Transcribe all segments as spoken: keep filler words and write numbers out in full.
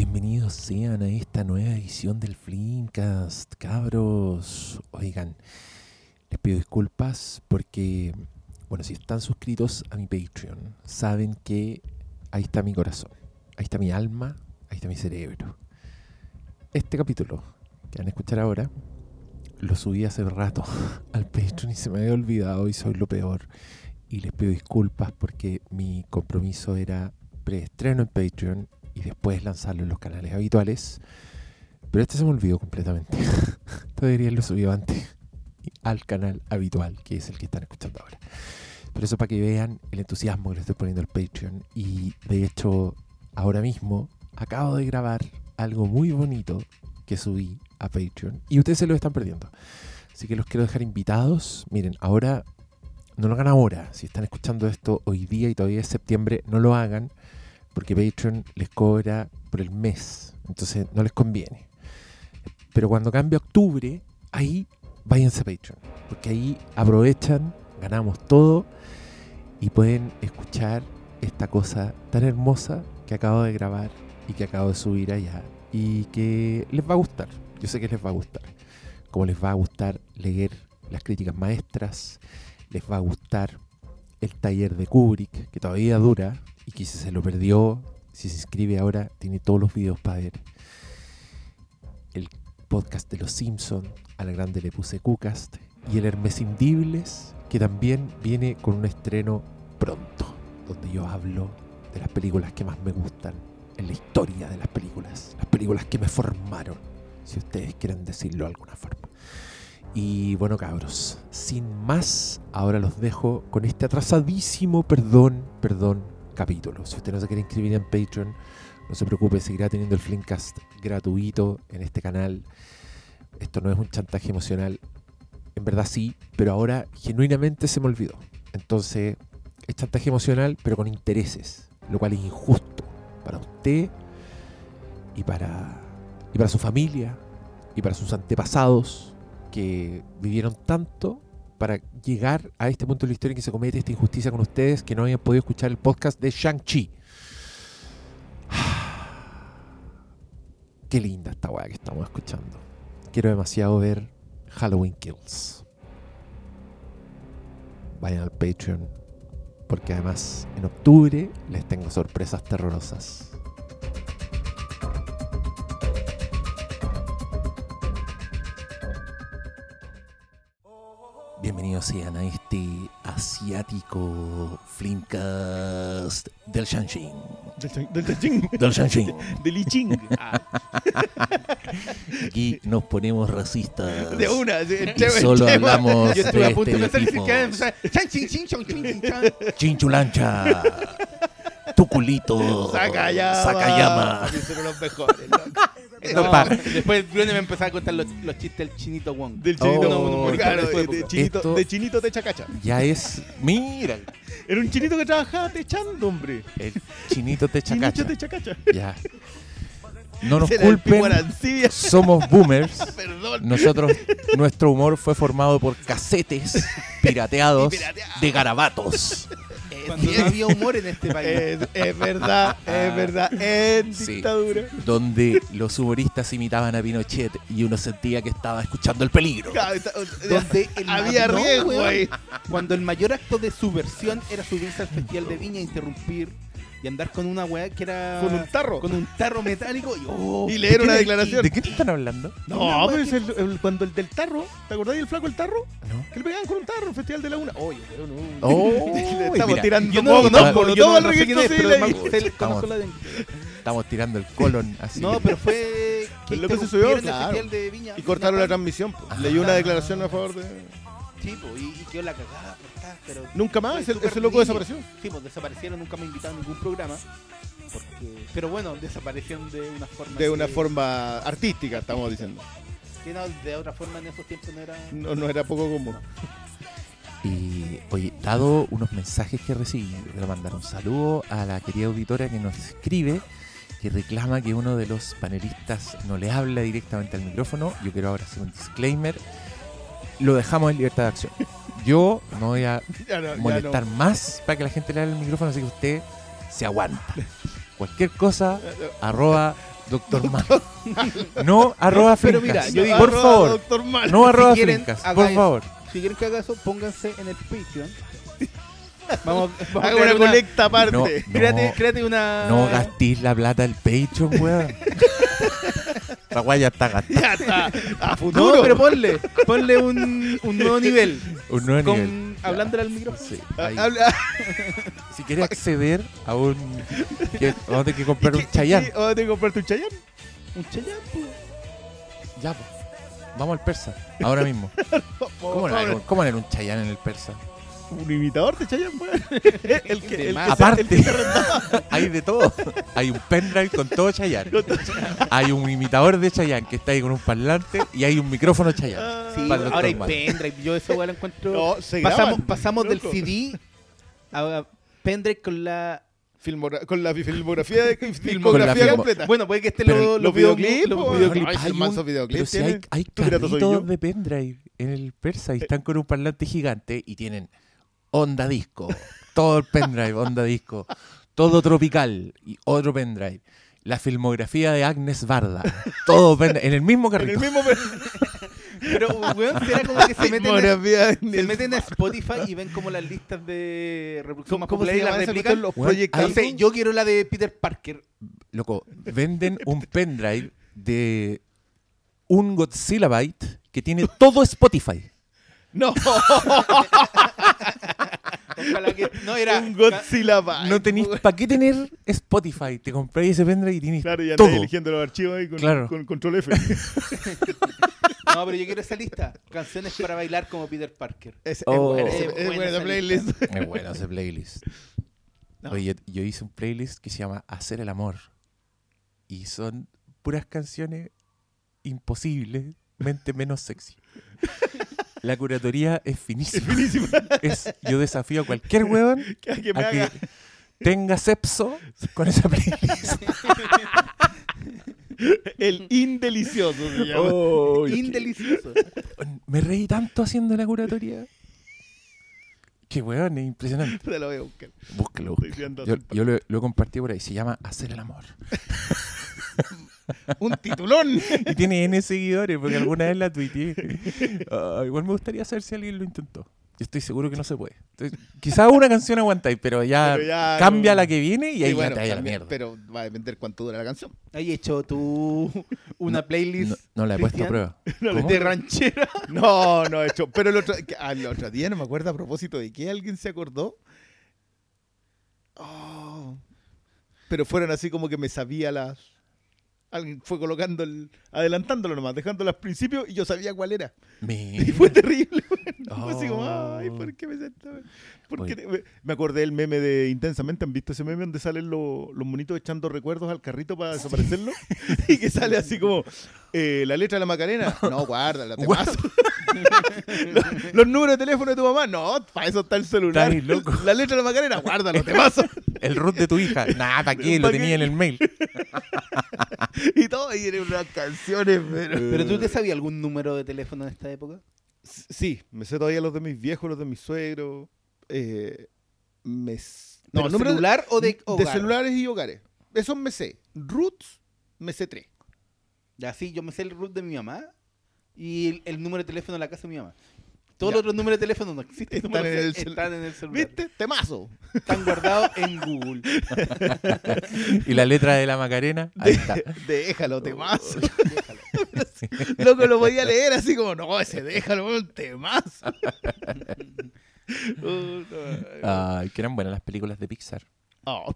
Bienvenidos sean a esta nueva edición del Flimcast, cabros. Oigan, les pido disculpas porque, bueno, si están suscritos a mi Patreon, saben que ahí está mi corazón, ahí está mi alma, ahí está mi cerebro. Este capítulo que van a escuchar ahora lo subí hace rato al Patreon y se me había olvidado y soy lo peor. Y les pido disculpas porque mi compromiso era preestreno en Patreon y después lanzarlo en los canales habituales. Pero este se me olvidó completamente. Debería haberlo subido antes al canal habitual, que es el que están escuchando ahora. Pero eso para que vean el entusiasmo que le estoy poniendo al Patreon. Y de hecho, ahora mismo acabo de grabar algo muy bonito que subí a Patreon y ustedes se lo están perdiendo. Así que los quiero dejar invitados. Miren, ahora, no lo hagan ahora. Si están escuchando esto hoy día y todavía es septiembre, no lo hagan porque Patreon les cobra por el mes. Entonces no les conviene. Pero cuando cambie a octubre, ahí váyanse a Patreon. Porque ahí aprovechan, ganamos todo y pueden escuchar esta cosa tan hermosa que acabo de grabar y que acabo de subir allá. Y que les va a gustar. Yo sé que les va a gustar. Como les va a gustar leer las críticas maestras, les va a gustar el taller de Kubrick, que todavía dura, y que si se lo perdió, si se inscribe ahora, tiene todos los videos para ver. El podcast de Los Simpsons, a la grande le puse Cucast, y el Hermesindibles, que también viene con un estreno pronto, donde yo hablo de las películas que más me gustan en la historia de las películas, las películas que me formaron, si ustedes quieren decirlo de alguna forma. Y bueno, cabros, sin más, ahora los dejo con este atrasadísimo, perdón, perdón, capítulo. Si usted no se quiere inscribir en Patreon, no se preocupe, seguirá teniendo el Flimcast gratuito en este canal. Esto no es un chantaje emocional, en verdad sí, pero ahora genuinamente se me olvidó. Entonces, es chantaje emocional, pero con intereses, lo cual es injusto para usted y para, y para su familia y para sus antepasados que vivieron tanto para llegar a este punto de la historia en que se comete esta injusticia con ustedes que no habían podido escuchar el podcast de Shang-Chi. Qué linda esta weá que estamos escuchando. Quiero demasiado ver Halloween Kills. Vayan al Patreon porque además en octubre les tengo sorpresas terrorosas. Bienvenidos sean a este asiático Flimcast del Shang-Chi. Del Shang-Chi. Del Shang-Chi. Del I Ching. Ah. Aquí nos ponemos racistas. De una. De, y solo hablamos yo estuve de a punto de estereotipos. Chinchulancha. Tu culito. Sakayama. Sakayama. Son los mejores, loco. No, pa, después Bruno me empezó a contar los, los chistes del Chinito Wong. Del Chinito, Oh, no, no, claro, de, de, chinito, esto de Chinito de Chacacha. Ya es. Mira. Era un chinito que trabajaba techando, hombre. El chinito te chacacha. Chinito de Chacacha. Ya. No nos Ese era el Pipo culpen. Arancibia. Somos boomers. Perdón. Nosotros, nuestro humor fue formado por casetes pirateados Y pirateados. de garabatos. Cuando no había humor en este país. Es, es verdad, es verdad. En Sí. dictadura. Donde los humoristas imitaban a Pinochet y uno sentía que estaba escuchando El Peligro. Donde el había ma- no, riesgo weón. ahí. Cuando el mayor acto de subversión era subirse al Festival de Viña, interrumpir y andar con una weá que era. Con un tarro. Con un tarro metálico y, oh, Y leer una ¿De qué- declaración. ¿De qué te están hablando? No, pero es el, el- cuando el del tarro, ¿te acordás del flaco el tarro? ¿No? Que le pegaban con un tarro, el Festival de la Una. Oye, weón, no. Oh, Le estamos mira, tirando Yo poco, no, no, no, por yo todo no, el no sé quién es, registro pero civil me- ahí. sé- conozco la de- estamos tirando el colon así. No, pero fue que Lo que se subió, interrumpieron el claro. Festival de Viña. Y cortaron la transmisión. po. Ajá. Leyó una declaración a favor de... Sí, po, y, y quedó la cagada, cortada, pero Nunca más, fue ese, súper ese loco niño. desapareció. Sí, pues desaparecieron, nunca me invitaron a ningún programa. Porque... Pero bueno, desaparecieron de una forma. De una que- forma artística, estamos diciendo. Que no, de otra forma en esos tiempos no era. No, no era poco común. Y, oye, dado unos mensajes que recibí, le quiero mandar un saludo a la querida auditora que nos escribe, que reclama que uno de los panelistas no le habla directamente al micrófono. Yo quiero ahora hacer un disclaimer. Lo dejamos en libertad de acción. Yo no voy a Ya no, ya molestar no. más para que la gente le hable el micrófono, así que usted se aguanta. Cualquier cosa, arroba Doctor Mal. No arroba Pero Flincas. mira, yo digo, por Arroba favor, Doctor Mal. no arroba quieren, Flincas, haga por eso. favor. Si quieren que haga eso, pónganse en el Patreon. Vamos, vamos a Haga crear una colecta aparte. No, Créate, créate una. No gastís la plata del Patreon, weón. La weá ya está gastada. Ya está. A futuro. No, pero ponle, ponle un, un nuevo nivel. Un nuevo Con, nivel. hablándole al micrófono. Sí, Ah, ahí. habla- Si quieres acceder a un... que- Vamos a tener que comprar un ¿Qué- Chayanne. qué? ¿Vamos a tener que comprarte un Chayanne? Un Chayanne, pues. Ya, pues. Vamos al persa. Ahora mismo. ¿Cómo no era, cómo no era un Chayanne en el persa? Un imitador de Chayanne, weón. El que, el que más. se- Aparte. el que se rentaba. Hay de todo. Hay un pendrive con todo Chayanne. Hay un imitador de Chayanne que está ahí con un parlante y hay un micrófono Chayanne. Ah, Sí, Para el ahora hay doctor Mal. pendrive. Yo esa weá la encuentro. No, se pasamos graban, pasamos del loco. C D a pendrive con la. Filmogra- con la filmografía de Con la filmografía filmo- completa. Bueno, puede que estén Pero los, los video- videoclips, los po, videoclips. Ay, Hay son mansos un- videoclips pero si hay, tiene. hay ¿Tú crees que soy yo? carritos de pendrive en el persa y están con un parlante gigante y tienen onda disco, todo el pendrive, onda disco, todo tropical y otro pendrive. La filmografía de Agnes Barda, todo pendrive, en el mismo En el carrito. mismo Pero, weón, será como que se meten, a, filmografía. se meten a Spotify y ven como las listas de reproducción ¿Cómo, más cómo se populares y llama las esa replican. cuestión? Los Weón, proyectos. No sé, yo quiero la de Peter Parker. Loco, venden un pendrive de un Godzilla Byte que tiene todo Spotify. No, Ojalá que. No, era. un Godzilla Byte. No tenéis para qué tener Spotify. Te compráis ese pendrive y tienes Claro, ya todo. andáis eligiendo los archivos ahí con, Claro. con control F. No, pero yo quiero esa lista. Canciones para bailar como Peter Parker. Es, Oh. es, buena, es, Es es buena buena esa esa playlist. Es bueno ese playlist. No. Oye, yo, yo hice un playlist que se llama Hacer el Amor. Y son puras canciones imposiblemente menos sexy. La curatoría es finísima. Es finísima. Es, yo desafío a cualquier huevón Que, que me a que haga. tenga sepso con esa playlist. El indelicioso se llama. Oh, Indelicioso. me reí tanto haciendo la curatoría. Qué huevón, es impresionante. Te lo voy a buscar. Búscalo, Estoy búscalo. viendo Yo, así. yo lo, lo compartí por ahí. Se llama Hacer el Amor. Un titulón. Y tiene N seguidores porque alguna vez la tuiteé. Ah, igual me gustaría saber si alguien lo intentó. Yo estoy seguro que no se puede. Entonces, quizás una canción aguantáis, pero ya, Pero ya cambia no. la que viene y Sí, ahí bueno, ya te vaya a la también, mierda. pero va a depender cuánto dura la canción. ¿Has hecho tú una playlist No, no la he puesto a Cristian, prueba. ¿Cómo? de ranchera? No, no he hecho. Pero el otro, que- ah, el otro día no me acuerdo a propósito de qué alguien se acordó. Oh, pero fueron así como que me sabía las. Alguien fue colocando el. Adelantándolo nomás, dejándolo al principio y yo sabía cuál era. Mira. Y fue terrible. Fue así como, Oh. ay, ¿por qué me sentaba? ¿Por Oye. qué te-?" Me acordé del meme de Intensamente. ¿Han visto ese meme donde salen los, los monitos echando recuerdos al carrito para desaparecerlo? Y que sale así como, eh, la letra de la Macarena. No, guárdala, te Guarda. paso. los, los números de teléfono de tu mamá. No, para eso está el celular. Estáis loco. La letra de la Macarena, guárdalo, te paso. El root de tu hija. Nah, ¿para qué? Lo ¿Pa' tenía qué? en el mail. Y todo, y eran unas canciones, pero... ¿Pero tú te sabías algún número de teléfono de esta época? Sí, me sé todavía los de mis viejos, los de mis suegros. Eh, me... s- ¿No, números de- celular o de de hogar? celulares y hogares. Esos me sé. Roots, me sé tres. Ya, sí, yo me sé el root de mi mamá y el, el número de teléfono de la casa de mi mamá. Todos Ya. los otros números de teléfono no existen. Están no me en los el sé, cel- están en el celular. ¿Viste? Temazo. Están guardados en Google. Y la letra de la Macarena. Ahí está. Déjalo, temazo. Loco, lo podía leer así como, no, ese déjalo, un temazo. Oh, no. Ay, que eran buenas las películas de Pixar. Oh,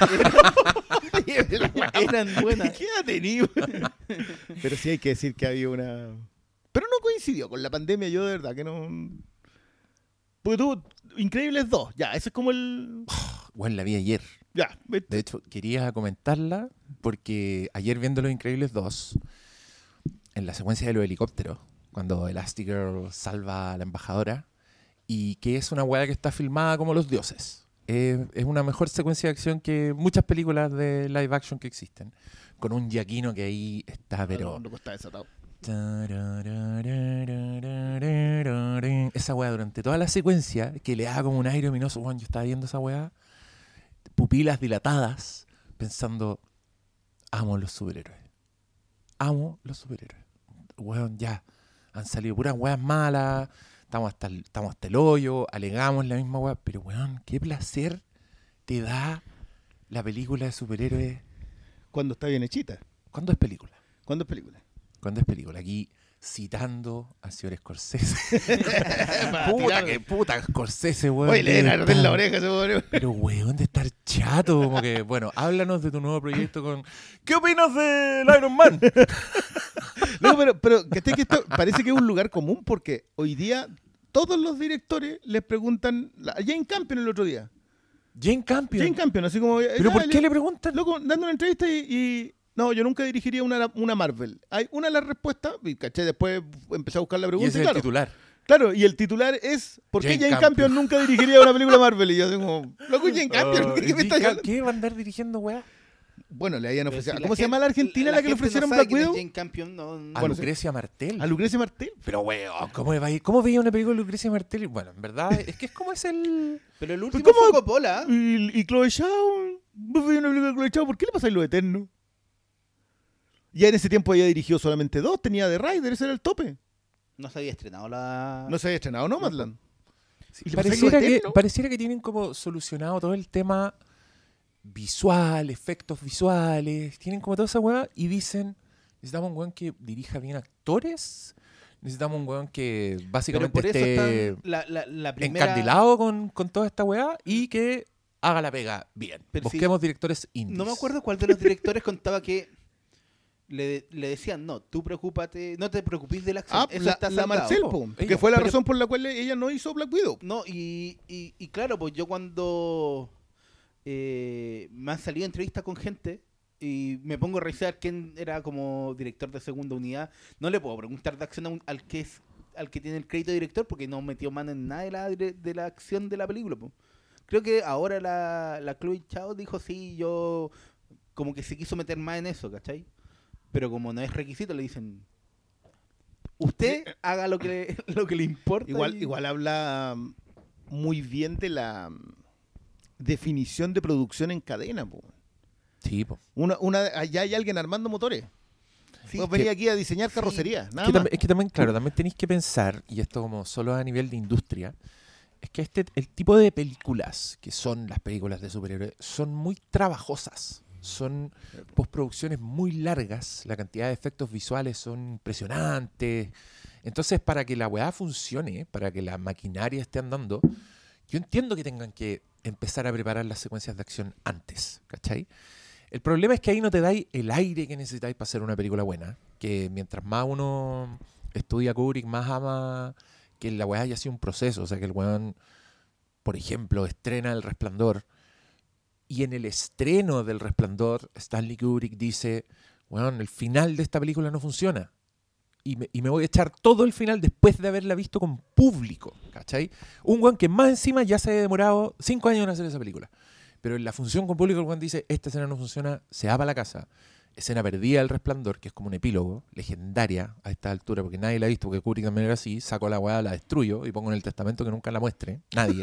Eran buenas. ¿Qué edad tenía? Pero sí hay que decir que había una... Pero no coincidió con la pandemia, yo de verdad que no... Porque tú, Increíbles dos, ya, eso es como el... Bueno, la vi ayer. Ya, ¿viste? De hecho, quería comentarla porque ayer viendo Los Increíbles dos, en la secuencia de los helicópteros, cuando Elastigirl salva a la embajadora, y que es una weá que está filmada como los dioses. Es, es una mejor secuencia de acción que muchas películas de live action que existen. Con un Giacchino que ahí está, pero... No, no, no está desatado. Esa weá durante toda la secuencia que le da como un aire ominoso. Bueno, yo estaba viendo esa weá, pupilas dilatadas, pensando, amo los superhéroes. amo los superhéroes. Weón, ya. Han salido puras weas malas. Estamos hasta, el, estamos hasta el hoyo. Alegamos la misma wea. Pero, weón, qué placer te da la película de superhéroes. Cuando está bien hechita. ¿Cuándo es película? ¿Cuándo es película? ¿Cuándo es película? Aquí citando al señor Scorsese. Para puta, tirar. que puta Scorsese, weón. Oye, le den debe arder la estar- oreja ese pobre. Pero, weón, de estar chato. Como que, bueno, háblanos de tu nuevo proyecto con... ¿Qué opinas del Iron Man? No, pero, pero que que esto parece que es un lugar común porque hoy día todos los directores les preguntan. La, Jane Campion el otro día. Jane Campion. Jane Campion, así como. ¿Pero por qué le preguntan? Loco, dando una entrevista y. y- no, yo nunca dirigiría una, una Marvel. Hay una de las respuestas, y caché, después empecé a buscar la Y pregunta. ese Y, es el claro, titular. claro, y el titular es: ¿por qué Jane Jane Campion. Campion nunca dirigiría una película Marvel? Y yo digo, como, loco, Jane Campion, Oh, ¿qué, me Jane estás Cam- hablando? ¿Qué va a andar dirigiendo, weá? Bueno, le habían Pero ofrecido. si ¿Cómo se gente- llama la argentina la, que le gente no ofrecieron sabe Black quién es Widow? Jane Campion, no, no- A Bueno, sí. Lucrecia Martel. A Lucrecia Martel. Pero, weón, ¿cómo, va a ir- ¿cómo veía una película de Lucrecia Martel? Bueno, en verdad, es que es como es el... Pero el último ¿cómo? fue Coppola. Y, y Chloe Zhao, vos veis una película de Chloe Zhao, ¿por qué le pasáis lo eterno? Ya en ese tiempo ella dirigió solamente dos, tenía The Rider, ese era el tope. No se había estrenado la... No se había estrenado Nomadland. Sí, ¿Y le pasáis pareciera, lo que, eterno? pareciera que tienen como solucionado todo el tema visual, efectos visuales, tienen como toda esa weá y dicen, necesitamos un weón que dirija bien actores, necesitamos un weón que Pero básicamente por eso esté están la, la, la primera... encandilado con, con toda esta weá y que haga la pega bien. Pero sí, Busquemos directores indies. No me acuerdo cuál de los directores contaba que le, le decían, no, tú preocúpate, no te preocupes de la acción. Ah, eso la, está la saldado. Marcel, po. po, que Ella, fue la pero- razón por la cual ella no hizo Black Widow. No, y, y, y claro, pues yo cuando eh, me han salido entrevistas con gente y me pongo a revisar quién era como director de segunda unidad, no le puedo preguntar de acción a un- al que es al que tiene el crédito de director porque no metió mano en nada de la, dire- de la acción de la película. Po. Creo que ahora la, la Chloe Zhao dijo, sí, yo como que se quiso meter más en eso, ¿cachai? Pero como no es requisito, le dicen, usted haga lo que le, lo que le importa. Igual, y- igual habla um, muy bien de la um, definición de producción en cadena. Po. Sí, po. Una, una, allá hay alguien armando motores. Sí, Vos que- venís aquí a diseñar sí. carrocería, nada Es que, más. tam- es que también, claro, también tenéis que pensar, y esto como solo a nivel de industria, es que este el tipo de películas que son las películas de superhéroes son muy trabajosas. Son postproducciones muy largas, la cantidad de efectos visuales son impresionantes. Entonces, para que la weá funcione, para que la maquinaria esté andando, yo entiendo que tengan que empezar a preparar las secuencias de acción antes, ¿cachai? El problema es que ahí no te dais el aire que necesitáis para hacer una película buena. Que mientras más uno estudia Kubrick, más ama que la weá haya sido un proceso. O sea, que el weón, por ejemplo, estrena El Resplandor. Y en el estreno del Resplandor, Stanley Kubrick dice, weón, el final de esta película no funciona. Y me, y me voy a echar todo el final después de haberla visto con público, ¿cachai? Un weón que más encima ya se ha demorado cinco años en hacer esa película. Pero en la función con público el weón dice, esta escena no funciona, se va para la casa. Escena perdida del Resplandor, que es como un epílogo, legendaria a esta altura, porque nadie la ha visto, porque Kubrick también era así, saco la weá, la destruyo y pongo en el testamento que nunca la muestre. Nadie.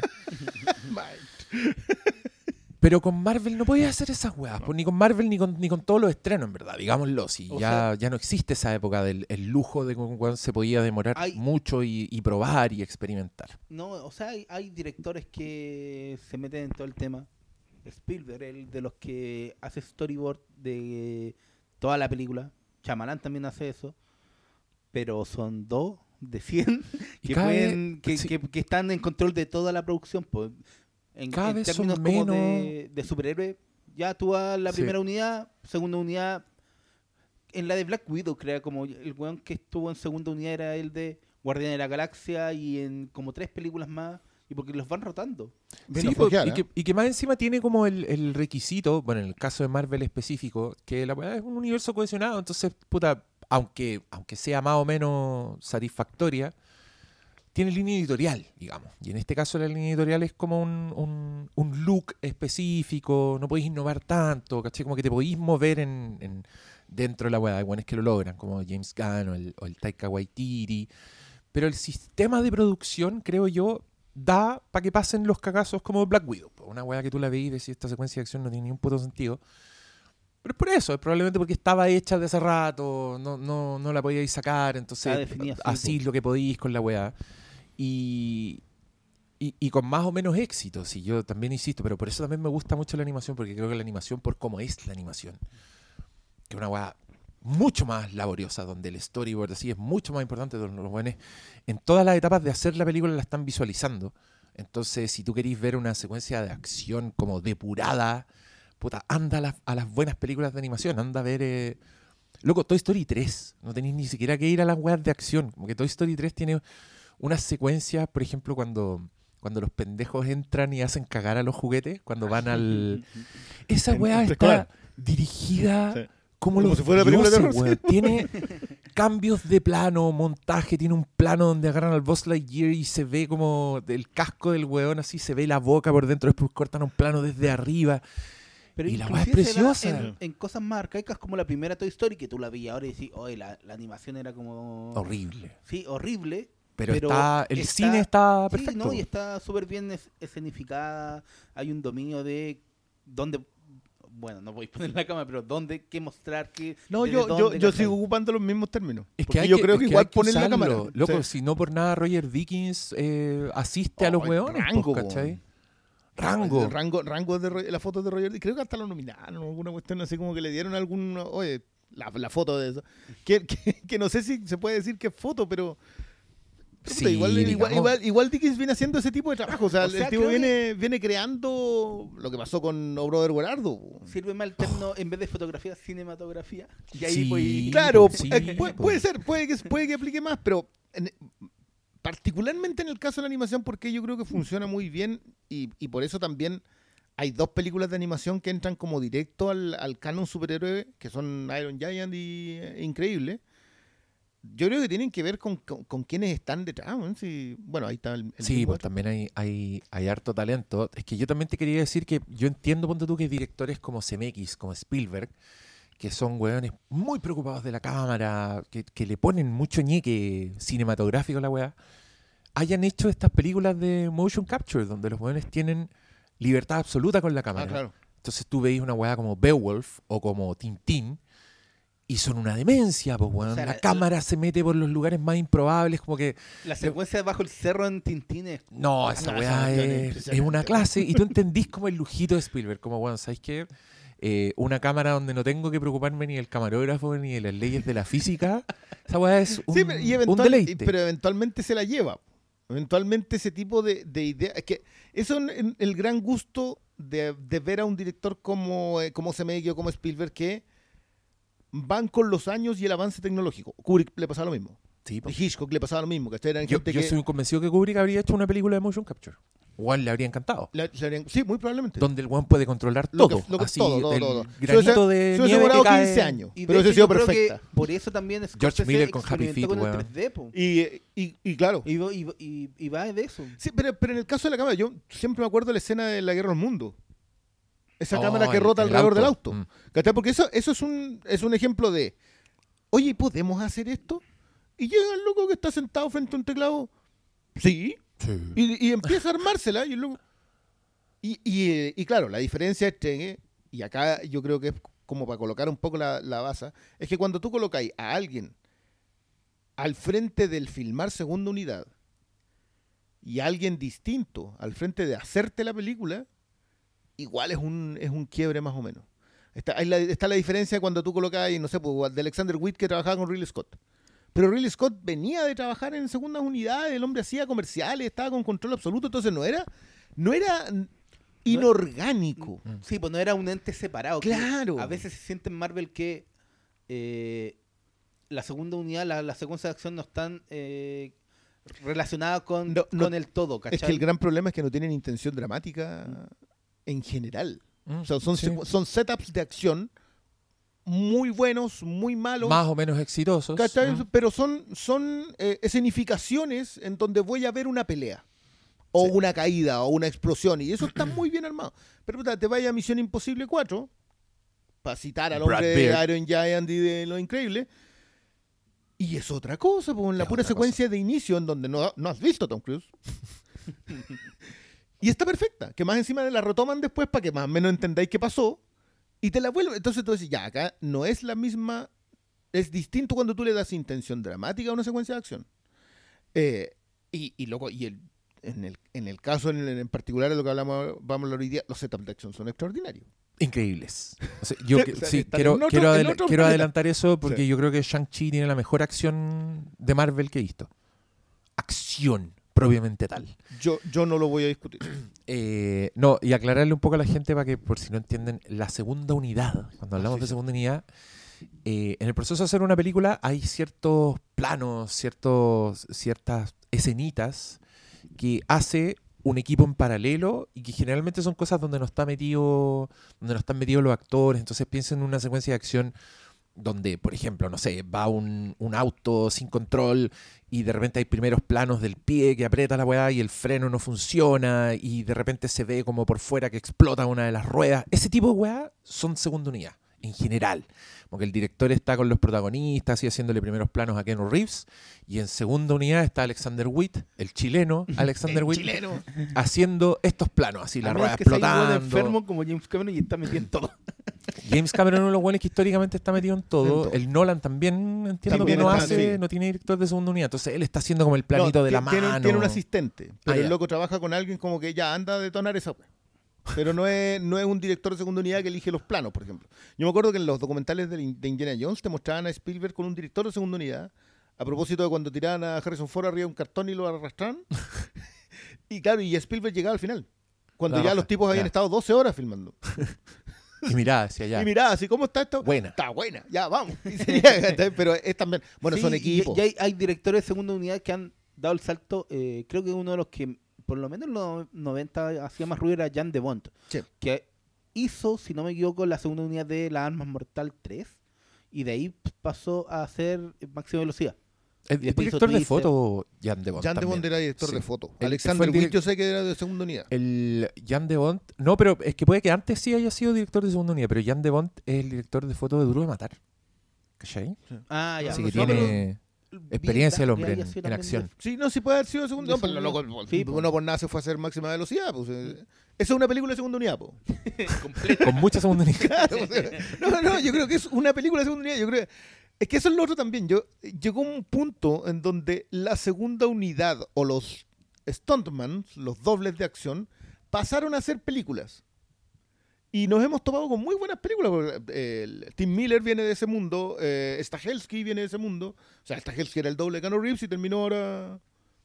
Pero con Marvel no podía hacer esas weas, pues, ni con Marvel ni con, ni con todos los estrenos, en verdad, digámoslo. Si O ya, sea- ya no existe esa época del el lujo de que un weón se podía demorar Hay- mucho y, y probar y experimentar. No, o sea, hay, hay directores que se meten en todo el tema. Spielberg, el de los que hace storyboard de toda la película. Shyamalan también hace eso. Pero son dos de cien Y que, cada vez- pueden, que, sí. que- que están en control de toda la producción. Pues. En, Cada en vez son términos como de, menos- de superhéroe, ya tú vas la Sí. primera unidad, segunda unidad. En la de Black Widow, crea como el weón que estuvo en segunda unidad era el de Guardián de la Galaxia y en como tres películas más. Y porque los van rotando. Bien Sí, a pues, flojear, y, ¿eh? que, y que más encima tiene como el, el requisito, bueno, en el caso de Marvel específico, que la weá es un universo cohesionado, entonces, puta, aunque, aunque sea más o menos satisfactoria, tiene línea editorial, digamos. Y en este caso la línea editorial es como un, un, un look específico, no podéis innovar tanto, ¿cachai? Como que te podéis mover en, en- dentro de la weá. Hay weones que lo logran, como James Gunn o el, o el Taika Waititi. Pero el sistema de producción, creo yo, da para que pasen los cagazos como Black Widow. po. Una weá que tú la veis y decís, esta secuencia de acción no tiene ni un puto sentido. Pero es por eso, es probablemente porque estaba hecha de hace rato, no, no, no la podíais sacar, entonces Estaba definida así, así po. lo que podíais con la weá. Y, y, y con más o menos éxito, sí, yo también insisto, pero por eso también me gusta mucho la animación, porque creo que la animación, por cómo es la animación, que es una weá mucho más laboriosa, donde el storyboard así es mucho más importante, donde los buenos en todas las etapas de hacer la película la están visualizando. Entonces, si tú querís ver una secuencia de acción como depurada, puta, anda a las, a las buenas películas de animación, anda a ver... Eh... Loco, Toy Story tres, no tenéis ni siquiera que ir a las weas de acción, como que Toy Story tres tiene unas secuencias, por ejemplo, cuando, cuando los pendejos entran y hacen cagar a los juguetes, cuando van al... Esa En- wea en está preescolar. dirigida... Sí. Como, Como los si fuera película de dioses, terror, weón. Tiene cambios de plano, montaje, tiene un plano donde agarran al Buzz Lightyear y se ve como el casco del weón así, se ve la boca por dentro, después cortan un plano desde arriba. Pero Y la weá es inclusive se da preciosa. En, en cosas más arcaicas como la primera Toy Story, que tú la vi ahora y decís, oye, la, la animación era como... Horrible. Sí, horrible. Pero, Pero está, el está- cine está Sí, perfecto. ¿no? Y está súper bien es- escenificada. Hay un dominio de dónde... Bueno, no voy a poner la cámara, pero dónde, qué mostrar, qué... No, desde yo, yo, dónde, yo ¿cachai? sigo ocupando los mismos términos. Es que Porque hay yo que, creo es que que igual hay que ponen la usarlo. cámara. Loco, Sí. si no por nada Roger Dickens eh, asiste a los Oh, weones, Rango, pues, po. ¿cachai? Rango. Rango, rango de Ro- la foto de Roger. Creo que hasta lo nominaron, alguna cuestión así como que le dieron algún. Oye, la, la foto de eso. Que, que, que no sé si se puede decir que es foto, pero. puta, Sí, igual, igual, digamos. igual, igual Dickens viene haciendo ese tipo de trabajo. O sea, O sea, el tipo creo viene, viene creando lo que pasó con O Brother Gerardo. Sirve más el término, en vez de fotografía, cinematografía. Y ahí Sí. voy... Claro, Sí, eh, puede, po. puede ser, puede que, puede que aplique más, pero en- particularmente en el caso de la animación, porque yo creo que funciona muy bien y, y por eso también hay dos películas de animación que entran como directo al, al canon superhéroe, que son Iron Giant y eh, Increíble. Yo creo que tienen que ver con, con, con quienes están detrás. ¿No? Sí, bueno, ahí está el, el Sí, mismo pues otro. también hay, hay, hay harto talento. Es que yo también te quería decir que yo entiendo, ponte tú, que directores como Zemeckis, como Spielberg, que son weones muy preocupados de la cámara, que, que le ponen mucho ñeque cinematográfico a la weá, hayan hecho estas películas de motion capture, donde los weones tienen libertad absoluta con la cámara. Ah, claro. Entonces tú veis una weá como Beowulf o como Tintín, y son una demencia, pues weón. O sea, la la- cámara se mete por los lugares más improbables, como que La secuencia bajo el cerro en Tintín es... no, esa No, weá esa cuestión es es, es impresionante. una clase. Y tú entendís como el lujito de Spielberg. Como, bueno, ¿sabes qué? Eh, una cámara donde no tengo que preocuparme ni del camarógrafo ni de las leyes de la física. Esa weá es un, Sí, pero, y un eventual- deleite. pero eventualmente se la lleva. Eventualmente ese tipo de, de ideas. Es que eso es el, el gran gusto de, de ver a un director como, eh, como Zemeckis o como Spielberg que van con los años y el avance tecnológico. Kubrick le pasaba lo mismo. Sí, po. Y Hitchcock le pasaba lo mismo. Que eran yo gente yo que soy convencido que Kubrick habría hecho una película de motion capture. Igual le habría encantado. la- la harían- sí, muy probablemente. Donde el weón puede controlar Lo que- todo. lo que- así, todo, todo, el todo. granito Se hubiese- de se hubiese nieve que demorado cae. quince años. Y de Pero hecho, hubiese sido yo creo que perfecta. por eso también George Scorsese Miller con Happy experimentó Feet, con el weón. tres D, po. Y, y, y claro. Y, y, y, y va de eso. Sí, pero, pero en el caso de la cámara, yo siempre me acuerdo de la escena de la Guerra del Mundo. Esa Oh, cámara que el- rota el alrededor del auto. auto. Mm. ¿Cachai? Porque eso, eso es, un, es un ejemplo de, oye, ¿podemos hacer esto? Y llega el loco que está sentado frente a un teclado. Sí. Sí. Y, y empieza a armársela. Y, el loco- y, y, eh, y claro, la diferencia es que, y acá yo creo que es como para colocar un poco la, la base, es que cuando tú colocáis a alguien al frente del filmar segunda unidad y a alguien distinto al frente de hacerte la película, igual es un, es un quiebre más o menos. Está, hay la, está la diferencia cuando tú colocas, no sé, pues, de Alexander Witt que trabajaba con Ridley Scott. Pero Ridley Scott venía de trabajar en segundas unidades, el hombre hacía comerciales, estaba con control absoluto, entonces no era, no era inorgánico. Sí, pues no era un ente separado. que Claro. A veces se siente en Marvel que eh, la segunda unidad, la, la secuencia de acción no están eh, relacionadas con, No, no, con el todo, ¿cachai? Es que el gran problema es que no tienen intención dramática en general. Mm, O sea, son, sí. secu- son setups de acción muy buenos, muy malos. Más o menos exitosos. ¿cachai? Mm. Pero son, son eh, escenificaciones en donde voy a ver una pelea. O Sí. una caída, o una explosión. Y eso está muy bien armado. Pero puta, te vaya a Misión Imposible cuatro, para citar al Brad hombre Pitt. de Iron Giant y de Lo Increíble. Y es otra cosa, pues, en la Es pura otra secuencia de inicio en donde no, no has visto a Tom Cruise. Y está perfecta. Que más encima de la retoman después para que más o menos entendáis qué pasó. Y te la vuelve. Entonces tú dices, ya, acá no es la misma. Es distinto cuando tú le das intención dramática a una secuencia de acción. Eh, y, y luego, y el, en, el, en el caso en, en particular de lo que hablamos, vamos a hablar hoy día, los setups de acción son extraordinarios. Increíbles. O sea, yo Sí, que- o sea, sí, están quiero, en otro- quiero, en adel- otro quiero planeta. adelantar eso porque Sí. yo creo que Shang-Chi tiene la mejor acción de Marvel que he visto. Acción, propiamente tal. Yo, yo no lo voy a discutir. Eh, no, y aclararle un poco a la gente para que, por si no entienden, la segunda unidad, cuando hablamos Sí, de sí. segunda unidad, eh, en el proceso de hacer una película hay ciertos planos, ciertos, ciertas escenitas que hace un equipo en paralelo y que generalmente son cosas donde no está metido, donde no están metidos los actores. Entonces piensen en una secuencia de acción donde, por ejemplo, no sé, va un, un auto sin control y de repente hay primeros planos del pie que aprieta la weá y el freno no funciona y de repente se ve como por fuera que explota una de las ruedas. Ese tipo de weá son segunda unidad, en general. Como que el director está con los protagonistas y haciéndole primeros planos a Keanu Reeves y en segunda unidad está Alexander Witt, el chileno Alexander El Witt, chileno. haciendo estos planos, así la A rueda menos que sea un weón explotando. enfermo como James Cameron y está metido en todo. James Cameron es uno de los buenos que históricamente está metido en todo. En todo. El Nolan también entiendo También que no está, hace, sí. no tiene director de segunda unidad. Entonces él está haciendo como el planito No, de la ti- tiene, mano. tiene un asistente, pero Ah, el ya. loco trabaja con alguien como que ya anda a detonar esa wea. Pero no es, no es un director de segunda unidad que elige los planos, por ejemplo. Yo me acuerdo que en los documentales de, de Indiana Jones te mostraban a Spielberg con un director de segunda unidad, a propósito de cuando tiraban a Harrison Ford arriba de un cartón y lo arrastraban. Y claro, y Spielberg llegaba al final, cuando La ya raja, los tipos habían ya. estado doce horas filmando. Y mirá hacia allá. Y mirá, así, ¿cómo está esto? Buena. Está buena, ya, vamos. Y se llega, pero es también, bueno, Sí, son y- equipos. Y, hay, hay directores de segunda unidad que han dado el salto. eh, creo que uno de los que, por lo menos en los noventa, hacía más ruido era Jan de Bont. Sí. Que hizo, si no me equivoco, la segunda unidad de las Armas Mortal tres. Y de ahí pasó a hacer Máxima Velocidad. El, Y después hizo director de Twister. foto, Jan de Bont. Jan de también. Bond era director Sí. de foto. Él Alexander fue el Witt direc- yo sé que era de segunda unidad. El Jan de Bont. No, pero es que puede que antes sí haya sido director de segunda unidad, pero Jan de Bont es el director de foto de Duro de Matar. ¿Cachai? Ah, ya. Así que no, tiene experiencia el hombre en, Había sido en también acción. Sí, no, sí puede haber sido de segunda De unidad. Pero segunda- loco, sí, po. uno por nada se fue a hacer máxima velocidad. Pues, eh. Esa es una película de segunda unidad, po. de- completa. Con mucha segunda unidad. Claro, o sea, no, no, yo creo que es una película de segunda unidad. Yo creo es que eso es lo otro también. Yo llegó un punto en donde la segunda unidad o los stuntman, los dobles de acción, pasaron a ser películas. Y nos hemos topado con muy buenas películas. porque, eh, el Tim Miller viene de ese mundo, eh, Stahelski viene de ese mundo. O sea, Stahelski era el doble de Keanu Reeves y terminó ahora.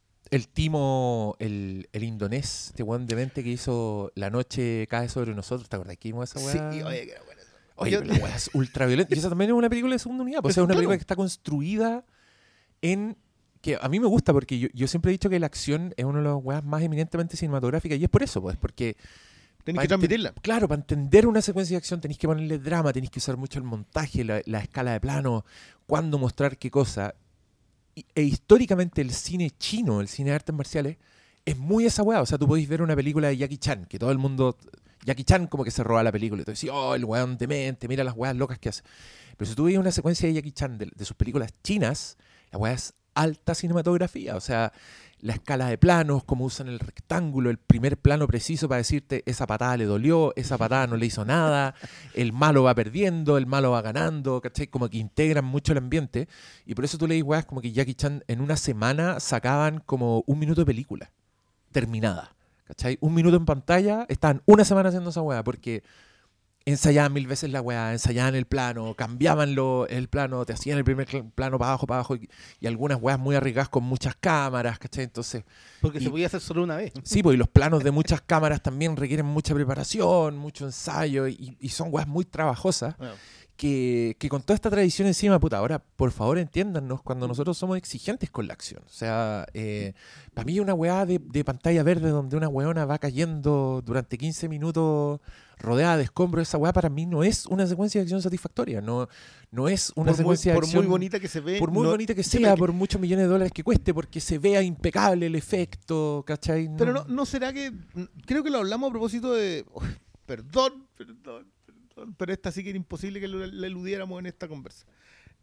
El Timo, el, el indonés, este weón de mente que hizo La noche cae sobre nosotros. ¿Te acuerdas que vimos esa Sí, weá? y, oye, que era buena esa. Oye, Yo- pero la weá es ultra violenta. Y esa también es una película de segunda unidad. Pues, o sea, es Eso, una claro. película que está construida en... Que a mí me gusta porque yo, yo siempre he dicho que la acción es una de las weas más eminentemente cinematográficas. Y es por eso, pues, porque... Tenés pa que ente- transmitirla. Claro, para entender una secuencia de acción tenéis que ponerle drama, tenéis que usar mucho el montaje, la, la escala de plano, cuándo mostrar qué cosa. Y- e históricamente el cine chino, el cine de artes marciales, es muy esa weá. O sea, tú podéis ver una película de Jackie Chan, que todo el mundo... Jackie Chan como que se roba la película. Y tú decís, oh, el weón demente, mira las weas locas que hace. Pero si tú veis una secuencia de Jackie Chan de, de sus películas chinas, la weá es alta cinematografía. O sea, la escala de planos, cómo usan el rectángulo, el primer plano preciso para decirte esa patada le dolió, esa patada no le hizo nada, el malo va perdiendo, el malo va ganando, ¿cachai? Como que integran mucho el ambiente. Y por eso tú leís weas como que Jackie Chan en una semana sacaban como un minuto de película terminada. ¿Cachai? Un minuto en pantalla, estaban una semana haciendo esa weá, porque ensayaban mil veces la weá, ensayaban el plano, cambiaban lo, el plano, te hacían el primer cl- plano para abajo, para abajo, y, y algunas weas muy arriesgadas con muchas cámaras, ¿cachai? Entonces, Porque Y- se podía hacer solo una vez. sí, pues y los planos de muchas cámaras también requieren mucha preparación, mucho ensayo, y, y son weas muy trabajosas, Bueno, que, que con toda esta tradición encima, puta, ahora, por favor, entiéndanos cuando nosotros somos exigentes con la acción. O sea, eh, para mí una weá de, de pantalla verde donde una weona va cayendo durante quince minutos rodeada de escombros, esa weá para mí no es una secuencia de acción satisfactoria, no, no es una por muy, secuencia por de acción... muy bonita que se ve. por muy no- bonita que sí, sea, pero por muchos millones de dólares que cueste, porque se vea impecable el efecto, ¿cachai? Pero no, no será que. Creo que lo hablamos a propósito de. Uy, perdón, perdón, perdón. Pero esta sí que era imposible que lo- la eludiéramos en esta conversa.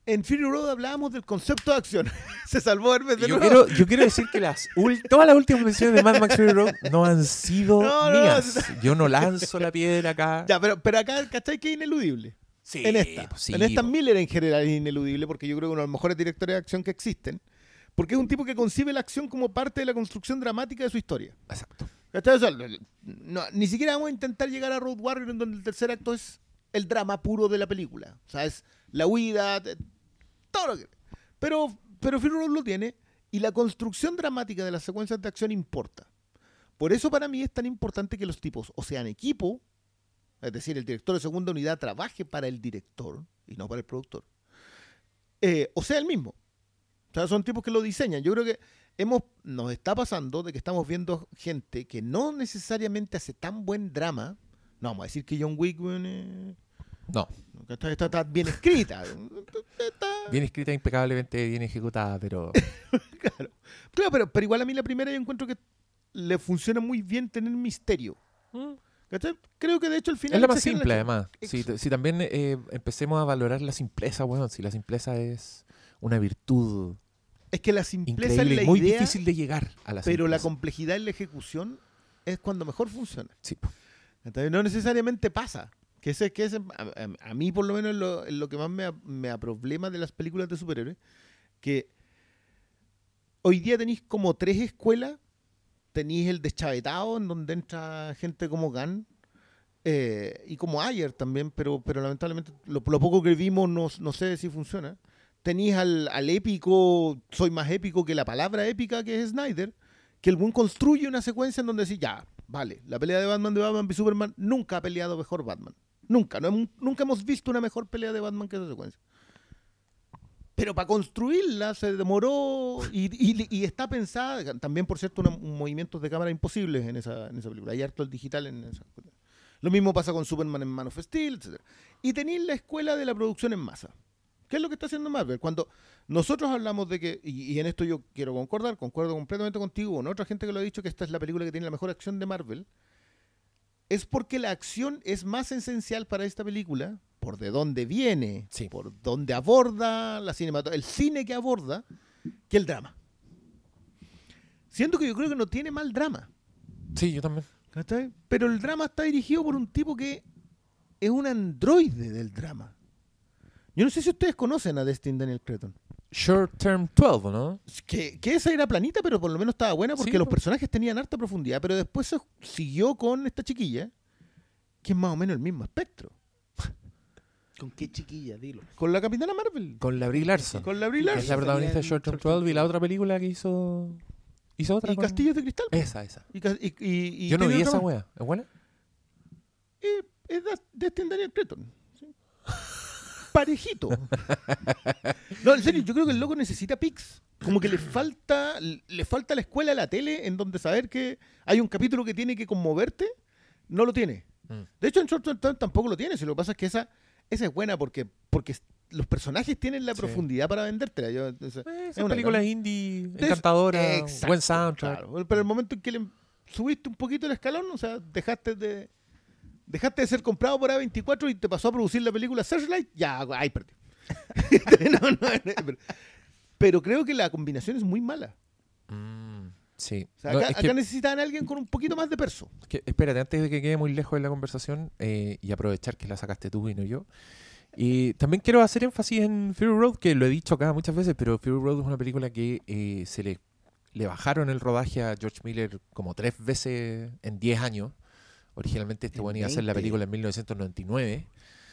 en Fury Road hablábamos del concepto de acción. Se salvó Hermes de Yo nuevo. quiero, yo quiero decir que las ul- todas las últimas menciones de Mad Max Fury Road no han sido No, no, mías. no. Yo no lanzo la piedra acá. Ya, pero, pero acá, ¿cachai? Que es ineludible. Sí, en esta. pues sí, en esta po. Miller en general es ineludible porque yo creo que uno de los mejores directores de acción que existen. Porque es un tipo que concibe la acción como parte de la construcción dramática de su historia. Exacto. ¿Cachai? O sea, no, ni siquiera vamos a intentar llegar a Road Warrior en donde el tercer acto es el drama puro de la película. O sea, es la huida, de- todo lo que... Pero, pero Fury Road lo tiene y la construcción dramática de las secuencias de acción importa. Por eso para mí es tan importante que los tipos o sean equipo, es decir, el director de segunda unidad trabaje para el director y no para el productor, eh, o sea el mismo. O sea, son tipos que lo diseñan. Yo creo que hemos, nos está pasando de que estamos viendo gente que no necesariamente hace tan buen drama. No vamos a decir que John Wick bueno, eh, No, está, está- está bien escrita. Está- bien escrita, impecablemente bien ejecutada, pero claro, claro pero, pero igual a mí la primera yo encuentro que le funciona muy bien tener misterio. ¿Cachai? Creo que de hecho al final... es la más exagera simple, la- además. Si, Ex- si también eh, empecemos a valorar la simpleza, bueno, si la simpleza es una virtud Es que la simpleza increíble es la y muy idea, difícil de llegar a la pero la simpleza. complejidad en la ejecución es cuando mejor funciona. Sí. Entonces, no necesariamente pasa. Que ese, que ese, a, a- a mí, por lo menos, es lo, es lo que más me, a- me aproblema de las películas de superhéroes, que hoy día tenéis como tres escuelas. Tenéis el deschavetado, en donde entra gente como Gunn, eh, y como Ayer también, pero, pero lamentablemente lo, lo poco que vimos no, no sé si funciona. Tenéis al, al épico, soy más épico que la palabra épica, que es Snyder, que el buen construye una secuencia en donde dice, ya, vale, la pelea de Batman de Batman y Superman nunca ha peleado mejor Batman. Nunca, no hem- nunca hemos visto una mejor pelea de Batman que esa secuencia. Pero para construirla se demoró y, y- y está pensada, también por cierto, una- un movimientos de cámara imposibles en esa, en esa película. Hay harto el digital en esa. Lo mismo pasa con Superman en Man of Steel, etcétera. Y tenéis la escuela de la producción en masa. ¿Qué es lo que está haciendo Marvel? Cuando nosotros hablamos de que, y, y en esto yo quiero concordar, concuerdo completamente contigo, con otra gente que lo ha dicho, que esta es la película que tiene la mejor acción de Marvel, es porque la acción es más esencial para esta película, por de dónde viene, Sí. por dónde aborda la cinematografía, el cine que aborda, que el drama. Siento que yo creo que no tiene mal drama, Sí, yo también. ¿cachai? Pero el drama está dirigido por un tipo que es un androide del drama. Yo no sé si ustedes conocen a Destin Daniel Cretton. Short Term doce, ¿no? Que, que esa era planita, pero por lo menos estaba buena porque Sí, los pues. personajes tenían harta profundidad, pero después se siguió con esta chiquilla, que es más o menos el mismo espectro. ¿Con qué chiquilla? Dilo. Con la Capitana Marvel. Con la Brie Larson. Con la Brie Que es Larson. la protagonista de Short Term doce y la otra película que hizo... ¿Hizo otra? Y con- Castillos de Cristal. Esa, esa. Y, ca- y- y- y Yo no tiene vi otra esa más. wea. ¿Es buena? Eh, es de- Destin Daniel Cretton. ¿sí? Parejito. No, en serio, yo creo que el loco necesita pics. Como que le falta, le falta la escuela de la tele en donde saber que hay un capítulo que tiene que conmoverte, no lo tiene. Mm. De hecho, en Short Term Down tampoco lo tiene. Si lo que pasa es que esa, esa es buena porque, porque los personajes tienen la Sí. profundidad para vendértela. Yo, esa- Eh, es Son una películas gran- indie, Des- encantadoras, Exacto, buen soundtrack. claro. Pero el momento en que le subiste un poquito el escalón, o sea, dejaste de dejaste de ser comprado por A veinticuatro y te pasó a producir la película Searchlight, ya, ahí perdí. No, no, no, pero, pero creo que la combinación es muy mala. Mm, sí. O sea, No, acá, es que- acá necesitan a alguien con un poquito más de perso. Es que, espérate, antes de que quede muy lejos de la conversación eh, y aprovechar que la sacaste tú y no yo. Y también quiero hacer énfasis en Fury Road, que lo he dicho acá muchas veces, pero Fury Road es una película que eh, se le, le bajaron el rodaje a George Miller como tres veces en diez años. Originalmente este En bueno iba a hacer la veinte. película en mil novecientos noventa y nueve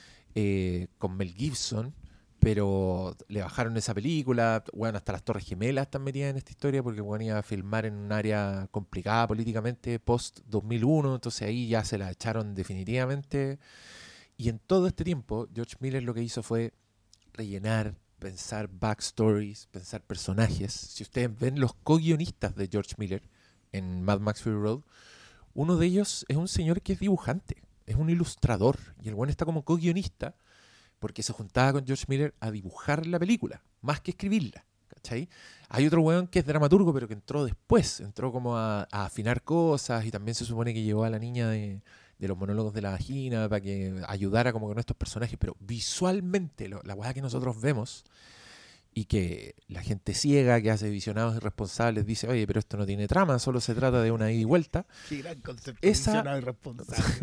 eh, con Mel Gibson, pero le bajaron esa película. Bueno, hasta las Torres Gemelas están metidas en esta historia porque bueno, iba a filmar en un área complicada políticamente post dos mil uno, entonces ahí ya se la echaron definitivamente. Y en todo este tiempo, George Miller lo que hizo fue rellenar, pensar backstories, pensar personajes. Si ustedes ven los co-guionistas de George Miller en Mad Max Fury Road, uno de ellos es un señor que es dibujante, es un ilustrador, y el bueno está como co-guionista porque se juntaba con George Miller a dibujar la película, más que escribirla, ¿cachai? Hay otro weón que es dramaturgo, pero que entró después, entró como a, a afinar cosas, y también se supone que llevó a la niña de, de los monólogos de la vagina, para que ayudara como con estos personajes, pero visualmente lo, la weá que nosotros vemos y que la gente ciega que hace visionados irresponsables dice, oye, pero esto no tiene trama, solo se trata de una ida y vuelta. Qué gran concepto. Esa- Visionado irresponsable.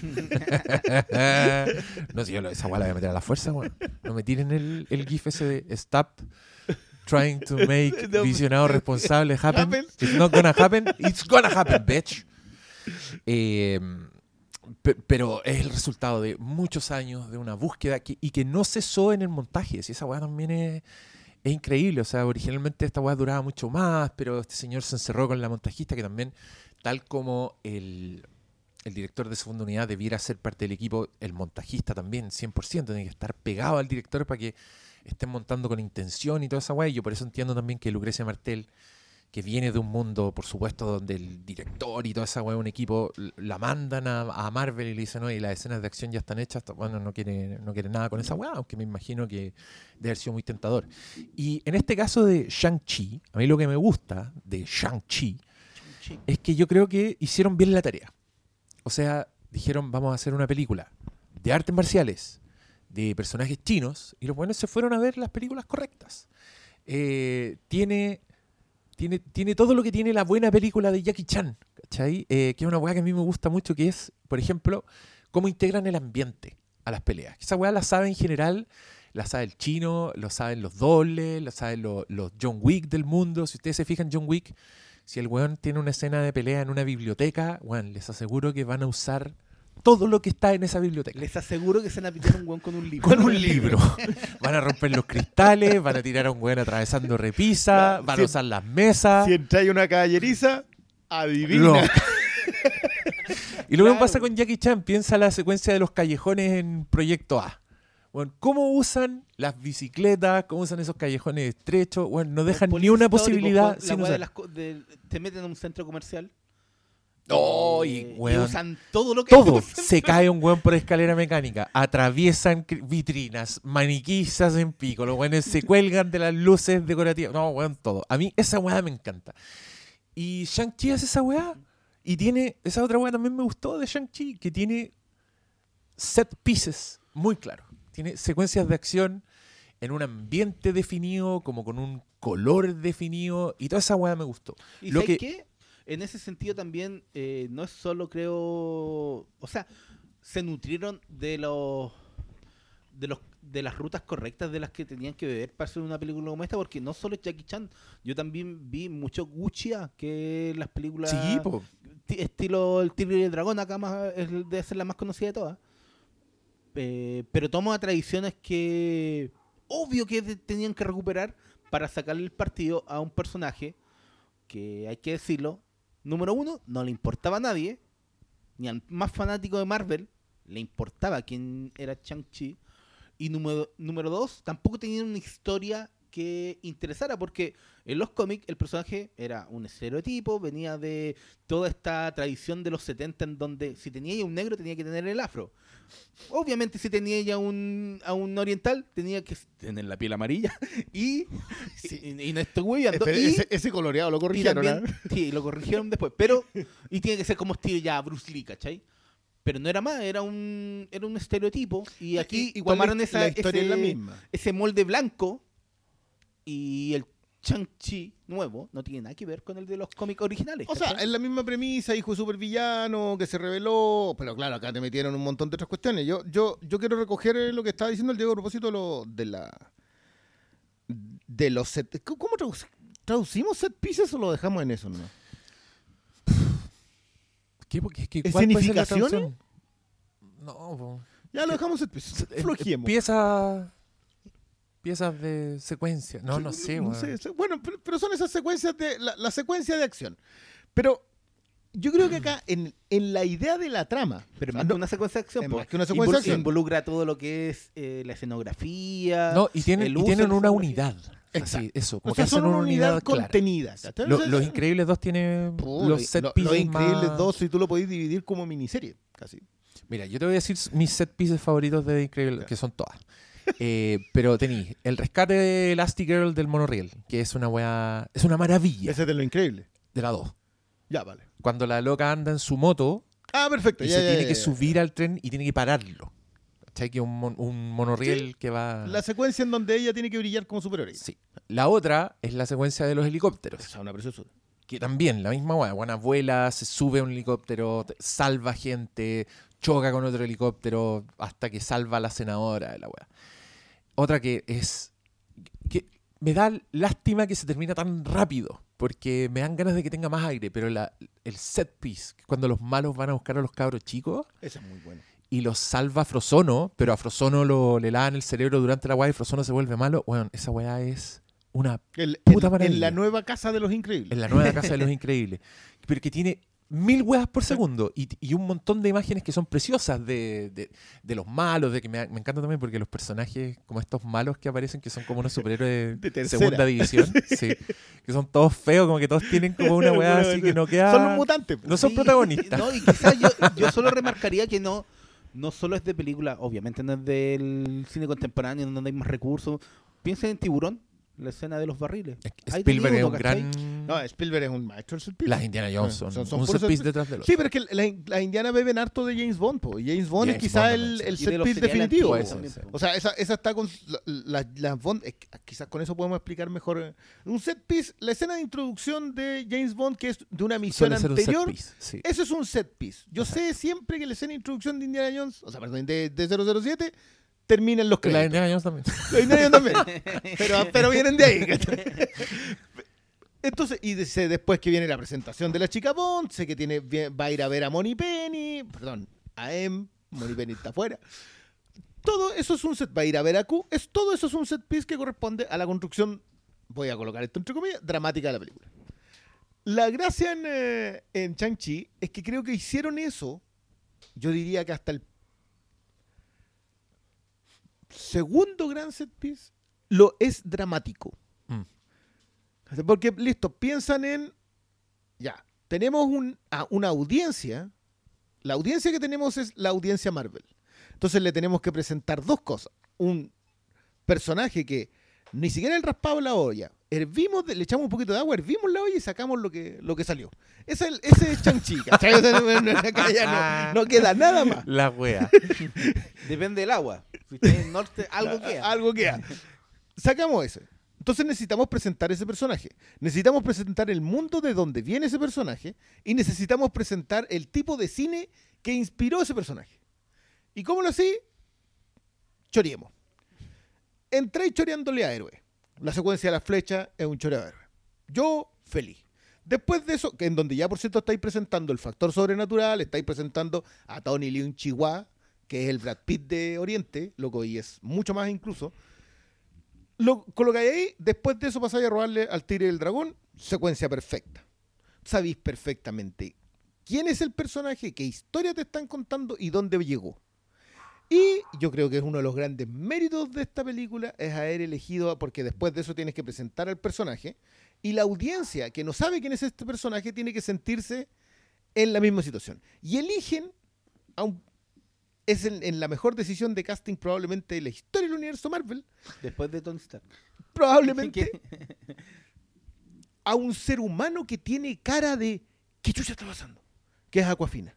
No sé, yo lo- esa weá la voy a meter a la fuerza, weón. No me tiren el, el gif ese de stop trying to make No, visionado responsable happen. happen. It's not gonna happen. It's gonna happen, bitch. Eh, pe- pero es el resultado de muchos años de una búsqueda que, y que no cesó en el montaje. Si esa weá también es, es increíble. O sea, originalmente esta weá duraba mucho más, pero este señor se encerró con la montajista que también, tal como el, el director de segunda unidad debiera ser parte del equipo, el montajista también, cien por ciento, tiene que estar pegado al director para que estén montando con intención y toda esa weá. Y yo por eso entiendo también que Lucrecia Martel, que viene de un mundo, por supuesto, donde el director y toda esa weá, un equipo, l- la mandan a, a Marvel y le dicen, oye, las escenas de acción ya están hechas, bueno, no quiere, no quiere nada con esa weá, aunque me imagino que debe haber sido muy tentador. Y en este caso de Shang-Chi, a mí lo que me gusta de Shang-Chi es que yo creo que hicieron bien la tarea. O sea, dijeron, vamos a hacer una película de artes marciales, de personajes chinos, y los buenos se fueron a ver las películas correctas. Eh, tiene, tiene, tiene todo lo que tiene la buena película de Jackie Chan, ¿cachai? Eh, que es una weá que a mí me gusta mucho, que es, por ejemplo, cómo integran el ambiente a las peleas. Esa weá la sabe en general, la sabe el chino, lo saben los dobles, lo saben lo- los John Wick del mundo. Si ustedes se fijan, John Wick, si el weón tiene una escena de pelea en una biblioteca, weón, les aseguro que van a usar todo lo que está en esa biblioteca. Les aseguro que se van a pitar un weón con un libro. Con un libro. Van a romper los cristales, van a tirar a un weón atravesando repisa, van a Si- usar las mesas. Si entra una caballeriza, adivina. No. Y lo mismo Claro. pasa con Jackie Chan. Piensa la secuencia de los callejones en Proyecto A. Bueno, ¿cómo usan las bicicletas? ¿Cómo usan esos callejones estrechos? Bueno, no dejan Por ni una histórico, posibilidad con la sin weá de usar. las co- de- te meten en un centro comercial. Oh, y, eh, weón, usan todo lo que hay en todo. un centro. Se cae un weón por escalera mecánica. Atraviesan cri- vitrinas, maniquís en pico. Los weones se cuelgan de las luces decorativas. No, weón, todo. A mí esa weá me encanta. Y Shang-Chi hace esa weá. Y tiene, esa otra weá también me gustó de Shang-Chi, que tiene set pieces muy claros. Tiene secuencias de acción en un ambiente definido, como con un color definido. Y toda esa weá me gustó. ¿Y Lo sabes que- qué? En ese sentido también, eh, no es solo creo... O sea, se nutrieron de los... De, los, de las rutas correctas de las que tenían que beber para hacer una película como esta, porque no solo es Jackie Chan, yo también vi mucho Gucci, que las películas Sí, po. ti- estilo El Tigre y el Dragón, acá más, es, debe ser la más conocida de todas. Eh, pero toma tradiciones que obvio que de- tenían que recuperar para sacarle el partido a un personaje que, hay que decirlo, número uno, no le importaba a nadie, ni al más fanático de Marvel le importaba quién era Shang-Chi. Y número, número dos, tampoco tenía una historia que interesara, porque en los cómics el personaje era un estereotipo, venía de toda esta tradición de los setenta en donde si tenía ya un negro tenía que tener el afro. Obviamente si tenía ya un, a un oriental tenía que tener la piel amarilla y, Sí. y, y no estoy hueveando. Ese, Y- ese- ese coloreado lo y corrigieron. también- ¿ah? sí, lo corrigieron después. Pero, y tiene que ser como estilo ya Bruce Lee, ¿cachai? Pero no era más, era un, era un estereotipo. Y aquí I- igual tomaron la, esa, la historia ese, es la misma. ese molde blanco y el Shang-Chi nuevo no tiene nada que ver con el de los cómics originales. O sea, ¿cachai? es la misma premisa, hijo de supervillano, que se reveló, pero claro, acá te metieron un montón de otras cuestiones. Yo, yo, yo quiero recoger lo que estaba diciendo el Diego a propósito de, lo, de la de los set. ¿Cómo traduc- traducimos set pieces o lo dejamos en eso, no? ¿Qué, porque- qué- ¿En cuál puede ser la significaciones? traducción? No, po. Ya lo dejamos set pieces. Eh, Flojiemos. Piezas, piezas de secuencia. No, no sé, No weón. sé, sé- bueno, pero, pero son esas secuencias de la, la secuencia de acción. Pero yo creo que acá en, en la idea de la trama, Pero o más sea, que no- una secuencia de acción. es po. más que una secuencia de Invol- acción. Involucra todo lo que es eh, la escenografía. No, y tienen, el y uso tienen de una escenografía. unidad. Exacto. Así, eso. o Como sea, que son hacen una unidad clara. contenida. ¿cachai? Lo- O sea, los Increíbles dos tienen Puh, los lo- set lo- pieces Los Increíbles más- dos, si tú lo podés dividir como miniserie, casi. Mira, yo te voy a decir mis set pieces favoritos de Increíbles, que son todas. Eh, pero tenéis el rescate de Elastigirl del monorriel, que es una weá, es una maravilla Ese es de lo increíble. de la dos. Ya, vale. Cuando la loca anda en su moto Ah, perfecto. Y ya, se ya, tiene ya, que ya. subir al tren y tiene que pararlo. ¿Cachai? Que es un, mon- un monorriel que va... La secuencia en donde ella tiene que brillar como superhéroe. Sí. La otra es la secuencia de los helicópteros. Esa es una preciosura. Que también, la misma weá. Buena vuela, se sube a un helicóptero, te- salva gente, choca con otro helicóptero hasta que salva a la senadora de la weá. Otra que es... que me da lástima que se termina tan rápido, porque me dan ganas de que tenga más aire, pero la, el set piece, cuando los malos van a buscar a los cabros chicos Esa es muy buena. y los salva Frozono, pero a Frozono lo, le lavan el cerebro durante la weá y Frozono se vuelve malo, bueno, esa weá es una El- puta en, maravilla. en la nueva casa de los increíbles. En la nueva Casa de los Increíbles. Pero que tiene mil huevas por segundo y, y un montón de imágenes que son preciosas de, de, de los malos, de que me, me encanta también porque los personajes como estos malos que aparecen, que son como unos superhéroes De de tercera. segunda división, sí, que son todos feos, como que todos tienen como una hueá así que no queda... Son los mutantes. pues. No son Sí, protagonistas. No, y quizás yo, yo solo remarcaría que no, no solo es de película, obviamente no es del cine contemporáneo donde hay más recursos. Piensen en Tiburón, la escena de los barriles. Es que Ahí tenía Spielberg es uno, un ¿cachai? gran... No, Spielberg es un maestro del set piece. Las Indiana Jones Son- son, son un puros set piece set detrás del otro. Sí, pero es que las la Indiana beben harto de James Bond, po. Y James Bond James es quizá Bond el, también, el sí. Y de set los piece seriales definitivo. Puede antiguos ser, también, sí. po. O sea, esa, esa está con la- la- las Bond, es que quizás con eso podemos explicar mejor. eh, Un set piece, la escena de introducción de James Bond, que es de una misión Suele ser un set anterior, piece, sí. eso es un set piece. Yo sé siempre que la escena de introducción de Indiana Jones, o sea, perdón, de, de cero cero siete, termina en los La créditos. Indiana Jones también. La Indiana Jones también. Pero, pero vienen de ahí. ¿cachai? Entonces, y sé después que viene la presentación de la chica Bond, sé que tiene, vie- va a ir a ver a Moni Penny, perdón, a M, Moni Penny está afuera. Todo eso es un set, va a ir a ver a Q, es, todo eso es un set piece que corresponde a la construcción, voy a colocar esto entre comillas, dramática de la película. La gracia en, eh, en Shang-Chi es que creo que hicieron eso, yo diría que hasta el segundo gran set piece lo es dramático. Mm. Porque, listo, piensan en, ya, tenemos un, a- una audiencia, la audiencia que tenemos es la audiencia Marvel. Entonces le tenemos que presentar dos cosas. Un personaje que ni siquiera el raspado de la olla, hervimos, de- le echamos un poquito de agua, hervimos la olla y sacamos lo que, lo que salió. Ese es, el- ese es Shang-Chi, ¿cachai? O sea, no, no, acá ya no- no queda nada más. La wea. Depende del agua. Si está en el norte, algo queda. Algo queda. Sacamos ese. Entonces necesitamos presentar ese personaje. Necesitamos presentar el mundo de donde viene ese personaje y necesitamos presentar el tipo de cine que inspiró ese personaje. ¿Y cómo lo así? Choreemos. Entré choreándole a héroe. La secuencia de la flecha es un choreo de héroe. Yo, feliz. Después de eso, que en donde ya por cierto estáis presentando el factor sobrenatural, estáis presentando a Tony Leung Chihuahua, que es el Brad Pitt de Oriente, loco, y es mucho más incluso. Lo colocáis ahí, después de eso pasáis a robarle al Tigre del Dragón, secuencia perfecta. Sabéis perfectamente quién es el personaje, qué historia te están contando y dónde llegó. Y yo creo que es uno de los grandes méritos de esta película es haber elegido, porque después de eso tienes que presentar al personaje y la audiencia que no sabe quién es este personaje tiene que sentirse en la misma situación. Y eligen a un es en, en la mejor decisión de casting probablemente de la historia del universo Marvel, Después de Tony Stark. probablemente Que- a un ser humano que tiene cara de ¿qué chucha está pasando? Que es Aquafina.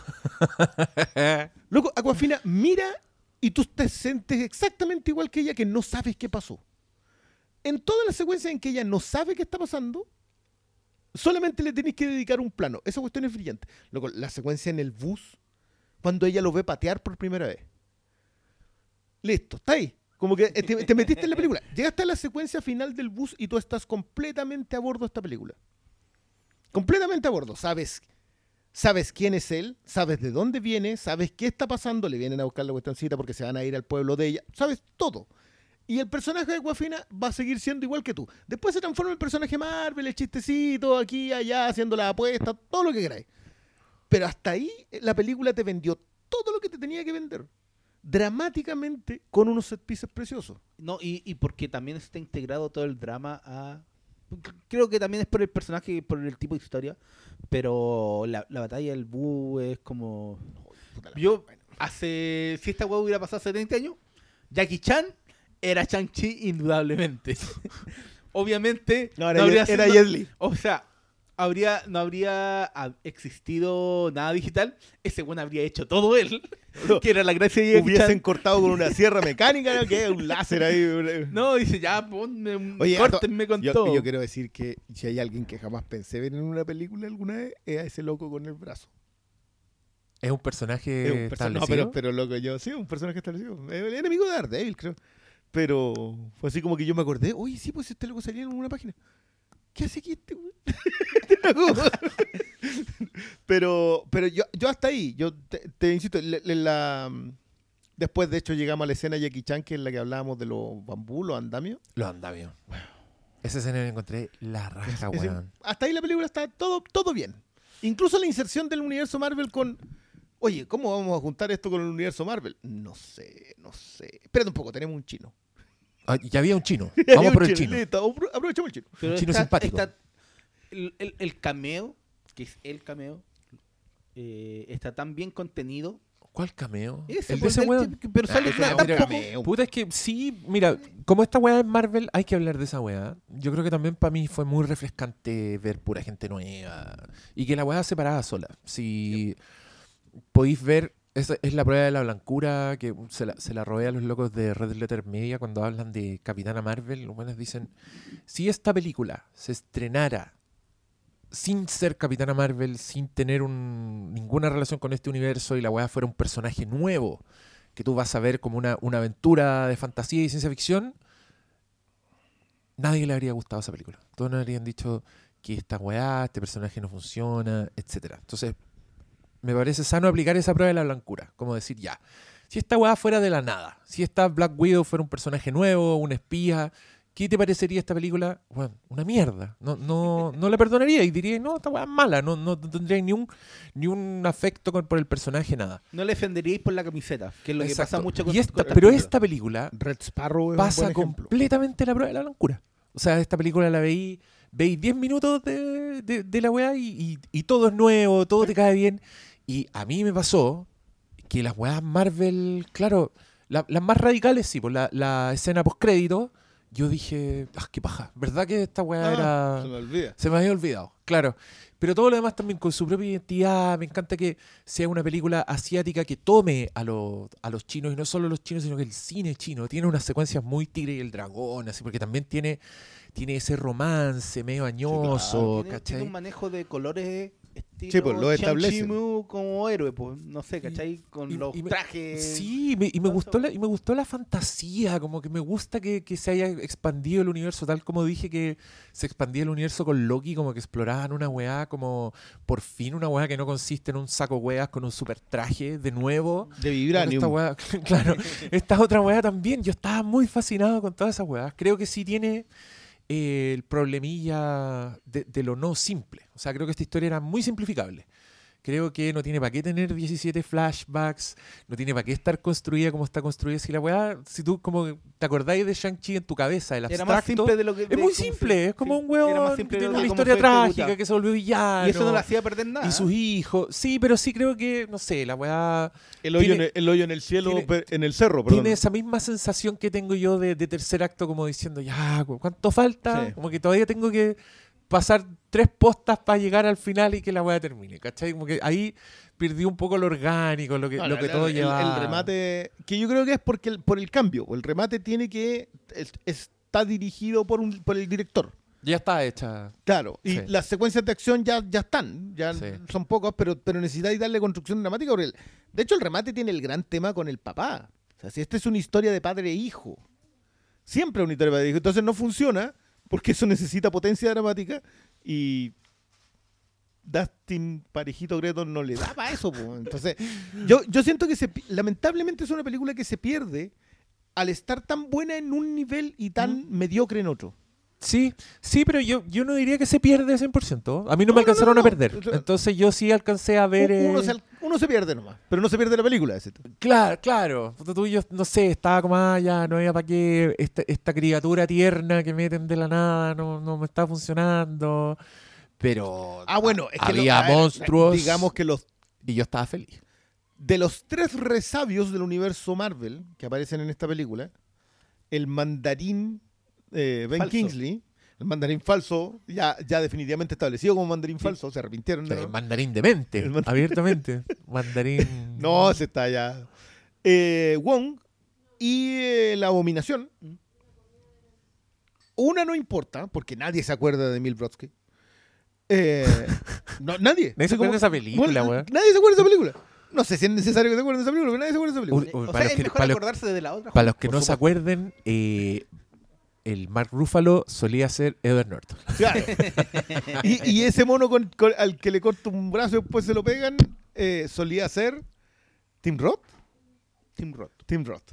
Loco, Aquafina mira y tú te sientes exactamente igual que ella, que no sabes qué pasó. En toda la secuencia en que ella no sabe qué está pasando, solamente le tenés que dedicar un plano. Esa cuestión es brillante. Loco, la secuencia en el bus, cuando ella lo ve patear por primera vez. Listo, está ahí. Como que te, te metiste en la película. Llegaste a la secuencia final del bus y tú estás completamente a bordo de esta película. Completamente a bordo. Sabes, sabes quién es él, sabes de dónde viene, sabes qué está pasando, le vienen a buscar la cuestioncita porque se van a ir al pueblo de ella. Sabes todo. Y el personaje de Aquafina va a seguir siendo igual que tú. Después se transforma en el personaje Marvel, el chistecito, aquí, allá, haciendo la apuesta, todo lo que queráis. Pero hasta ahí la película te vendió todo lo que te tenía que vender. Dramáticamente con unos set pieces preciosos. No, y, y porque también está integrado todo el drama a... Creo que también es por el personaje y por el tipo de historia, pero la, la batalla del Buu es como... Puta la- Yo, bueno. hace... Si esta hueá hubiera pasado hace treinta años, Jackie Chan era Shang-Chi indudablemente. Obviamente... No, era, habría Jet- era sido- Jet Li. O sea, habría, no habría ah, existido nada digital, ese weón habría hecho todo él, que era la gracia de Jackie Hubiesen Chan. cortado con una sierra mecánica, ¿no? Que es un láser ahí. No, dice, ya, ponme, un- Oye, córtenme con yo, todo. yo quiero decir que si hay alguien que jamás pensé ver en una película alguna vez, es a ese loco con el brazo. ¿Es un personaje Es un perso- no, establecido? pero, pero loco, yo sí, un personaje establecido. Es el enemigo de Daredevil, creo. Pero fue así como que yo me acordé, oye, sí, pues este loco salía en una página. ¿Qué hace aquí este güey? pero pero yo, yo hasta ahí, yo te, te insisto, le- le- la, después de hecho llegamos a la escena Jackie Chan, que es la que hablábamos de los bambú, los andamios. Los andamios. Esa escena la encontré la raja, Ese- weón. hasta ahí la película está todo, todo bien. Incluso la inserción del universo Marvel con... Oye, ¿cómo vamos a juntar esto con el universo Marvel? No sé, no sé. Espérate un poco, tenemos un chino. Ah, ya había un chino. Había Vamos un por el chino. listo, apro- aprovechemos el chino. Pero un chino está- simpático. está- el, el- el cameo, que es el cameo, eh, está tan bien contenido. ¿Cuál cameo? Ese, el de pues, ese el weón. que- pero sale Ah, nada, mira, tampoco. Puta, es que sí, mira, como esta weá es Marvel, hay que hablar de esa weá. Yo creo que también para mí fue muy refrescante ver pura gente nueva y que la weá separada sola. Si podéis ver, esa es la prueba de la blancura que se la, se la robé a los locos de Red Letter Media cuando hablan de Capitana Marvel. Los buenos dicen, si esta película se estrenara sin ser Capitana Marvel, sin tener un, ninguna relación con este universo y la weá fuera un personaje nuevo que tú vas a ver como una, una aventura de fantasía y ciencia ficción, nadie le habría gustado esa película. Todos nos habrían dicho que esta weá, este personaje no funciona, etcétera. Entonces, me parece sano aplicar esa prueba de la blancura. Como decir, ya, si esta weá fuera de la nada, si esta Black Widow fuera un personaje nuevo, un espía, ¿qué te parecería esta película? Bueno, una mierda. No, no, no la perdonaría y diría, no, esta weá es mala. No, no tendría ni un, ni un afecto con- por el personaje, nada. No le defenderíais por la camiseta, que es lo que Exacto. pasa mucho con, Y esta- con- Pero con- esta película Red Sparrow es pasa un buen ejemplo. completamente la prueba de la blancura. O sea, esta película la veí, veí diez minutos de, de, de la weá y, y, y todo es nuevo, todo te cae bien. Y a mí me pasó que las weas Marvel, claro, la- las más radicales, sí, por la, la escena postcrédito, yo dije, ah, qué paja, ¿verdad que esta weá Ah, era...? se me olvida. Se me había olvidado, claro. Pero todo lo demás también con su propia identidad. Me encanta que sea una película asiática que tome a, los a los chinos, y no solo los chinos, sino que el cine chino. Tiene unas secuencias muy Tigre y el Dragón, así, porque también tiene, tiene ese romance medio añoso, tiene, ¿cachai? tiene un manejo de colores estilo Sí, pues, lo Shang establece. Chi-Mu como héroe, pues, no sé, ¿cachai? Con Y- los y me- trajes. Sí, me- y, me todo gustó eso. la, y me gustó la fantasía, como que me gusta que, que se haya expandido el universo, tal como dije que se expandía el universo con Loki, como que exploraban una weá, como por fin una weá que no consiste en un saco weas con un super traje de nuevo. De Bueno, Vibranium. esta weá, claro, esta otra weá también, yo estaba muy fascinado con todas esas weas. Creo que sí tiene eh, el problemilla de, de lo no simple. O sea, creo que esta historia era muy simplificable. Creo que no tiene para qué tener diecisiete flashbacks, no tiene para qué estar construida como está construida. Si la weá, si tú como te acordáis de Shang-Chi en tu cabeza, el Era abstracto, más simple de lo que. es de muy cómo fue- simple, es como sí, un weón era más que simple tiene de una cómo historia fue trágica, ejecutado. que se volvió villano. Y eso no lo hacía perder nada. Y sus hijos. Sí, pero sí creo que, no sé, la weá El hoyo, tiene- en el, el hoyo en el cielo, tiene- per- en el cerro, perdón. tiene esa misma sensación que tengo yo de, de tercer acto, como diciendo, ya, cu- ¿cuánto falta? Sí. Como que todavía tengo que pasar tres postas para llegar al final y que la weá termine, ¿cachai? Como que ahí perdí un poco lo orgánico, lo que, No, lo no, que no, todo el, lleva. el remate, que yo creo que es porque el- por el cambio. El remate tiene que. es- está dirigido por, un, por el director. Ya está hecha. Claro, y Sí. las secuencias de acción ya, ya están, ya Sí. son pocas, pero, pero necesitáis darle construcción dramática. Porque el- de hecho, el remate tiene el gran tema con el papá. O sea, si esta es una historia de padre e hijo, siempre es una historia de padre e hijo. Entonces no funciona porque eso necesita potencia dramática y Dustin Parejito Greton no le da para eso. Po. Entonces, yo, yo siento que se, pi- lamentablemente es una película que se pierde al estar tan buena en un nivel y tan mediocre en otro. Sí, sí, pero yo, yo no diría que se pierde cien por ciento. A mí no, No, me no, no, alcanzaron no, a perder. no. Entonces yo sí alcancé a ver... Uno, eh, se, uno se pierde nomás, pero no se pierde la película. Ese. Claro, claro. Puta, tú y yo, no sé, estaba como, ah, ya, no había para qué. Esta, esta criatura tierna que meten de la nada no, no me está funcionando. Pero Ah, bueno, es que lo- había a ver, monstruos Digamos que los y yo estaba feliz. de los tres resabios del universo Marvel que aparecen en esta película, el mandarín eh, Ben Falso. Kingsley, El mandarín falso, ya, ya definitivamente establecido como mandarín Sí. falso, se arrepintieron. O sea, ¿no? el mandarín demente, El mandarín- abiertamente. Mandarín. No, se está ya. Eh, Wong y eh, la abominación. Mm. Una no importa, porque nadie se acuerda de Emil Brodsky. Eh, no, nadie. Nadie se acuerda de esa película, Bueno, weón. nadie se acuerda de esa película. No sé si es necesario que se acuerden de esa película, pero nadie se acuerda de esa película. Uy, o para sea, los es que- mejor para los- acordarse de la otra. Para los que Por no se supuesto. acuerden, eh, el Mark Ruffalo solía ser Edward Norton. Claro. Y, y ese mono con, con- al que le corta un brazo y después se lo pegan, eh, solía ser Tim Roth. Tim Roth. Tim Roth.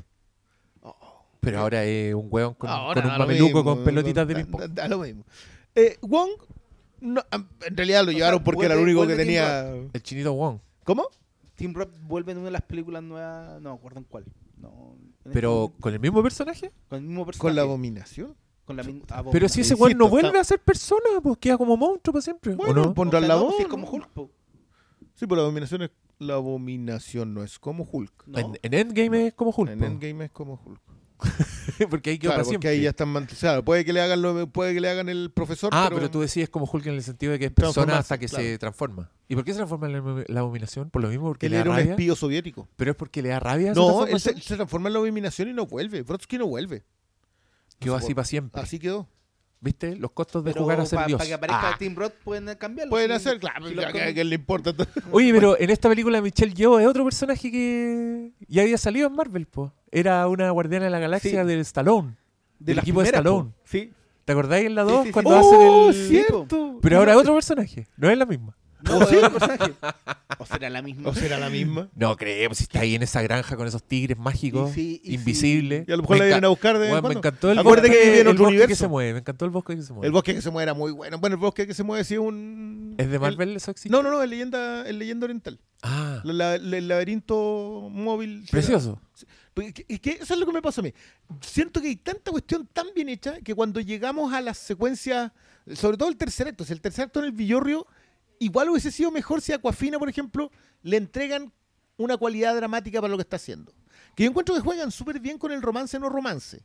Pero ahora es un hueón con, Ahora con un da lo mameluco mismo, con pelotitas de da- ping-pong. da- da lo mismo. Eh, Wong, no, am- en realidad lo O llevaron sea, porque era el vuelve- único que vuelve Tim tenía. El chinito Wong. ¿Cómo? Tim Roth vuelve en una de las películas nuevas, no me acuerdo en cuál. No, en Pero este- con el mismo personaje. con el mismo personaje. Con la abominación. Con la min- Pero si ese Insisto, weón no vuelve está- a ser persona, pues queda como monstruo para siempre. Bueno, ¿O no? pondrán O sea, la no, voz. si es ¿no? como Hulk, po. Sí, pero la abominación es. La abominación no es como Hulk. No. En, en Endgame es como Hulk. En po. Endgame es como Hulk. Porque ahí quedó Claro, para porque siempre. ahí ya están man- claro, puede que le hagan lo, puede que le hagan el profesor, Ah, pero, pero tú decías como Hulk en el sentido de que es persona Transformarse, hasta que claro. se transforma. ¿Y por qué se transforma en la, la abominación? ¿Por lo mismo? ¿Porque él le da era un rabia? espío soviético. ¿Pero es porque le da rabia esa No, él transformación? se, se transforma en la abominación y no vuelve. Brodsky no vuelve. Quedó No sé así por- para siempre. Así quedó. ¿Viste? Los costos de Pero jugar a ser para Dios. que aparezca Ah. Tim Roth pueden cambiarlo. Pueden si- hacer, claro, si a, los a- con- a quién le importa. Oye, pero en esta película Michelle Yeoh es otro personaje que ya había salido en Marvel, po. Era una guardiana de la galaxia Sí. del Stallone. del las equipo de primeras, Stallone. po. Sí. ¿Te acordáis en la Sí, dos sí, sí. cuando ¡Oh, hacen el... cierto! Pero ahora es otro personaje, no es la misma. No, es otro personaje. O será la misma. ¿O será la misma? No creemos, si está ahí en esa granja con esos tigres mágicos, Y sí, y invisibles. Y a lo mejor Me la vienen enca- a buscar de vez en Bueno, me cuando. encantó el Acuérdate bosque, que vive en el otro bosque que universo. se mueve, me encantó el bosque que se mueve. El bosque que se mueve era muy bueno. Bueno, el bosque que se mueve sí es un... ¿Es de el- Marvel eso existe? No, no, no, es leyenda, es leyenda oriental. Ah, La- la- el laberinto móvil. sí, precioso. Porque que- es que eso es lo que me pasa a mí. Siento que hay tanta cuestión tan bien hecha que cuando llegamos a las secuencias, sobre todo el tercer acto, si el tercer acto en el Villorrio, igual hubiese sido mejor si a Aquafina, por ejemplo, le entregan una cualidad dramática para lo que está haciendo. Que yo encuentro que juegan súper bien con el romance no romance.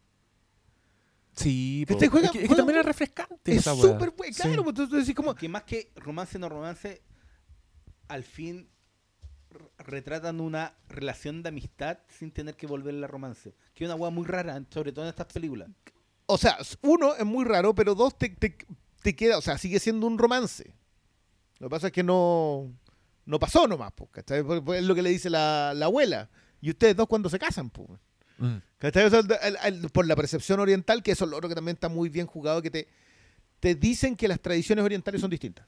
Sí, Que po. te juega- es que, es que juega- también es refrescante Es esa weá. súper bueno, Sí. claro, pues tú, tú decís como... Que más que romance no romance, al fin r- retratan una relación de amistad sin tener que volverla a romance. Que es una hueá muy rara, sobre todo en estas películas. O sea, uno, es muy raro, pero dos, te, te, te queda, o sea, sigue siendo un romance. Lo que pasa es que no, no pasó nomás, pues, ¿cachai? Pues, pues, es lo que le dice la, la abuela. Y ustedes dos cuando se casan, pues. Mm. ¿Cachai? O sea, el- el- por la percepción oriental, que eso es lo otro que también está muy bien jugado, que te, te dicen que las tradiciones orientales son distintas.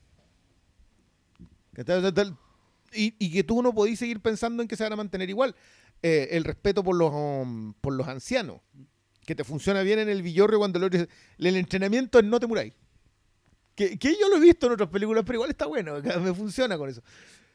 ¿Cachai? O sea, tal- y, y que tú no podís seguir pensando en que se van a mantener igual. Eh, el respeto por los, um, por los ancianos, que te funciona bien en el Villorrio cuando lo- el, entrenamiento es no te muráis. Que, que yo lo he visto en otras películas, pero igual está bueno, me funciona con eso.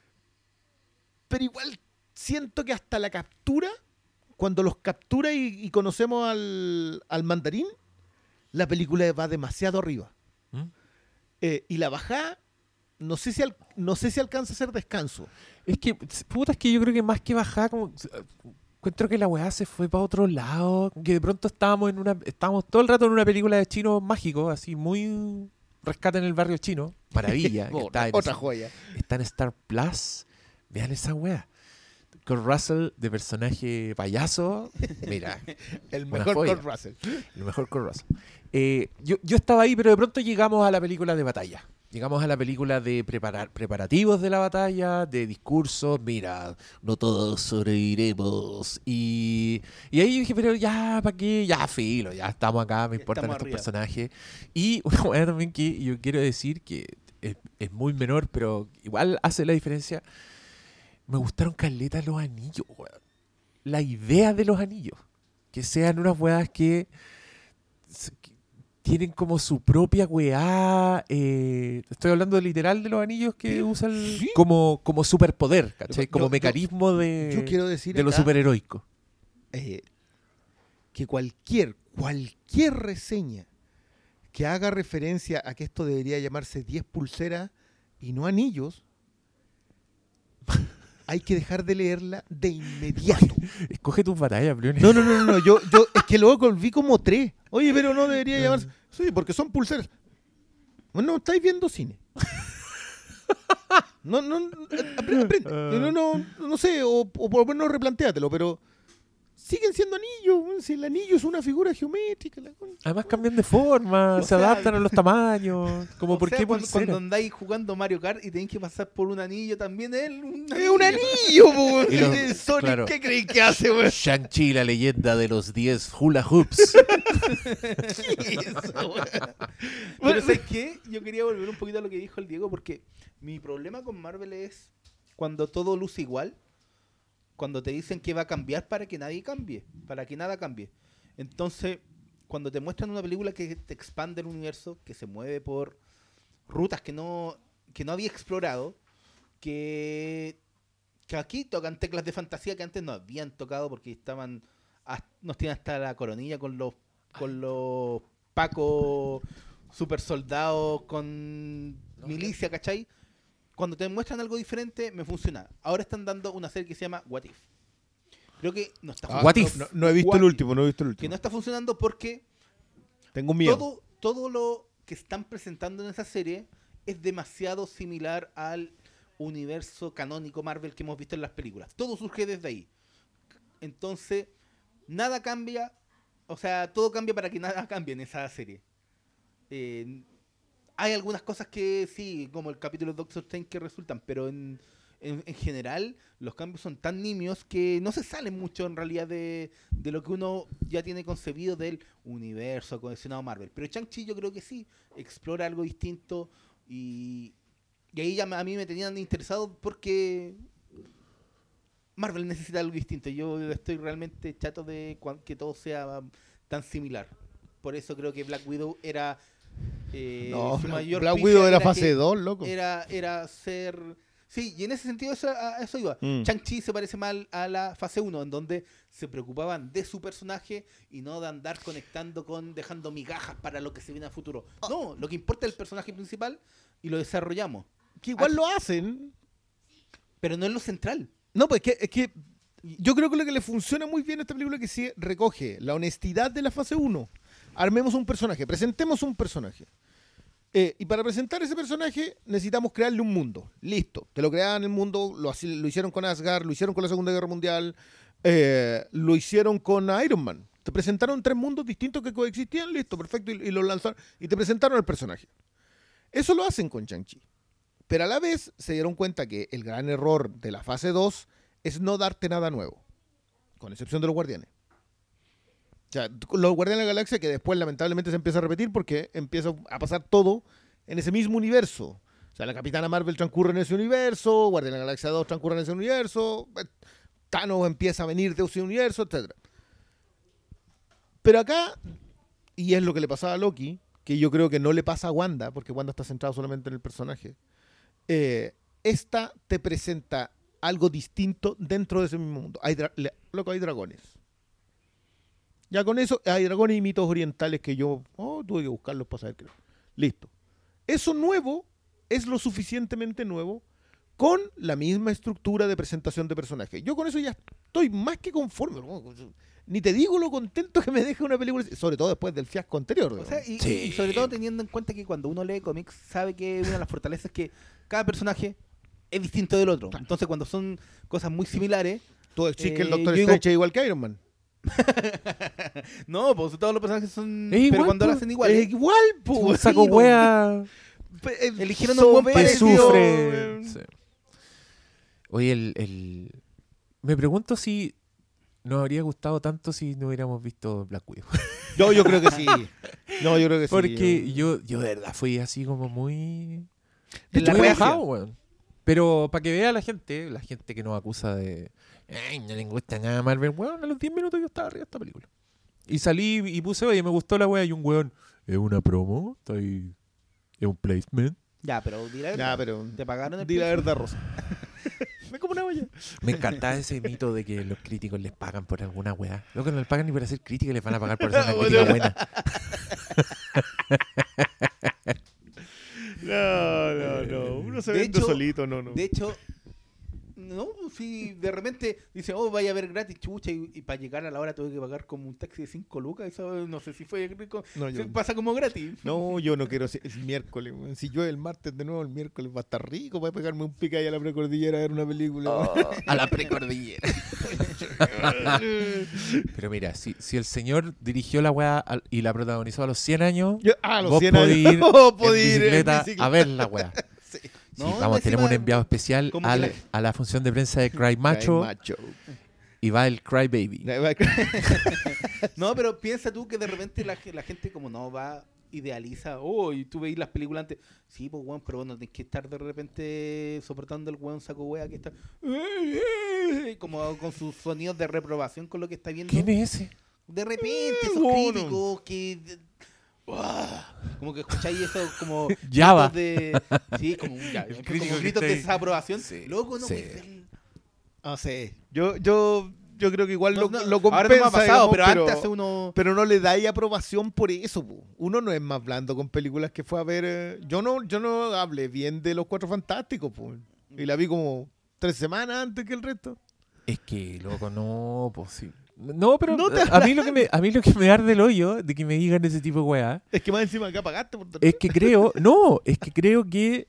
Pero igual siento que hasta la captura, cuando los captura y, y conocemos al, al mandarín, la película va demasiado arriba. ¿Mm? Eh, y la bajada, no sé si al- no sé si alcanza a ser descanso. Es que, puta, es que yo creo que más que bajar, como encuentro que la weá se fue para otro lado, que de pronto estábamos en una, estábamos todo el rato en una película de chinos mágicos, así muy rescate en el barrio chino, maravilla, que está, en Otra ese- joya. está en Star Plus, vean esa weá. Kurt Russell de personaje payaso, mira, El Una mejor joya. Kurt Russell. el mejor Kurt Russell. Eh, yo, yo estaba ahí, pero de pronto llegamos a la película de batalla. Llegamos a la película de preparar, preparativos de la batalla, de discursos, mira, no todos sobreviviremos. Y, y ahí yo dije, pero ya, ¿para qué? Ya, filo, ya estamos acá, me Ya importan estamos estos arriba. personajes. Y una weá también que yo quiero decir que es, es muy menor, pero igual hace la diferencia. Me gustaron caleta los anillos, weón. La idea de los anillos. Que sean unas weas que, que tienen como su propia weá. eh, estoy hablando literal de los anillos que usan Sí. como, como superpoder, ¿cachai? Yo- Como yo- mecanismo de, Yo quiero decir de lo acá, superheroico. eh, que cualquier, cualquier reseña que haga referencia a que esto debería llamarse diez pulseras y no anillos, hay que dejar de leerla de inmediato. Escoge tus batallas, Briones. No, no, no, no, no, yo, yo, es que luego vi como tres. Oye, pero no debería llamarse. Sí, porque son pulseras. Bueno, estáis viendo cine. No, no, aprende, aprende. No, no, no sé, o, o por lo menos replantéatelo, pero siguen siendo anillos. Si el anillo es una figura geométrica. La... Además cambian de forma, O se sea, adaptan a los tamaños. Como O por sea, qué cuando, pulsera? cuando andáis jugando Mario Kart y tenéis que pasar por un anillo, también es un Es un anillo, po, weón. Y los- Sonic, claro. ¿qué creéis que hace, weón? Shang-Chi, la leyenda de los diez hula hoops. ¿Qué es eso, weón? Pero ¿sabes qué? Yo quería volver un poquito a lo que dijo el Diego, porque mi problema con Marvel es cuando todo luce igual, cuando te dicen que va a cambiar para que nadie cambie, para que nada cambie. Entonces, cuando te muestran una película que te expande el universo, que se mueve por rutas que no, que no había explorado, que, que aquí tocan teclas de fantasía que antes no habían tocado porque estaban has- nos tienen hasta la coronilla con los con los pacos super soldados con milicia, ¿cachai? Cuando te muestran algo diferente, me funciona. Ahora están dando una serie que se llama What If. Creo que no está Ah, What funcionando- If. No, no he visto What el If. último, no he visto el Que último. no está funcionando porque Tengo miedo. todo, todo lo que están presentando en esa serie es demasiado similar al universo canónico Marvel que hemos visto en las películas. Todo surge desde ahí. Entonces, nada cambia. O sea, todo cambia para que nada cambie en esa serie. Eh, hay algunas cosas que sí, como el capítulo de Doctor Strange, que resultan, pero en, en, en general los cambios son tan nimios que no se salen mucho en realidad de, de lo que uno ya tiene concebido del universo cohesionado Marvel. Pero Shang-Chi yo creo que sí, explora algo distinto y, y ahí ya me- a mí me tenían interesado porque Marvel necesita algo distinto. Yo estoy realmente chato de cuan- que todo sea tan similar. Por eso creo que Black Widow era eh, No, su no, mayor Black pifias Widow era que fase dos, loco. Era, era ser... Sí, y en ese sentido eso, a eso iba. Mm. Shang-Chi se parece mal a la fase uno, en donde se preocupaban de su personaje y no de andar conectando con, dejando migajas para lo que se viene a futuro. Ah. No, lo que importa es el personaje principal y lo desarrollamos. Que igual Ah, lo hacen. Pero no es lo central. No, pues es que, es que yo creo que lo que le funciona muy bien a esta película es que sí recoge la honestidad de la fase uno. Armemos un personaje, presentemos un personaje. Eh, y para presentar ese personaje necesitamos crearle un mundo. Listo. Te lo creaban el mundo, lo, así- lo hicieron con Asgard, lo hicieron con la Segunda Guerra Mundial, eh, lo hicieron con Iron Man. Te presentaron tres mundos distintos que coexistían, listo, perfecto, y, y los lanzaron. Y te presentaron al personaje. Eso lo hacen con Shang-Chi. Pero a la vez se dieron cuenta que el gran error de la fase dos es no darte nada nuevo. Con excepción de los Guardianes. O sea, los Guardianes de la Galaxia que después lamentablemente se empieza a repetir porque empieza a pasar todo en ese mismo universo. O sea, la Capitana Marvel transcurre en ese universo, Guardianes de la Galaxia dos transcurre en ese universo, Thanos empieza a venir de ese universo, etcétera. Pero acá, y es lo que le pasaba a Loki, que yo creo que no le pasa a Wanda, porque Wanda está centrada solamente en el personaje, eh, esta te presenta algo distinto dentro de ese mismo mundo. Hay, dra- le- loco, hay dragones. Ya con eso, hay dragones y mitos orientales que yo oh, tuve que buscarlos para saber qué era. Listo. Eso nuevo es lo suficientemente nuevo con la misma estructura de presentación de personajes. Yo con eso ya estoy más que conforme. ¿no? Ni te digo lo contento que me deja una película, sobre todo después del fiasco anterior. O digamos. sea, y, Sí. y sobre todo teniendo en cuenta que cuando uno lee cómics sabe que una de las fortalezas es que cada personaje es distinto del otro. Entonces cuando son cosas muy similares, Tú decís que el eh, Doctor yo digo- Strange es igual que Iron Man. no, pues todos los personajes son... Es igual, pero cuando lo po. hacen igual. Es igual, po, Un saco sí, no. wea Pe- eh, Eligieron un son buen que parecido, sufre. weón. Sí. Oye, el, el... me pregunto si nos habría gustado tanto si no hubiéramos visto Black Widow. No, yo creo que sí. No, yo creo que sí. Porque yo, yo de verdad fui así como muy... De hecho, muy fue enojado, weón. Pero para que vea la gente, la gente que nos acusa de... Ay, no le gusta nada a Marvel, weón, a los diez minutos yo estaba arriba de esta película. Y salí y puse, oye, me gustó la wea y un weón, ¿es una promo? ¿Está ahí? ¿Es un placement? Ya, pero di la verdad. Ya, pero. Te pagaron el Di la precio. verdad, Rosa. Me como una olla. Me encantaba ese mito de que los críticos les pagan por alguna weá. Luego no les pagan ni por hacer crítica, les van a pagar por hacer una crítica buena. No, no, no. Uno se De vende hecho- solito, no, no. De hecho, mm, No, si de repente dice, oh, vaya a ver gratis, chucha, y, y para llegar a la hora tuve que pagar como un taxi de cinco lucas, eso no sé si fue rico, No, yo- se pasa como gratis. No, yo no quiero. si- El miércoles, weón. Si llueve el martes de nuevo, el miércoles va a estar rico. Voy a pegarme un pica ahí a la precordillera a ver una película. Oh, a la precordillera. Pero mira, si, si el señor dirigió la weá al- y la protagonizó a los cien años, Yo- ah, a los vos cien podés años. ir Vos en podés ir en bicicleta, bicicleta. a ver la weá. Sí. Sí, No, vamos, encima, tenemos un enviado especial como al- que la- a la función de prensa de Cry Macho Ay, macho. y va el Cry Baby. No, pero piensa tú que de repente la, ge- la gente como no va, idealiza, oh, y tú veis las películas antes, sí, pues weón, pero bueno, tenés que estar de repente soportando el weón saco wea que está como con sus sonidos de reprobación con lo que está viendo. ¿Quién es ese? De repente, esos bueno. críticos que... ¡Uah! Como que escucháis eso como... Java. gritos de... Sí, como, un, ya, El como crítico que gritos está de ahí. desaprobación. Sí, Loco, no sí. puede ser. No sé. Yo, yo, yo creo que igual No, lo, no, lo ahora compensa. no me ha pasado, digamos, pero, pero, antes hace uno... pero no le dais aprobación por eso. Po. Uno no es más blando con películas que fue a ver. eh, Yo no, yo no hablé bien de Los Cuatro Fantásticos. Po. Y la vi como tres semanas antes que el resto. Es que, loco, no, pues sí. No, pero No te a, mí lo que me, a mí lo que me arde el hoyo de que me digan ese tipo de weá Es que más encima acá pagaste por es que creo, no, es que creo que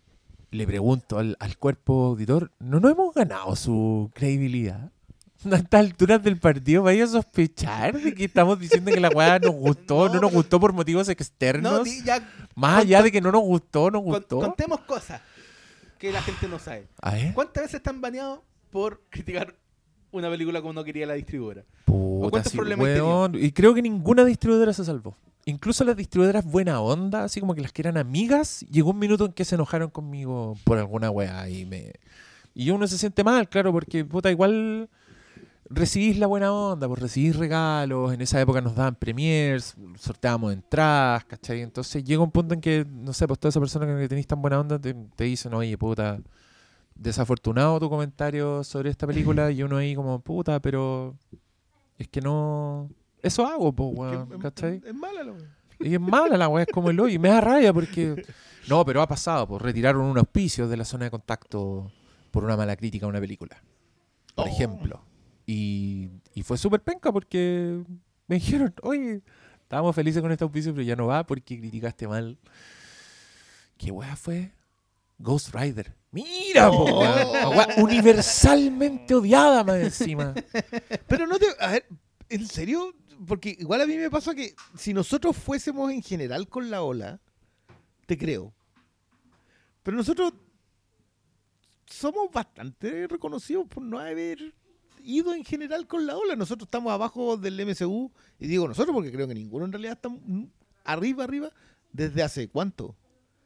le pregunto al, al cuerpo auditor, no nos hemos ganado su credibilidad. A estas alturas del partido vaya a sospechar de que estamos diciendo que la weá nos gustó, No, no, nos pero- gustó por motivos No, externos, di- ya más allá de que no nos gustó, nos con- gustó. contemos cosas que la gente no sabe. A ver. ¿Cuántas veces están baneados por criticar una película como no quería la distribuidora? Puta, cuántos sí, problemas hay weón. Y creo que ninguna distribuidora se salvó. Incluso las distribuidoras buena onda, así como que las que eran amigas, llegó un minuto en que se enojaron conmigo por alguna weá y me... Y uno se siente mal, claro, porque puta, igual recibís la buena onda, pues recibís regalos, en esa época nos daban premiers, sorteábamos entradas, ¿cachai? Entonces llega un punto en que, no sé, pues toda esa persona que tenéis tan buena onda te, te dicen, oye, puta, desafortunado tu comentario sobre esta película, y uno ahí como, puta, pero es que no... Eso hago, pues, Que weón, es- ¿cachai? es, es mala la Y es mala la weá, es como el hoyo. Y me da rabia porque... No, pero ha pasado, pues retiraron un auspicio de la zona de contacto por una mala crítica a una película, por Oh. ejemplo. Y, y fue súper penca porque me dijeron, oye, estábamos felices con este auspicio, pero ya no va porque criticaste mal. ¿Qué weá fue? Ghost Rider. Mira, po, Oh. weón. Una weá universalmente odiada más encima. Pero no te. A ver, ¿en serio? Porque igual a mí me pasa que si nosotros fuésemos en general con la ola, te creo. Pero nosotros somos bastante reconocidos por no haber ido en general con la ola. Nosotros estamos abajo del M C U, y digo nosotros porque creo que ninguno en realidad está mm, arriba, arriba, desde hace cuánto.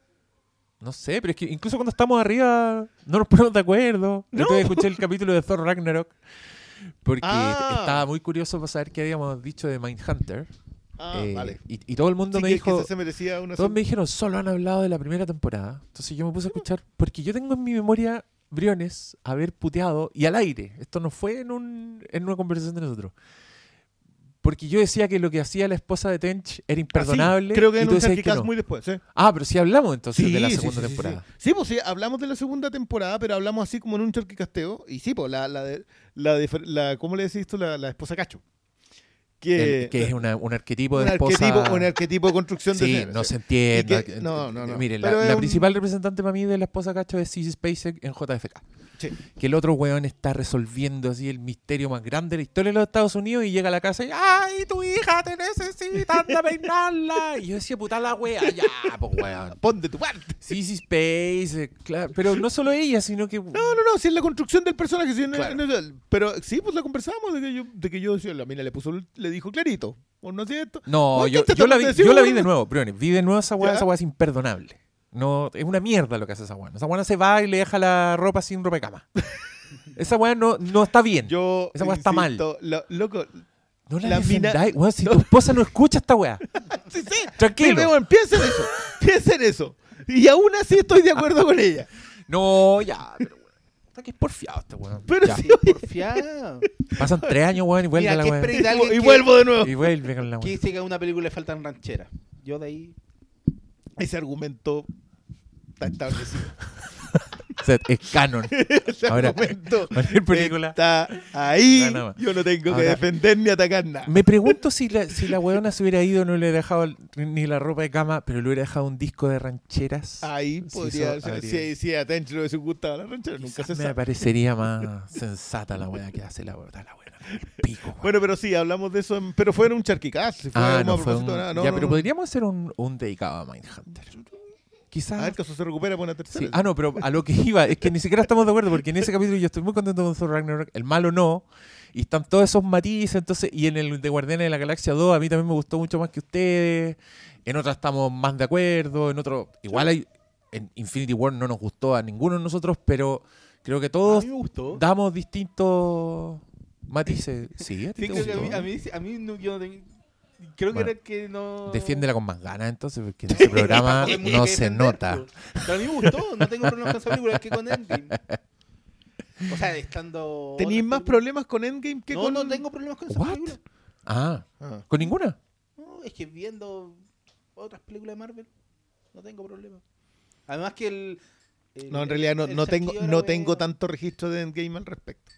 No sé, pero es que incluso cuando estamos arriba no nos ponemos de acuerdo. No. Yo escuché el capítulo de Thor Ragnarok porque Ah. estaba muy curioso para saber qué habíamos dicho de Mindhunter. Ah, Eh, vale. y, y todo el mundo Sí, me que- dijo, que se merecía una todos me dijeron, solo han hablado de la primera temporada. Entonces yo me puse a escuchar, porque yo tengo en mi memoria Briones haber puteado, y al aire, esto no fue en, un, en una conversación de nosotros. Porque yo decía que lo que hacía la esposa de Tench era imperdonable. Ah, sí, creo que y en tú un decías que Charquicast no. muy después, sí. Ah, pero sí hablamos entonces Sí, de la sí, segunda sí, sí, temporada. Sí, Sí, pues sí, hablamos de la segunda temporada, pero hablamos así como en un charquicasteo. Y sí, pues la, la, de, la, de, la ¿cómo le decís tú? La, la esposa Cacho. Que, El- que es una- un arquetipo un de esposa. arquetipo, un arquetipo de construcción de Sí, escena, no sí. se entiende. Y que- no, no, no. Mire, la, Pero es la un- principal representante para mí de la esposa Cacho es Sissy Spacek en J F K. Sí. Que el otro weón está resolviendo así el misterio más grande de la historia de los Estados Unidos y llega a la casa y ¡ay, tu hija te necesita, anda a peinarla! Y yo decía, puta la wea, ya, pues weón. Pon de tu parte. Sissy Spacek, claro. Pero no solo ella, sino que... No, no, no, si es la construcción del personaje. Si no- Claro. no- pero sí, pues la conversamos de que yo, de que yo decía, la mina le puso, le dijo clarito. ¿O no es cierto? No, No, yo, ¿qué te yo, la vi, tratando de yo la vi decir? de nuevo, Briones. Vi de nuevo esa weá, ¿Ya? esa weá es imperdonable. No, es una mierda lo que hace esa weá. Esa weá se va y le deja la ropa sin ropa de cama. Esa weá no, no está bien. Yo Esa weá está mal. insisto, lo- loco, no la, la mina- defendáis, weón, si tu esposa no escucha esta weá. sí, sí. Tranquilo. Pero, bueno, piensa en eso. Piensa en eso. Y aún así estoy de acuerdo con ella. No, ya, pero weón. Está que es porfiado esta weón. Pero Ya. sí, Porfiado. Pasan tres años, weón, y vuelve Mira, la ¿qué weá. esperáis de alguien y que- vuelvo de nuevo. Y vuelve con la que weá. dice que a una película le faltan rancheras? Yo de ahí... Ese argumento está establecido. O sea, es canon. Ese Ahora, argumento cualquier película. está ahí. No, no. Yo no tengo que Ahora, defender ni atacar nada. Me pregunto si la, si la weona se hubiera ido, no le hubiera dejado el- ni la ropa de cama, pero le hubiera dejado un disco de rancheras. Ahí Sí, podría eso ser. habría- Si, si a Tenchi no les gustaba la ranchera, nunca Quizás se me sabe. parecería más sensata la weá que hace la weá. La weá con el pico, weón. Bueno, pero sí, hablamos de eso, en- pero fue en un charquicaz. Si fue ah, como no a fue un... propósito de nada. No, ya, no, pero no. podríamos hacer un, un dedicado a Mindhunter. Quizás... A ver que eso se recupera por una tercera. Sí. Ah, no, pero a lo que iba es que ni siquiera estamos de acuerdo porque en ese capítulo yo estoy muy contento con Thor Ragnarok, el malo no, y están todos esos matices, entonces, y en el de Guardianes de la Galaxia dos a mí también me gustó mucho más que ustedes, en otras estamos más de acuerdo, en otro, igual hay, en Infinity War no nos gustó a ninguno de nosotros, pero creo que A todos mí me gustó. damos distintos matices. Sí, a ti Sí, te creo que a gustó. mí, a mí, a mí no, yo no tengo... Creo Bueno, que era que no... Defiéndela con más ganas entonces, porque en ese programa Tampoco es mucho no que se defender, nota. po. Pero a mí me gustó, no tengo problemas con esa película, es que con Endgame. O sea, estando... ¿Tenéis otras más películas- problemas con Endgame que No, con...? no tengo problemas con esa What? película. Ah, Ah. ¿con ninguna? No, es que viendo otras películas de Marvel, no tengo problemas. Además que el... el- No, en realidad no, el no tengo, charquillo no era tengo de- tanto registro de Endgame al respecto.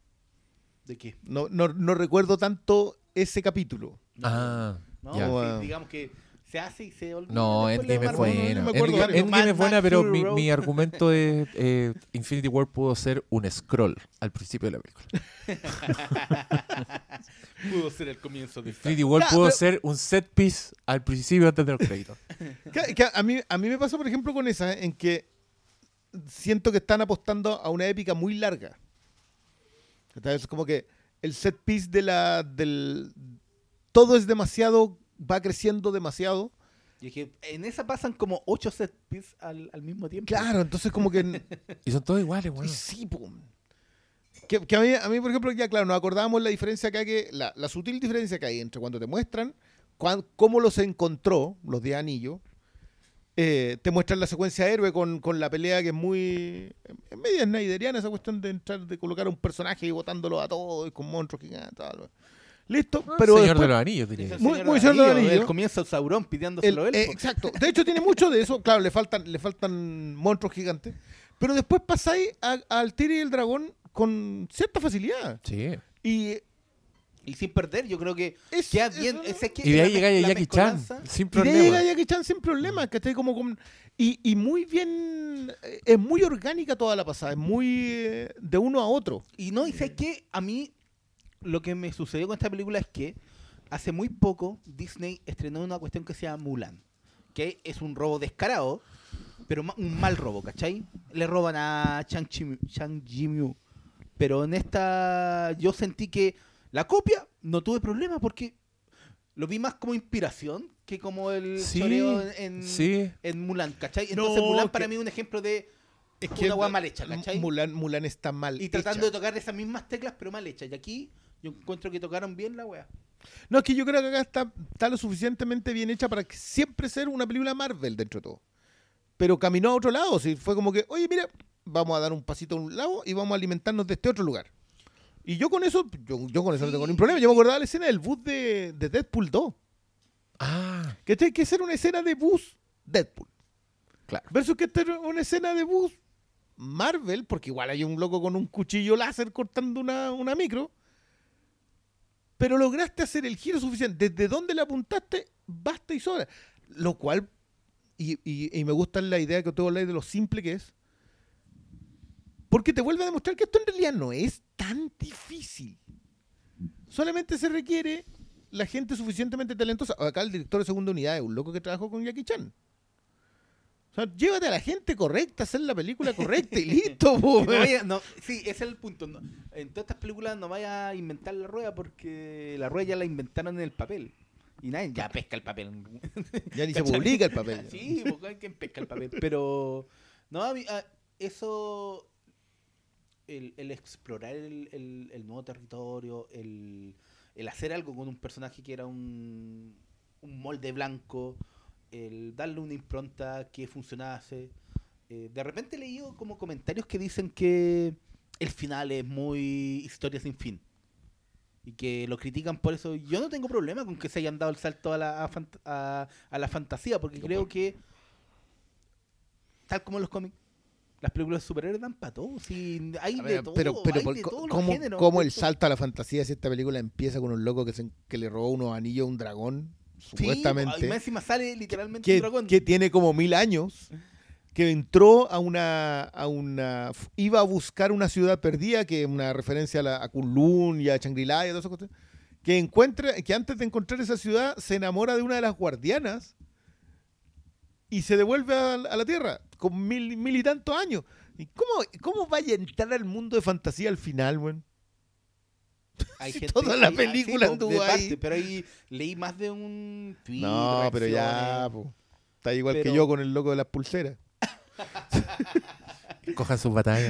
¿De qué? No, no, no recuerdo tanto ese capítulo. No, Ah, no, ya. sí, Wow. digamos que se hace y se olvida. No, después Endgame de es Marvel. no, buena. no me acuerdo Endgame, varios. Endgame Mad es buena, Max pero Fury mi, Road. mi argumento es eh, Infinity War pudo ser un scroll al principio de la película. Pudo ser el comienzo de Infinity War Ya, pudo pero- ser un set piece al principio antes de los créditos. Que- que a, mí, a mí me pasó, por ejemplo, con esa, en que siento que están apostando a una épica muy larga. Entonces, es como que el set piece de la, del... Todo es demasiado, va creciendo demasiado. Y es que en esa pasan como ocho set piece al, al mismo tiempo. Claro, entonces como que... Y son todos iguales, y weón. sí, po. Que, que a, mí, a mí, por ejemplo, ya claro, nos acordábamos la diferencia que hay, que, la, la sutil diferencia que hay entre cuando te muestran cuán- cómo los encontró, los de anillo, eh, te muestran la secuencia de héroe con, con la pelea que es muy... Es media snyderiana esa cuestión de entrar, de colocar a un personaje y botándolo a todos y con monstruos gigantes. Tal. Listo, pero Señor después- de los Anillos, diría. Es el yo. Muy- Señor muy de Señor de los Anillos, Anillos. El comienzo el Sauron pidiéndoselo El- él. eh, po. exacto. De hecho, tiene mucho de eso. Claro, le faltan, le faltan monstruos gigantes. Pero después pasáis a- al Tigre y el Dragón con cierta facilidad. Sí. Y Y sin perder, yo creo que es, queda es- bien. es que Y de ahí la llega mez- la Jackie Chan, mezcolanza- sin y de ahí problema. llega Jackie Chan sin problemas, ¿cachai? Como con, y, y muy bien, eh, es muy orgánica toda la pasada, es muy eh, de uno a otro. Y no, y sabes que a mí lo que me sucedió con esta película es que hace muy poco Disney estrenó una cuestión que se llama Mulan, que es un robo descarado, pero ma- un mal robo, ¿cachai? Le roban a Chang, Chi- Chang Jimmy, pero en esta yo sentí que la copia no tuve problema porque lo vi más como inspiración que como el Sí, choreo en, en, sí. en Mulan, ¿cachai? Entonces No, Mulan que- para mí es un ejemplo de Es una hueá mal hecha, ¿cachai? Mulan, Mulan está mal Y tratando hecha. de tocar esas mismas teclas, pero mal hechas. Y aquí yo encuentro que tocaron bien la wea. No, es que yo creo que acá está, está lo suficientemente bien hecha para que siempre ser una película Marvel dentro de todo. Pero caminó a otro lado, si fue como que, oye, mira, vamos a dar un pasito a un lado y vamos a alimentarnos de este otro lugar. Y yo con eso, yo, yo con eso no tengo Sí. ningún problema. Yo me acordaba de la escena del bus de, de Deadpool dos. Ah, Que tiene que ser una escena de bus Deadpool. claro. Versus que esta era una escena de bus Marvel, porque igual hay un loco con un cuchillo láser cortando una, una micro. Pero lograste hacer el giro suficiente. Desde donde le apuntaste, basta y sobra. Lo cual, y, y- y me gusta la idea que tú habláis de lo simple que es. Porque te vuelve a demostrar que esto en realidad no es tan difícil. Solamente se requiere la gente suficientemente talentosa. Acá el director de segunda unidad es un loco que trabajó con Jackie Chan. O sea, llévate a la gente correcta, hacer la película correcta y listo, po, Y no weón. vaya- no, sí, ese es el punto. no. En todas estas películas no vaya a inventar la rueda porque la rueda ya la inventaron en el papel. Y nadie ya pesca el papel. Ya ni se ¿Cachai? publica el papel. Sí, porque hay quien pesca el papel. Pero, no, a mí, a- eso, el, el explorar el, el- el nuevo territorio, el, el hacer algo con un personaje que era un, un molde blanco, el darle una impronta que funcionase. Eh, de repente he leído como comentarios que dicen que el final es muy historia sin fin. Y que lo critican por eso. Yo no tengo problema con que se hayan dado el salto a la, a fant- a- a la fantasía, porque creo que, tal como en los cómics, Las películas de superhéroes dan para todo. Sí, hay A de ver, todo. pero, pero hay por- de co- todos los ¿cómo, géneros. cómo el Esto- salto a la fantasía si esta película empieza con un loco que, se- que le robó unos anillos a un dragón, Sí, y supuestamente, más encima sale literalmente que, un dragón. que tiene como mil años, que entró a una, a una... iba a buscar una ciudad perdida, que es una referencia a, la, a Kunlun y a Shangri-La y a todas esas cosas, que, encuentra, que antes de encontrar esa ciudad se enamora de una de las guardianas y se devuelve a, a la Tierra con mil, mil y tantos años. ¿Y cómo, cómo vaya a entrar al mundo de fantasía al final, weón? Hay si gente- toda la hay- hay- película sí, po, anduvo de parte, ahí. pero ahí leí más de un tweet. No, pero ya, reacciones. po. Está igual Pero- que yo con el loco de las pulseras. Cojan sus batallas.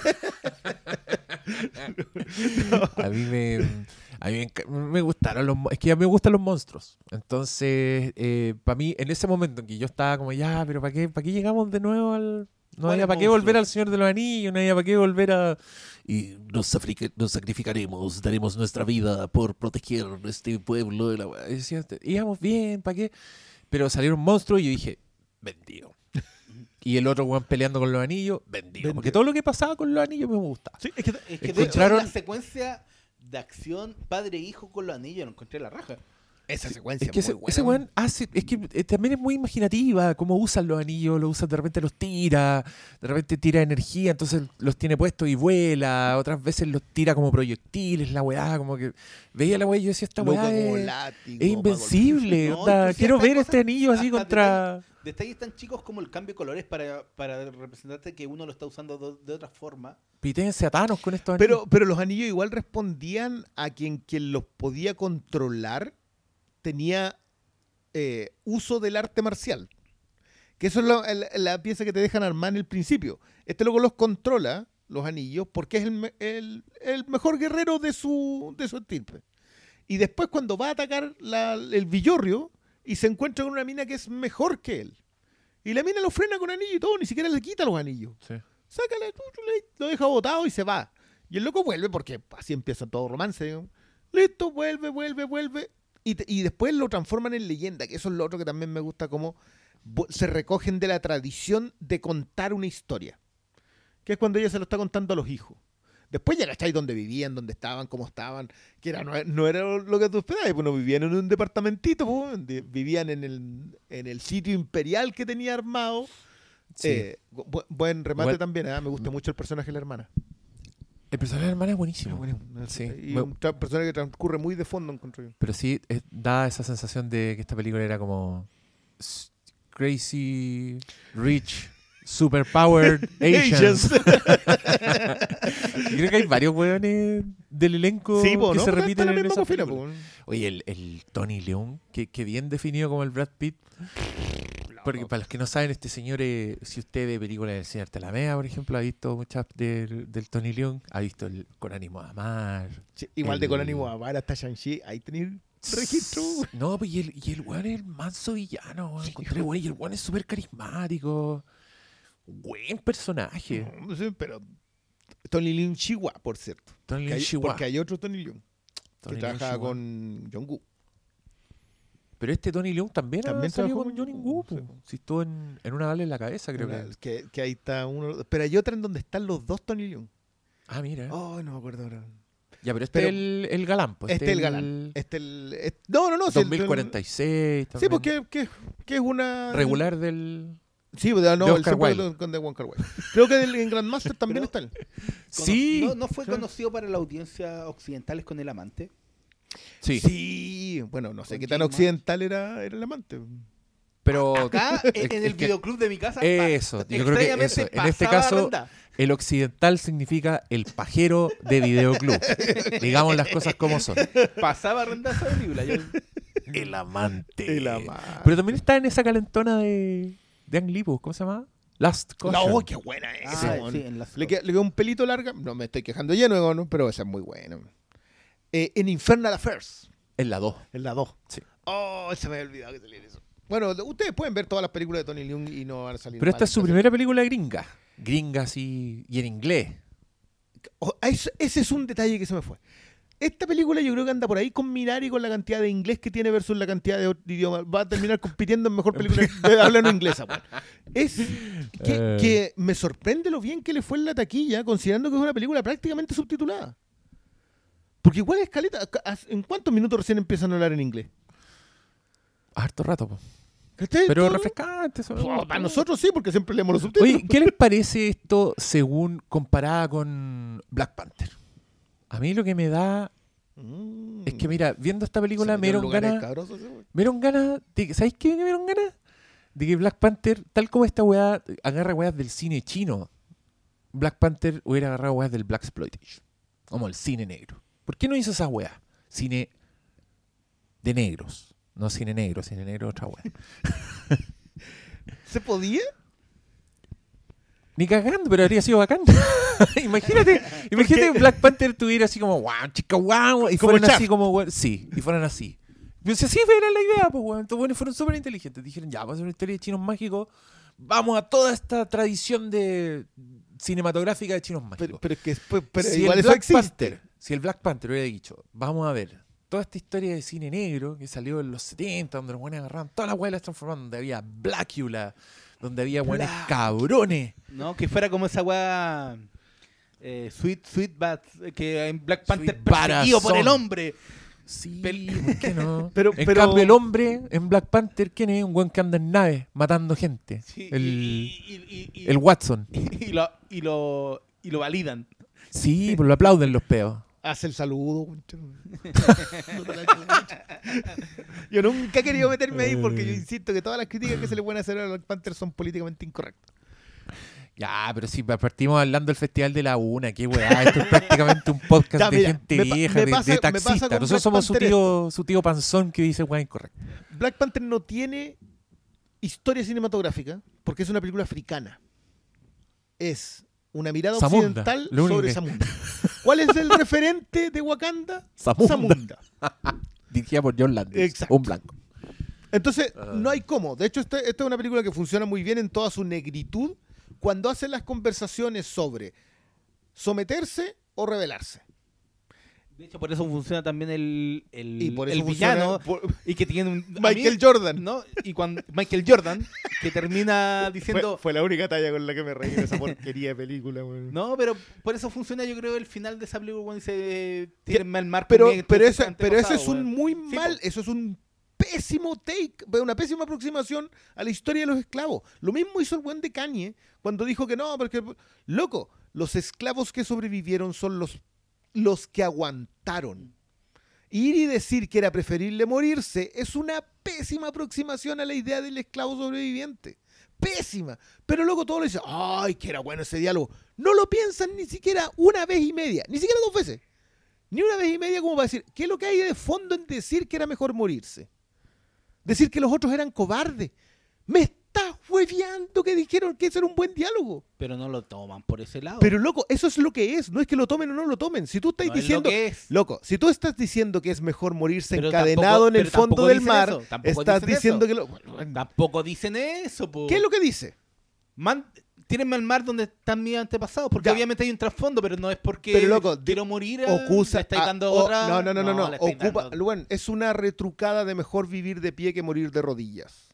A mí me, a mí me, enca- me gustaron los, mo- es que a mí me gustan los monstruos. Entonces, para mí, en ese momento en que yo estaba como, ya, pero ¿para qué, para qué llegamos de nuevo al... No ¿Cuáles había para qué monstruos? volver al Señor de los Anillos, no había para qué volver a... Y nos, africa- nos sacrificaremos, daremos nuestra vida por proteger este pueblo. De la... y decía, íbamos bien, ¿para qué? Pero salieron monstruos y yo dije, vendido. Y el otro weón peleando con los anillos, vendido. Vendido. Porque todo lo que pasaba con los anillos me gustaba. Sí, es que Es que de hecho Encontraron- la secuencia de acción padre-hijo con los anillos lo encontré la raja. esa secuencia Es que es ese, muy buena. ese weón hace, es que eh, también es muy imaginativa, cómo usan los anillos, los usan, de repente los tira, de repente tira energía, entonces los tiene puestos y vuela, otras veces los tira como proyectiles, la weá, como que veía la weá y yo decía, esta Loco weá como es, látigo, es invencible, No, onda, inclusive quiero hasta ver cosas- este anillo así hasta contra... Detalles tan chicos como el cambio de colores para, para representarte que uno lo está usando do- de otra forma. Pítense a Thanos con estos anillos. Pero, pero los anillos igual respondían a quien, quien los podía controlar tenía eh, uso del arte marcial. Que eso es la, el- la pieza que te dejan armar en el principio. Este loco los controla, los anillos, porque es el, me- el- el mejor guerrero de su, de su estirpe. Y después cuando va a atacar la- el villorrio y se encuentra con una mina que es mejor que él. Y la mina lo frena con anillo y todo, ni siquiera le quita los anillos. Sí. Sácale, tú, tú, le- lo deja botado y se va. Y el loco vuelve, porque así empieza todo romance. digamos. Listo, vuelve, vuelve, vuelve. Y, te- y después lo transforman en leyenda, que eso es lo otro que también me gusta, cómo vo- se recogen de la tradición de contar una historia. Que es cuando ella se lo está contando a los hijos. Después ya cacháis dónde vivían, dónde estaban, cómo estaban, que era, no, no era lo que tú esperabas, pues no vivían en un departamentito, pues, de- vivían en el, en el sitio imperial que tenía armado. Sí. Eh, bu- buen remate Igual- también, ¿eh? Me gusta mucho el personaje de la hermana. El personaje de la hermana es buenísimo. Bueno, Sí. Y Me- un tra- personaje que transcurre muy de fondo, encuentro yo. Pero sí, eh, da esa sensación de que esta película era como s- crazy, rich, superpowered Asians. Y creo que hay varios weones del elenco Sí, po, que ¿no? se Pero repiten está en la misma esa cocina, película. po. Oye, el, el Tony Leung, que, que bien definido como el Brad Pitt. Porque para los que no saben, este señor, eh, si usted ve películas del señor Talamea, por ejemplo, ha visto muchas del, del Tony Leung, ha visto el Con ánimo de amar. Sí, igual de El- con ánimo a Vara hasta Shang-Chi, ahí tenéis registro. No, pues y el, y el weón es el manso villano, weón. Encontré, weón, y el weón es súper carismático. Buen personaje. No sé, pero Tony Leung Chihuahua, por cierto. Tony Que Leung hay- Chihuahua. porque hay otro Tony Leung Tony que Leung trabaja Chihuahua. con Jong-Gu. Pero este Tony Leung también, También ha salido trabajó con con- Johnny Woo. sí. po. Si estuvo en, en una bala en la cabeza, creo que. que, que ahí está uno. Pero hay otra en donde están los dos Tony Leung. Ah, mira. Oh, no me acuerdo ahora. Ya, pero este pero- es el, el galán. Pues, Este es el galán. Este el, es- no, no, no. si el- dos mil cuarenta y seis. Sí, también. porque que, que es una. Regular del. Sí, pues, no, de el Oscar siempre Wilde. con de Oscar Wilde. Creo que del- en Grandmaster también Pero- está él. Sí. No, no fue Sí. conocido para la audiencia occidentales con el amante. Sí. Sí, bueno, no sé Con qué tan Jim occidental era, era el amante. Pero. Acá, es- en, en es el que- videoclub de mi casa. Eso, pa- yo creo que extrañamente eso. En este pasaba caso, Brenda. el occidental significa el pajero de videoclub. Digamos las cosas como son. Pasaba a arrendar esa película. Yo- El amante. El amante. Pero también está en esa calentona de, de Ang Lee, po, ¿cómo se llama? Last Caution. No, qué buena Ah, esa. sí, en las- le, queda, le queda un pelito larga. No me estoy quejando lleno, ¿no? Pero esa es muy buena. Eh, en Infernal Affairs, En la dos. en la dos. Sí. Oh, se me había olvidado que saliera eso. Bueno, ustedes pueden ver todas las películas de Tony Leung y no van a salir Pero esta mal. es su primera película gringa. Gringa así y en inglés. Oh, ese, ese es un detalle que se me fue. esta película yo creo que anda por ahí con Minari, con la cantidad de inglés que tiene versus la cantidad de, de idiomas. Va a terminar compitiendo en mejor película de habla no inglesa. Bueno. Es que, Eh. que me sorprende lo bien que le fue en la taquilla, considerando que es una película prácticamente subtitulada. Porque igual es caleta. ¿En cuántos minutos recién empiezan a hablar en inglés? Harto rato, po. ¿Cachai? Pero Todo, refrescante. Eso, ¿no? Para nosotros sí, porque siempre leemos los subtítulos. Oye, ¿qué les parece esto según comparada con Black Panther? A mí lo que me da Mm. es que, mira, viendo esta película Se me metió en dieron lugares ganas, cabrosos, ese güey. me dieron ganas de, ¿sabéis qué me dieron ganas? De que Black Panther, tal como esta weá agarra weas del cine chino, Black Panther hubiera agarrado weas del Black Exploitation, como el cine negro. ¿Por qué no hizo esa weá? Cine de negros, no cine negro, cine negro otra weá. ¿Se podía? Ni cagando, pero habría sido bacán. imagínate, imagínate que Black Panther tuviera así como wow, chica wow, y Como fueran Shaft. así como weón, sí, y fueran así. Pero si así era la idea, pues weón. Estos weones fueron súper inteligentes. Dijeron, ya, vamos a hacer una historia de chinos mágicos. Vamos a toda esta tradición de cinematográfica de chinos mágicos. Pero, pero es que después, pero Si igual el eso Black existe. Panther, si el Black Panther hubiera dicho, vamos a ver toda esta historia de cine negro que salió en los setenta, donde los buenos agarraban todas las weas y las transformaban, donde había Blackula, donde había buenos Black. cabrones. No, que fuera como esa weá. Eh, Sweet, Sweet Bat, que en Black Panther Sweet perseguido por Barazón. el hombre. Sí, Pel- ¿por qué no? Pero- en pero- cambio, el hombre en Black Panther, ¿quién es? Un weón que anda en nave matando gente. Sí, el, y, y- y- y- el Watson. y lo, y, lo, y lo validan. Sí, pues lo aplauden los peos. Hace el saludo. concha. No te la eches mucho. Yo nunca he querido meterme ahí porque yo insisto que todas las críticas que se le pueden hacer a Black Panther son políticamente incorrectas. Ya, pero si partimos hablando del Festival de la Una, qué weá, esto es prácticamente un podcast Ya, de mira, gente me pa- vieja, me de, pasa- de me pasa taxista. con Nosotros Black somos su Panther tío, su tío panzón que dice weá incorrecta. Black Panther no tiene historia cinematográfica porque es una película africana. Es una mirada Zamunda, occidental lo único sobre que- Zamunda. ¿Cuál es el referente de Wakanda? Zamunda. Dirigida por John Landis, Exacto. un blanco. Entonces, Ah. no hay cómo. De hecho, esta, esta es una película que funciona muy bien en toda su negritud cuando hace las conversaciones sobre someterse o rebelarse. De hecho, por eso funciona también el, el, Y por eso el funciona villano. por- Y que tiene un. a Michael mí- Jordan. ¿no? Y cuando Michael Jordan, que termina diciendo. Fue, fue la única talla con la que me reí de esa porquería de película. weón. No, pero por eso funciona, yo creo, el final de esa película cuando dice tírenme al mar. Pero, porque pero, esto ese, fue pero ese es antepasado, un weón. muy Sí, mal, po. eso es un pésimo take, una pésima aproximación a la historia de los esclavos. Lo mismo hizo el buen de Kanye cuando dijo que no, porque, loco, los esclavos que sobrevivieron son los, los que aguantaron. Ir y decir que era preferible morirse es una pésima aproximación a la idea del esclavo sobreviviente. Pésima. Pero luego todos le dicen, ay, que era bueno ese diálogo. No lo piensan ni siquiera una vez y media, ni siquiera dos veces. Ni una vez y media como para decir, ¿qué es lo que hay de fondo en decir que era mejor morirse? Decir que los otros eran cobardes. Me estás hueveando que dijeron que ese era un buen diálogo. Pero no lo toman por ese lado. Pero loco, eso es lo que es. No es que lo tomen o no lo tomen. Si tú estás No es lo diciendo... que es. Loco, si tú estás diciendo que es mejor morirse Pero encadenado tampoco- en el pero fondo tampoco del dicen mar, eso, tampoco estás dicen diciendo eso. que... Lo... Bueno, Tampoco dicen eso, po. ¿qué es lo que dice? Man, tírenme al mar donde están mis antepasados, porque Ya. obviamente hay un trasfondo, pero no es porque Pero, loco, quiero morir. eh, Ocusa, le estáis ah, dando o- otra. no, no, no, no, no. le estáis Ocupa, dando- bueno, es una retrucada de mejor vivir de pie que morir de rodillas.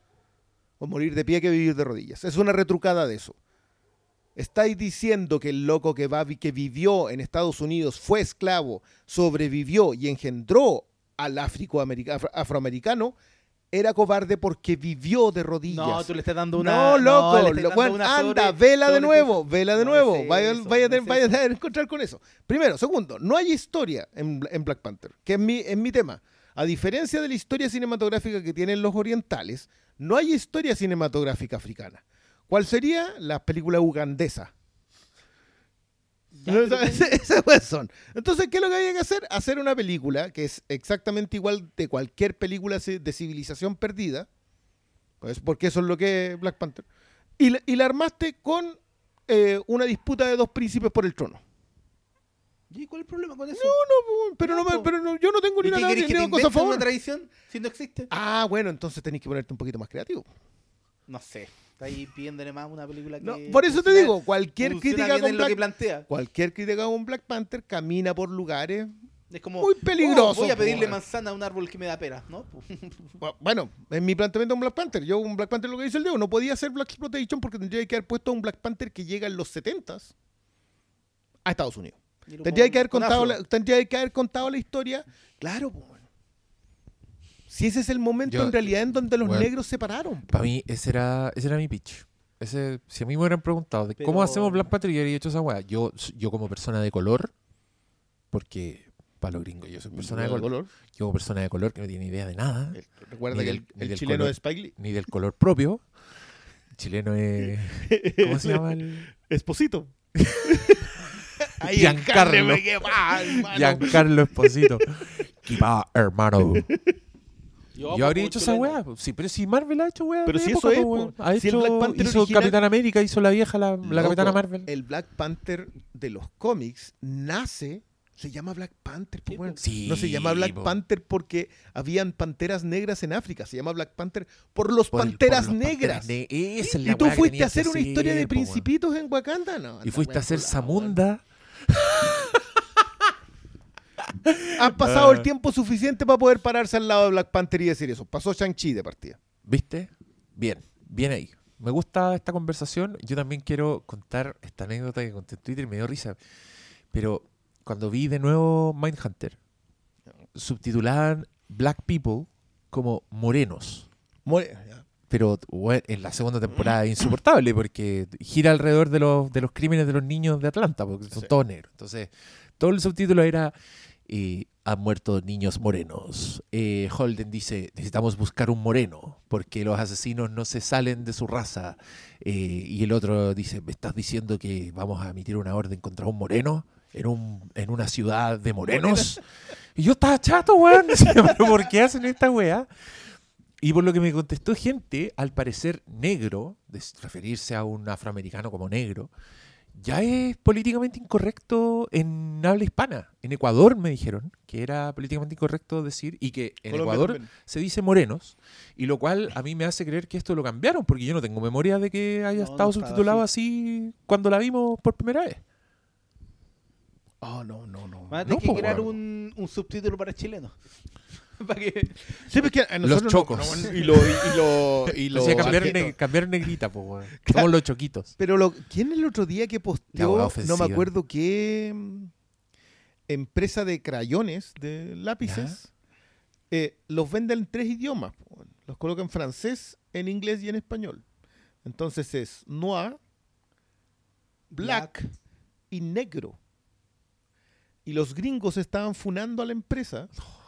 O morir de pie que vivir de rodillas. Es una retrucada de eso. Estáis diciendo que el loco que, va, que vivió en Estados Unidos, fue esclavo, sobrevivió y engendró al afroamerica- afro- afroamericano, era cobarde porque vivió de rodillas. No, tú le estás dando una. No, loco, le estás lo- dando bueno, una anda, sobre- vela de sobre- nuevo, vela de No nuevo, es vaya, eso, vaya, a no tener- es vaya a eso. tener que encontrar con eso. Primero, segundo, no hay historia en, en Black Panther, que es mi, es mi tema. A diferencia de la historia cinematográfica que tienen los orientales, no hay historia cinematográfica africana. ¿Cuál sería? Las películas ugandesas. Ya, No, pero esas- esas weas son. Entonces, ¿qué es lo que había que hacer? Hacer una película que es exactamente igual de cualquier película ci- de civilización perdida, pues porque eso es lo que es Black Panther, y la, y la armaste con eh, una disputa de dos príncipes por el trono. ¿Y cuál es el problema con eso? No, pero, no, me- po. pero no, yo no tengo ni ¿Y qué una, querés ni que te una cosa a inventen favor. una tradición si no existe? Ah, bueno, entonces tenés que ponerte un poquito más creativo. No sé. Está ahí pidiéndole más a una película que. No, por eso te funciona- digo, cualquier funciona crítica bien con en lo que Black, plantea. cualquier crítica con Black Panther camina por lugares Es como, Muy peligroso, oh, voy a pedirle po, manzana a un árbol que me da pera, ¿no? Bueno, en mi planteamiento un Black Panther, yo un Black Panther lo que dice el Diego, no podía hacer Black Exploitation porque tendría que haber puesto a un Black Panther que llega en los setentas a Estados Unidos. Tendría que haber contado la, tendría que haber contado la historia, claro, pues, bueno. Si ese es el momento Yo- en realidad en donde los bueno, negros se pararon. Para mí, ese era, ese era mi pitch. Ese, si a mí me hubieran preguntado de Pero- cómo hacemos Black Panther, yo habría hecho esa weá. Yo, yo como persona de color, porque para los gringos yo soy persona de color. Yo como persona de color que no tiene idea de nada, El- recuerda Ni que del- el, ni el del chileno color. de Spike Lee. ni del color propio. El chileno es... ¿Cómo se llama el...? Esposito. Ahí Giancarlo. el carne me quedó mal, mano. Giancarlo Esposito. ¿Qué va, hermano? Yo, Yo habría hecho esa weá. Sí, pero si Marvel ha hecho weá. Pero de si época, eso es, po, weón. po. Ha Si el hecho, Black Panther hizo original- Capitán América, hizo la vieja, la, la Loco, Capitana Marvel. El Black Panther de los cómics nace, se llama Black Panther, po, Sí, weón. po. Sí, No se llama Black po. Panther porque habían panteras negras en África, se llama Black Panther por los Por el- panteras por los negras. panteras ne- Esa es la Y tú weá que fuiste tenías a hacer que una historia de hacer, po, weón. principitos en Wakanda, no. Y anda, fuiste a weón, hacer por la- Zamunda. Han pasado el Ah. tiempo suficiente para poder pararse al lado de Black Panther y decir eso. Pasó Shang-Chi de partida. ¿Viste? Bien, bien ahí. Me gusta esta conversación. Yo también quiero contar esta anécdota que conté en Twitter y me dio risa. Pero cuando vi de nuevo Mindhunter, subtitulaban Black People como morenos. More- ya. Pero bueno, en la segunda temporada es insoportable porque gira alrededor de los, de los crímenes de los niños de Atlanta, porque son Sí. todos negros. Entonces, todo el subtítulo era eh, han muerto niños morenos. Eh, Holden dice, necesitamos buscar un moreno porque los asesinos no se salen de su raza. Eh, y el otro dice, ¿me estás diciendo que vamos a emitir una orden contra un moreno en, un, en una ciudad de morenos? Y yo estaba chato, weón. Decía, ¿pero por qué hacen esta weá? Y por lo que me contestó gente, al parecer negro, de referirse a un afroamericano como negro, ya es políticamente incorrecto en habla hispana. En Ecuador me dijeron que era políticamente incorrecto decir, y que en Colombia Ecuador también. se dice morenos, y lo cual a mí me hace creer que esto lo cambiaron, porque yo no tengo memoria de que haya No, estado no estaba subtitulado así cuando la vimos por primera vez. Oh, no, no, no. Van a No, tener que po, crear weón. un, un subtítulo para chilenos. Para que... Sí, pues que a nosotros no- chocos. no, y lo, y lo, y lo O sea, cambiar, arge- ne- cambiar negrita, pues, weón. Somos los choquitos. Pero lo, ¿quién el otro día que La posteó? hueá No ofensiva. me acuerdo qué mm, empresa de crayones, de lápices, eh, los vende en tres idiomas. po. Los coloca en francés, en inglés y en español. Entonces es noir, black, y negro. Y los gringos estaban funando a la empresa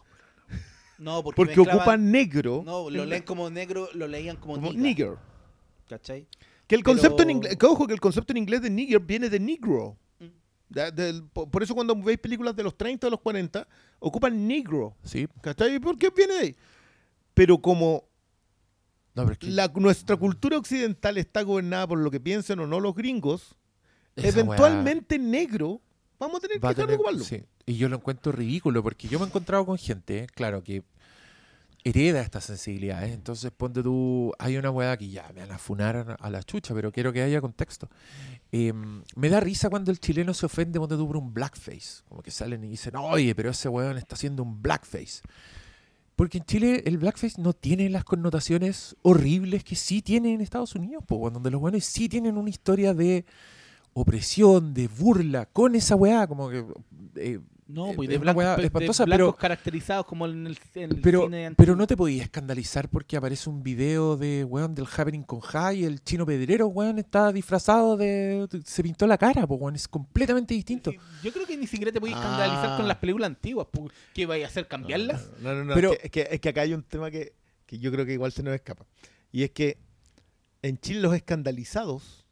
No, porque, porque mezclaban- ocupan negro No, lo leen como negro, lo leían como, como nigga, nigger. ¿cachai? Que el Pero- concepto en inglés, que ojo, que el concepto en inglés de nigger viene de negro. Mm. Ya, del- po- por eso cuando veis películas de los treinta o los cuarenta, ocupan negro. Sí. ¿Cachai? ¿Por qué viene de ahí? Pero como No, pero es que la, nuestra cultura occidental está gobernada por lo que piensen o no los gringos, esa eventualmente negro, vamos a tener weá va que a dejar de tener- ocuparlo. sí. Y yo lo encuentro ridículo porque yo me he encontrado con gente, claro, que hereda estas sensibilidades. Entonces, ponte tú, hay una weá que ya me van a funar a la chucha, pero quiero que haya contexto. Eh, me da risa cuando el chileno se ofende, ponte tú, por un blackface. Como que salen y dicen, oye, pero ese weón está haciendo un blackface. Porque en Chile el blackface no tiene las connotaciones horribles que sí tiene en Estados Unidos, po, weón, donde los weones sí tienen una historia de opresión, de burla, con esa weá, como que... eh, No, Eh, pues es de una blancos, weá de espantosa, blancos pero- caracterizados como en el, en el Pero, cine antiguo. pero no te podías escandalizar porque aparece un video de, weón, del Happening con Jai y el chino pedrero, weón, está disfrazado de... se pintó la cara, pues, weón, es completamente distinto. Sí, yo creo que ni siquiera te podías escandalizar Ah. con las películas antiguas. pu- ¿Qué vaya a hacer? ¿Cambiarlas? No, no, no. Pero- es, que, es que- es que acá hay un tema que, que yo creo que igual se nos escapa. Y es que en Chile los escandalizados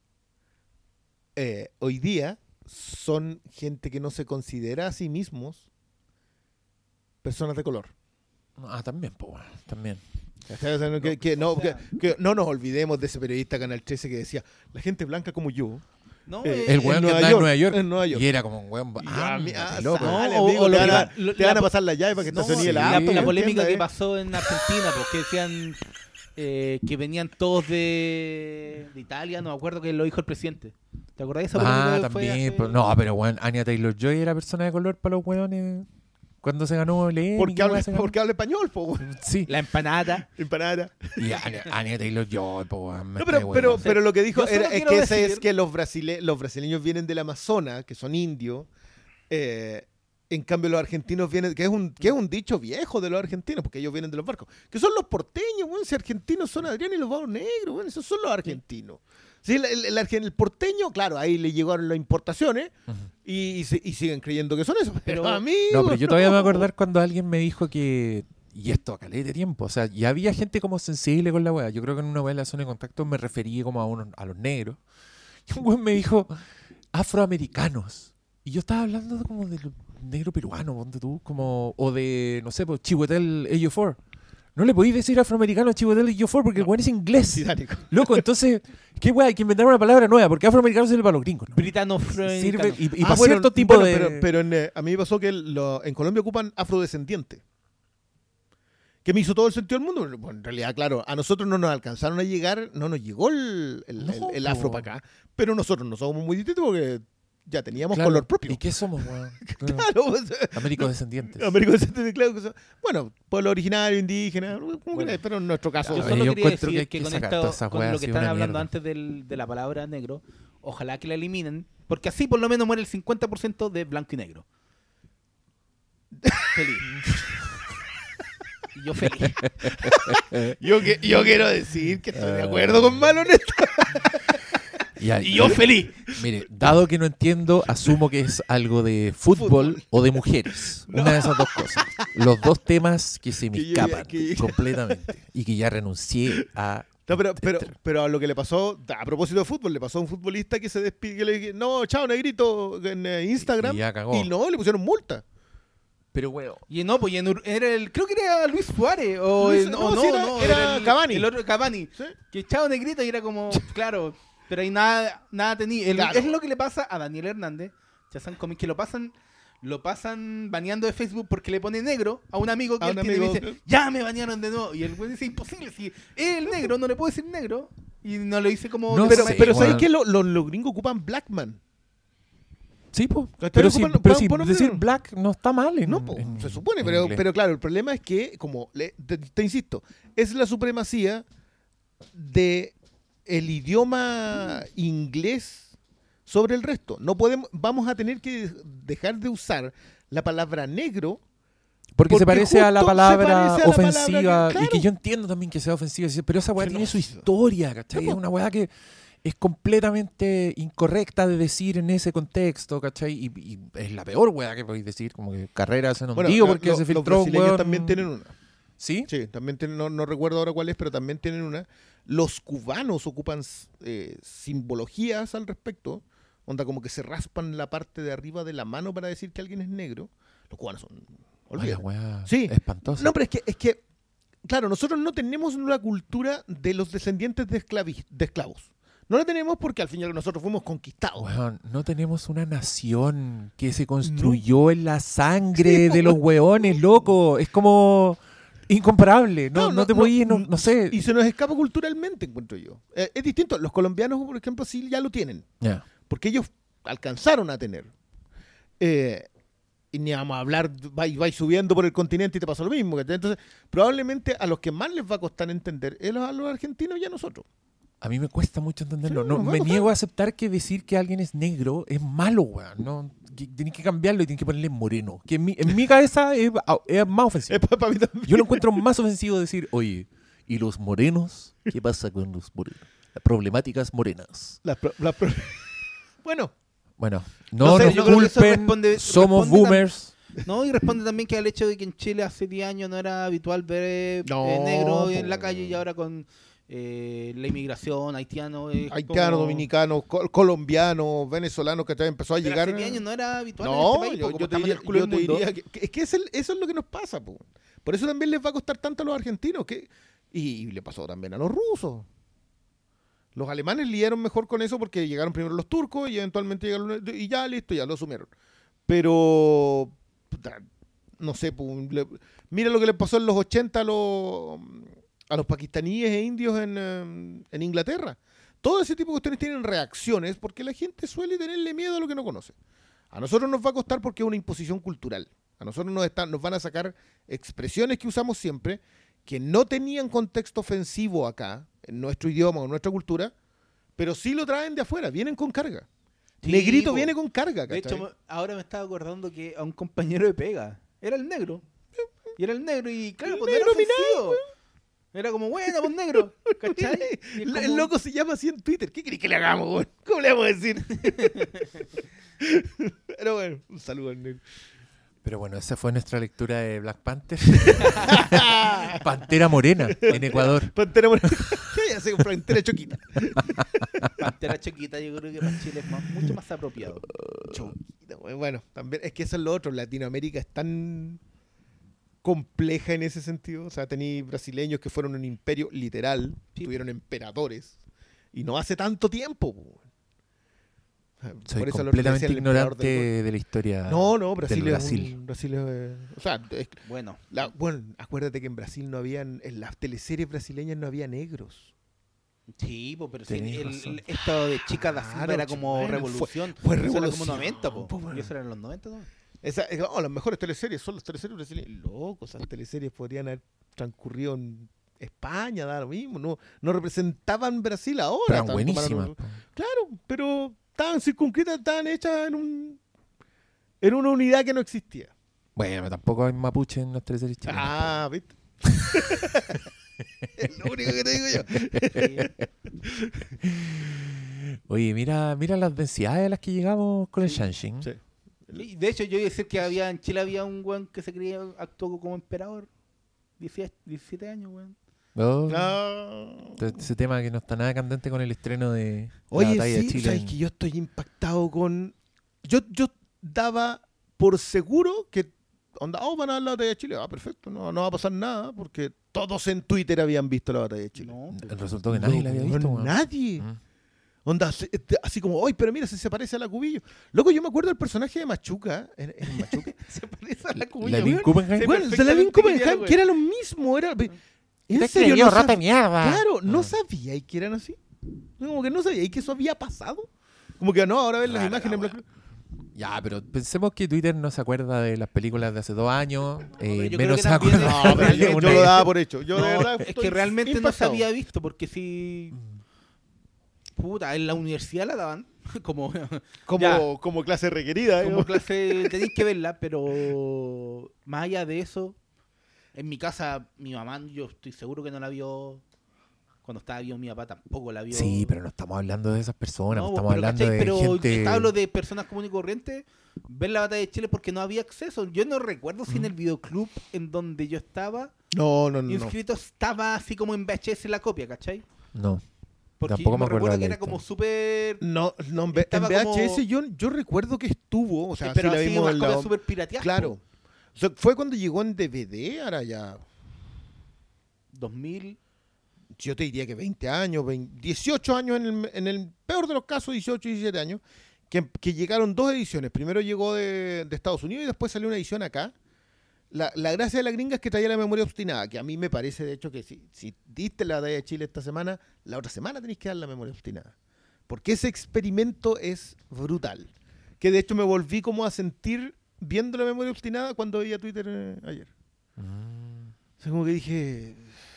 eh, hoy día son gente que no se considera a sí mismos personas de color. Ah, también, pues, weón, también. ¿Cachai? O sea, no, que, que no, o sea- que- que no nos olvidemos de ese periodista Canal trece que decía, la gente blanca como yo, No, Eh, eh, El en weón que Nueva andaba en York, Nueva York. en Nueva York. Y era como un weón... Y a mí- ándate, ah, loco. no, sale, o- amigo, o te, lo van a, que- lo- te van la- a pasar la llave para que no, estaciones el sí. la, auto. la ¿me polémica que ¿entiendes? pasó en Argentina, porque decían eh, que venían todos de, de Italia, no me acuerdo que lo dijo el presidente. ¿Te acordás de esa polémica Ah, que fue también. hace- pero- no, pero weón, Anya Taylor-Joy era persona de color para los weones Cuando se ganó el Emmy. Porque ¿qué habla, weá se ganó? porque habla español, po, weón. Sí. La empanada. Empanada. Y Anya, Anya Taylor-Joy, po, weón, me No, pero, cae, pero, weón. pero lo que dijo Yo solo era, es quiero que ese decir- es que los, brasile- los brasileños vienen del Amazonas, que son indios. eh, en cambio, los argentinos vienen, que es, un, que es un dicho viejo de los argentinos, porque ellos vienen de los barcos, que son los porteños, weón. Si argentinos son Adrián y los vagos negros, weón, esos son los argentinos. Sí, el, el- el argen- el porteño, claro, ahí le llegaron las importaciones Ujú. y, y se- y siguen creyendo que son eso. Pero, Pero- a mí. No, pero yo todavía me voy a acordar cuando alguien me dijo que. Y esto a caleta de tiempo. O sea, ya había gente como sensible con la weá. Yo creo que en una weá de la zona de contacto me referí como a, unos, a los negros. Y un weón me dijo afroamericanos. Y yo estaba hablando de como de los negros peruanos, ponte tú. Como, o de, no sé, pues Chihuetel A O cuatro. No le podéis decir afroamericano a Chihuetel A O cuatro porque el weón es inglés. Titánico. Loco, entonces, ¿qué weá? Hay que inventar una palabra nueva. Porque afroamericano sirve para los gringos. ¿no? Britano Sirve y, y Ah, para bueno, cierto tipo bueno, de. Pero, pero en, eh, a mí me pasó que lo- en Colombia ocupan afrodescendiente. Que me hizo todo el sentido del mundo. Bueno, en realidad, claro, a nosotros no nos alcanzaron a llegar, no nos llegó el, el- No, el- el po. afro para acá. Pero nosotros no somos muy distintos porque ya teníamos Claro. color propio. ¿Y qué somos, weón? Claro. Claro, o sea, Américos descendientes. América Descendiente, claro, que son- bueno, pueblo originario, indígena, como Bueno. queráis, pero en nuestro caso. Yo Oye, solo yo quería encuentro decir que hay que, que con, sacar esto, toda esa con weá lo así que una están hablando mierda. antes del- de la palabra negro, ojalá que la eliminen, porque así por lo menos muere el cincuenta por ciento de blanco y negro. Feliz. Y yo feliz. yo, que- yo quiero decir que estoy de acuerdo con Malo en esto. Ya, Y yo feliz. Mire, dado que no entiendo, asumo que es algo de fútbol, Fútbol. o de mujeres. Una de esas dos cosas. Los dos temas que se me Que yo ya- escapan que- completamente. Y que ya renuncié a. No, pero, pero, Etcétera. pero a lo que le pasó, a propósito de fútbol, le pasó a un futbolista que se despidió, que le dije, no, chao, negrito, en eh, Instagram. Y ya cagó. Y no, le pusieron multa. Pero, weón. Y no, pues y en Ur- era el, creo que era Luis Suárez. O Luis- el- no, o no, sí, era- no, era el, Cavani. El otro Cavani. ¿Sí? Que echaba negrito y era como, claro, pero ahí nada, nada tenía. El- Claro. Es lo que le pasa a Daniel Hernández, Chazán Comics, que lo pasan, lo pasan baneando de Facebook porque le pone negro a un amigo que A él un tiene y amigo, dice, ¿sí? ya me banearon de nuevo. Y el güey dice, imposible, si es el negro, no le puedo decir negro. Y no lo hice como... No de Pero, forma- sé, pero weón. ¿sabes qué? Los, los, los gringos ocupan Blackman. Sí, po. ¿Cachai? Pero, si, Ocupan- pero ocupan- si ocupan decir negro. black no está mal. En, No, po, en- se supone, en pero, inglés. pero claro, el problema es que, como le- te, te insisto, es la supremacía de el idioma inglés sobre el resto. No podemos, vamos a tener que dejar de usar la palabra negro. Porque, se porque parece a la justo se palabra parece a la ofensiva. palabra que- Y que claro. yo entiendo también que sea ofensiva. Pero esa weá Pero tiene no, su sí. historia, ¿cachai? Sí, Es po. una weá que es completamente incorrecta de decir en ese contexto, ¿cachai? Y, y es la peor weá que podéis decir. Como que carreras en un Bueno, digo lo- porque lo- se los filtró un brasileños weón. también tienen una. ¿Sí? Sí, también tienen, no, no recuerdo ahora cuál es, pero también tienen una. Los cubanos ocupan eh, simbologías al respecto. Onda como que se raspan la parte de arriba de la mano para decir que alguien es negro. Los cubanos son... Ay, la olvídate. weá Sí. espantosa. No, pero es que, es que, claro, nosotros no tenemos una cultura de los descendientes de, esclavi- de esclavos. No la tenemos porque al final nosotros fuimos conquistados. Weón, no tenemos una nación que se construyó en la sangre de los weones, loco. Es como incomparable. No, Claro, no, te podías, no, no sé. Y se nos escapa culturalmente, encuentro yo. Eh, es distinto. Los colombianos, por ejemplo, sí ya lo tienen. Ya. Porque ellos alcanzaron a tener. Eh, y ni vamos a hablar, vais vais subiendo por el continente y te pasa lo mismo. ¿cachai? Entonces, probablemente a los que más les va a costar entender es a los argentinos y a nosotros. A mí me cuesta mucho entenderlo. Sí, No, nos va a me costar. niego a aceptar que decir que alguien es negro es malo, weón. No, que tenés que cambiarlo y tienes que ponerle moreno. Que en mi, en mi cabeza es, es más ofensivo. Es para mí también. Yo lo encuentro más ofensivo decir, oye, ¿y los morenos? ¿Qué pasa con los morenos? Las problemáticas morenas. Las pro- las pro- bueno, Bueno, no, No sé, nos yo creo que eso culpen, responde- somos responde boomers. No, y responde también que al hecho de que en Chile hace diez años no era habitual ver eh, No, eh, negro po. en la calle y ahora con eh, la inmigración, haitiano. es haitianos, como- dominicanos, col- colombianos, venezolanos que empezó a Pero llegar. hace diez años no era habitual No, en este país, yo, po, como yo te estamos en diría, el culo yo del te mundo. diría que, que- es que es el- eso es lo que nos pasa. Po. Por eso también les va a costar tanto a los argentinos. Que, y, le pasó también a los rusos. Los alemanes lidiaron mejor con eso porque llegaron primero los turcos y eventualmente llegaron los- y ya listo, ya lo asumieron. Pero puta, no sé, po, le- mira lo que les pasó en los ochenta a los, a los pakistaníes e indios en, eh, en Inglaterra. Todo ese tipo de cuestiones tienen reacciones porque la gente suele tenerle miedo a lo que no conoce. A nosotros nos va a costar porque es una imposición cultural. A nosotros nos, están, nos van a sacar expresiones que usamos siempre, que no tenían contexto ofensivo acá, en nuestro idioma o en nuestra cultura, pero sí lo traen de afuera, vienen con carga. Sí, Negrito po. viene con carga, De ¿cachai? hecho, ahora me estaba acordando que a un compañero de pega, era el negro. Y era el negro y claro, El pues no era negro minado, ofensivo. Era como, bueno, pues negro, ¿cachai? Y es El, como- el loco se llama así en Twitter. ¿Qué querés que le hagamos, güey? ¿Cómo le vamos a decir? Pero bueno, un saludo al negro. Pero bueno, esa fue nuestra lectura de Black Panther. Pantera Morena, en Ecuador. Pantera Morena. ¿Qué hace con Pantera Choquita? Pantera chiquita, yo creo que para Chile es más- mucho más apropiado. Choquita, güey. Bueno, también es que eso es lo otro. Latinoamérica es tan compleja en ese sentido. O sea, tenéis brasileños que fueron un imperio literal, Sí. tuvieron emperadores, y no hace tanto tiempo. güey. Soy Por eso lo- le completamente decían el emperador del ignorante de la historia gol. No, no, Brasil del es Brasil. un- Brasil es, eh, o sea, es- Bueno, la- bueno, acuérdate que en Brasil no habían, en las teleseries brasileñas no había negros. sí, po, pero sí, Tenés el, razón. el- esto de Chica da Silva Claro, era como bueno, fue- revolución. fue Eso era como revolución, noventa, po. po, bueno. Y eso era en los noventa, ¿no? Esa, eh, oh, las mejores teleseries son las teleseries brasileñas. Loco, esas teleseries podrían haber transcurrido en España, da lo mismo. No, no representaban Brasil ahora. Pero eran estaban buenísimas. tomando- po. Claro, pero estaban circunscritas, estaban hechas en un en una unidad que no existía. Bueno, tampoco hay mapuche en nuestras series chilenas. Ah, ¿viste? Es lo único que te digo yo. Oye, mira, mira las densidades a las que llegamos con el Shanshin. Sí. Sí, de hecho, yo iba a decir que había en Chile había un weón que se creía, actuó como emperador. diecisiete, diecisiete años, weón. Oh, No. Ese tema que no está nada candente con el estreno de la Oye, batalla sí, de Chile. sabes en- que yo estoy impactado con... Yo, yo daba por seguro que... Onda, oh, van a dar la batalla de Chile. Ah, perfecto, no, no va a pasar nada porque todos en Twitter habían visto la batalla de Chile. No, El resultado que nadie la había No, visto. weón. Nadie. Mm. Onda, así, este, así como, ¡ay, pero mira, se, se parece a la Cubillo! Loco, yo me acuerdo del personaje de Machuca. ¿En, en Machuca? se parece a la La cuya, Lynn weón. Kuppenheim. Sí, Bueno, de la perfectamente Lynn Kuppenheim, que que era lo mismo. Era... ¿En Te serio? creyó, No rata sab- mierda. Claro, no Ah. sabía que eran así. Como que no sabía que eso había pasado. Como que no, ahora ven las Rara la imágenes en wea. blanco- Ya, pero pensemos que Twitter no se acuerda de las películas de hace dos años. eh, yo creo menos que se también- acuerda No, pero de yo, yo una- lo daba por hecho. Yo de No, verdad es estoy que realmente no se impactado. había visto, porque si. Puta, en la universidad la daban como, Como, Ya. como clase requerida. como ¿no? clase, tenéis que verla, pero más allá de eso, en mi casa, mi mamá, yo estoy seguro que no la vio. Cuando estaba vivo mi papá tampoco la vio. Sí, pero no estamos hablando de esas personas, No, estamos pero, hablando ¿cachai? de Pero gente... yo hablo de personas comunes y corrientes, ver la batalla de Chile porque no había acceso. Yo no recuerdo si en el videoclub en donde yo estaba No, no, no. no. inscrito estaba así como en V H S la copia, ¿cachai? No, Porque Tampoco yo me me acuerdo recuerdo de que la era como historia. súper... No, no, en V- en Estaba V H S como- yo, yo recuerdo que estuvo. O sea, pero sí la así vimos unas en copias la... súper pirateadas. Claro. O sea, fue cuando llegó en D V D, ahora ya... dos mil. Yo te diría que veinte años, veinte, dieciocho años, en el, en el peor de los casos, dieciocho, diecisiete años, que, que llegaron dos ediciones. Primero llegó de, de Estados Unidos y después salió una edición acá. La, la gracia de la gringa es que traía la memoria obstinada, que a mí me parece, de hecho, que si, si diste la batalla de Chile esta semana, la otra semana tenéis que dar la memoria obstinada. Porque ese experimento es brutal. Que de hecho me volví como a sentir viendo la memoria obstinada cuando veía Twitter eh, ayer. Mm. O sea, como que dije...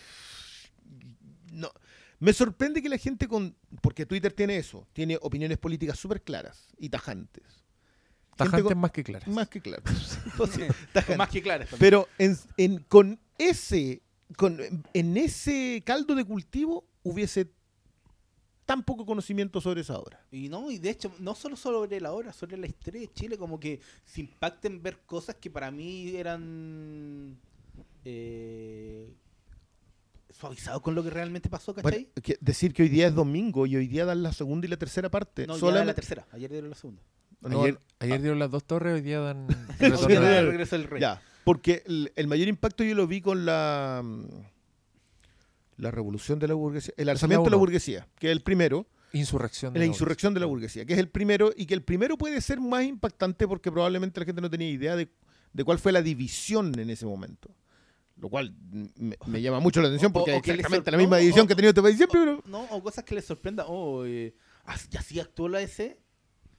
No. Me sorprende que la gente con... Porque Twitter tiene eso. Tiene opiniones políticas súper claras y tajantes. Gente Tajantes con- más que claras. Más que claras. O sea, Con tajantes. más que claras también. Pero en, en- con ese... Con, en ese caldo de cultivo hubiese tan poco conocimiento sobre esa obra. Y no, y de hecho, no solo sobre la obra, sobre la historia de Chile, como que se impacten ver cosas que para mí eran eh, suavizados con lo que realmente pasó, ¿cachai? Bueno, que decir que hoy día es domingo y hoy día dan la segunda y la tercera parte. no, ya solamente- la tercera, ayer dieron la segunda. No, Ayer, ayer dieron las dos torres, hoy día dan... El Hoy retorno día del- el regreso del rey. Ya, porque el, el mayor impacto yo lo vi con la mm, la revolución de la burguesía, el alzamiento de la uno. burguesía, que es el primero, Insurrección. de la la insurrección de la burguesía, que es el primero, y que el primero puede ser más impactante porque probablemente la gente no tenía idea de, de cuál fue la división en ese momento. Lo cual me, me llama mucho la atención O- porque o es que le exactamente sor- la misma no, división o- que ha tenido este país siempre, pero... No, o cosas que les sorprendan. Oh, eh, ¿as- ¿y así actuó la E C?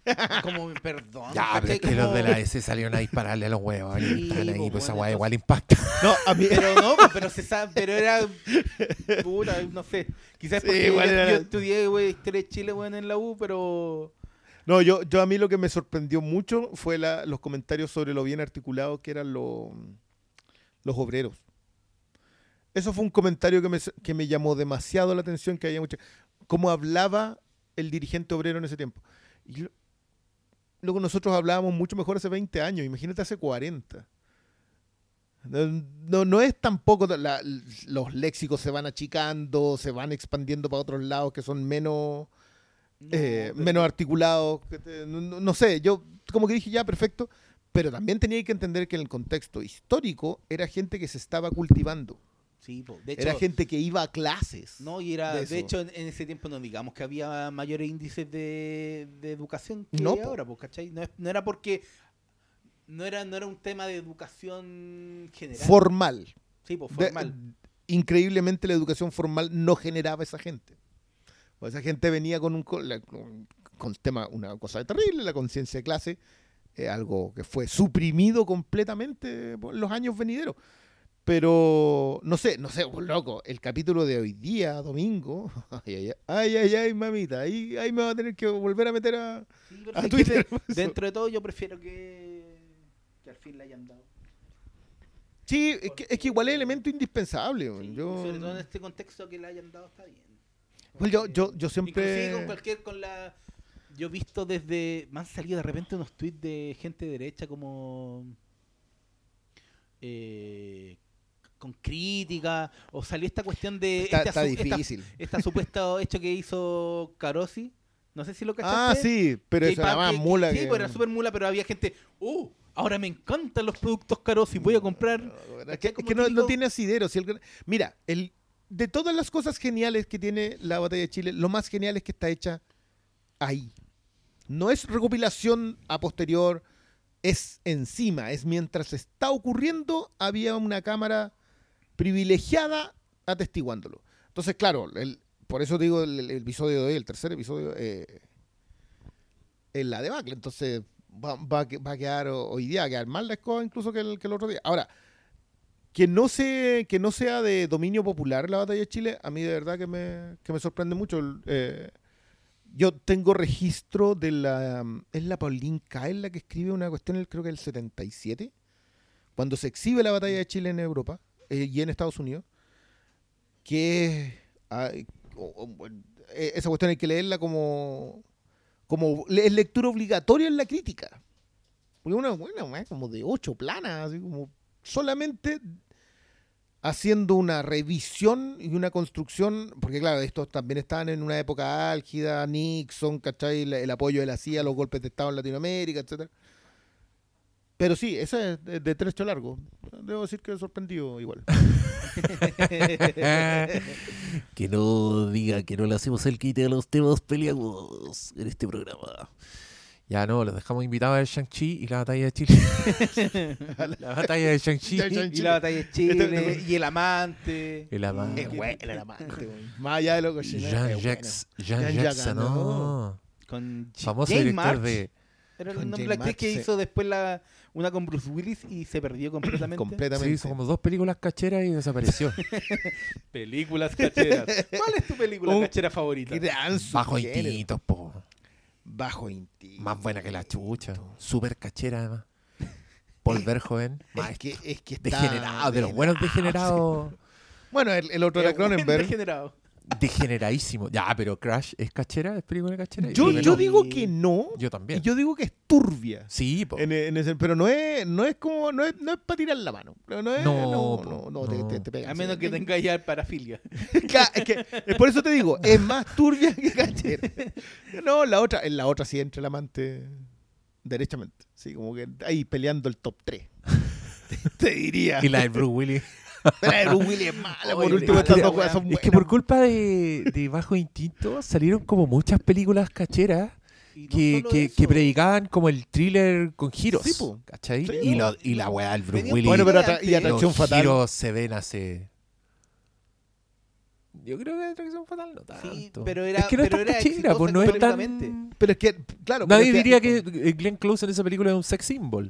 Como, perdón. Ya, pero ¿cachai? es que los Como- de la S salieron a dispararle a los huevos. Sí, Y están ahí, pues, pues esa bueno, weá entonces- igual impacta. No, a mí. Pero no, pues, pero se sabe, pero era puta, no sé. Quizás Sí, porque igual yo, era- yo estudié, güey, historia de Chile, güey, en la U, pero No, yo, yo a mí lo que me sorprendió mucho fue la- los comentarios sobre lo bien articulados que eran los, los obreros. Eso fue un comentario que me, que me llamó demasiado la atención, que había mucha... Cómo hablaba el dirigente obrero en ese tiempo. Y lo- luego nosotros hablábamos mucho mejor hace veinte años, imagínate hace cuarenta. No, no, no es tampoco... la- los léxicos se van achicando, se van expandiendo para otros lados que son menos... no, eh, pero- menos articulados, que te- no, no- no sé, yo como que dije ya, perfecto, pero también tenía que entender que en el contexto histórico era gente que se estaba cultivando, Sí, po. De hecho, era gente que iba a clases. no, y era, de de, eso. hecho, en, en ese tiempo no digamos que había mayores índices de, de educación que No, po. ahora, pues, ¿cachai? No, es- no era porque no era, no era un tema de educación general. Formal. sí, pues, De- formal. increíblemente la educación formal no generaba esa gente. O esa gente venía con un co- la- con, con tema, una cosa terrible, la conciencia de clase, eh, algo que fue suprimido completamente por los años venideros. Pero, no sé, no sé, pues, loco, el capítulo de hoy día, domingo, ay, ay, ay, ay, ay, mamita, ahí, ahí me va a tener que volver a meter a, Sí, pero a sí, que Twitter. de- dentro de todo yo prefiero que, que al fin le hayan dado. Sí, es que, es que igual es elemento indispensable. Sí, yo, Sobre todo en este contexto que le hayan dado está bien. Pues yo- Porque yo- yo inclusive siempre- con cualquier, con la... Yo he visto desde... Me han salido de repente unos tweets de gente de derecha como... eh, con crítica, o salió esta cuestión de... está, este está asu- esta- difícil. Este supuesto hecho que hizo Carosi. No sé si lo cachaste. Ah, sí, pero Que eso era pa- más que- que- mula Sí, que... pues era súper mula, pero había gente... ¡Uh! Ahora me encantan los productos Carosi, voy a comprar... Es que, es Como que no, no típico- tiene asidero. Si el- mira, el, de todas las cosas geniales que tiene la batalla de Chile, lo más genial es que está hecha ahí. No es recopilación a posterior, es encima, es mientras está ocurriendo, había una cámara privilegiada atestiguándolo. Entonces, claro, el- por eso digo el, el episodio de hoy, el tercer episodio, eh, es la debacle. Entonces, va, va, a que- va a quedar hoy día, va a quedar más la escoba incluso que el, que el otro día. Ahora, que no, se, que no sea de dominio popular la batalla de Chile, a mí de verdad que me, que me sorprende mucho. El, eh, yo tengo registro de la... Es la Pauline Kael la que escribe una cuestión, el- creo que el setenta y siete, cuando se exhibe la batalla de Chile en Europa eh, y en Estados Unidos, que ah, o- o- eh, esa cuestión hay que leerla como, como le- es lectura obligatoria en la crítica. Porque una buena, una como de ocho planas, así como solamente haciendo una revisión y una construcción, porque claro, estos también estaban en una época álgida, Nixon, ¿cachai? El, el apoyo de la C I A, los golpes de Estado en Latinoamérica, etcétera. Pero sí, esa es de, de trecho largo. Debo decir que he sorprendido igual. Que no diga que no le hacemos el quite a los temas peleados en este programa. Ya no, los dejamos invitados a ver Shang-Chi y la batalla de Chile. La batalla de Shang-Chi. Ya, Shang-Chi. Y la batalla de Chile, Este- y el amante. El amante. Es buena la amante, weón. Más allá de lo que Jean es buena. Jacques, Jean Jean Jacques, Jacques, no. Con Famoso Jane director March. de... Era el Con nombre de Jane la actriz que March, sí. hizo después la, una con Bruce Willis y se perdió completamente. Completamente. Sí, hizo como dos películas cacheras y desapareció. Películas cacheras. ¿Cuál es tu película Un cachera favorita? Gran Bajo subgénero. instintos, po. Bajo instinto. Más buena que la chucha. Súper cachera, además. Paul Verhoeven. Más Es que, es que está degenerado, de los buenos degenerados. Bueno, el, el otro era Es buen Cronenberg. degenerado. Degeneradísimo. Ya, pero Crash es cachera, es película cachera. Yo, creo que yo no. digo que no. Yo también. Y yo digo que es turbia. Sí, po. En, en ese- pero no es, no es como, no es, no es para tirar la mano. No, no es, No, no, po, no, no, te- no. te, te pega. A menos que tenga ya parafilia. Claro, es que, es por eso te digo, es más turbia que cachera. No, la otra, en la otra sí entra el amante derechamente. Sí, como que ahí peleando el top tres. Te, te diría. Y la de Bruce Willis. Pero Bruce Willis es mala, por Oye, último mala, estas dos weón. cosas son Es buenas. que por culpa de, de Bajo Instinto salieron como muchas películas cacheras Y no que, solo que, eso. que predicaban como el thriller con giros. Sí, po. ¿Cachai? Sí, y, po. lo- y la weá del Bruce Venía- Willis. Bueno, pero Antes, atra- y Atracción los Fatal. giros se ven hace. Yo creo que Atracción Fatal no tanto. Sí, pero era, es que no pero es tan era cachera, exitosa pues no es tan... económicamente. Pero es que, claro. pero Nadie es diría que eh, Glenn Close en esa película es un sex symbol.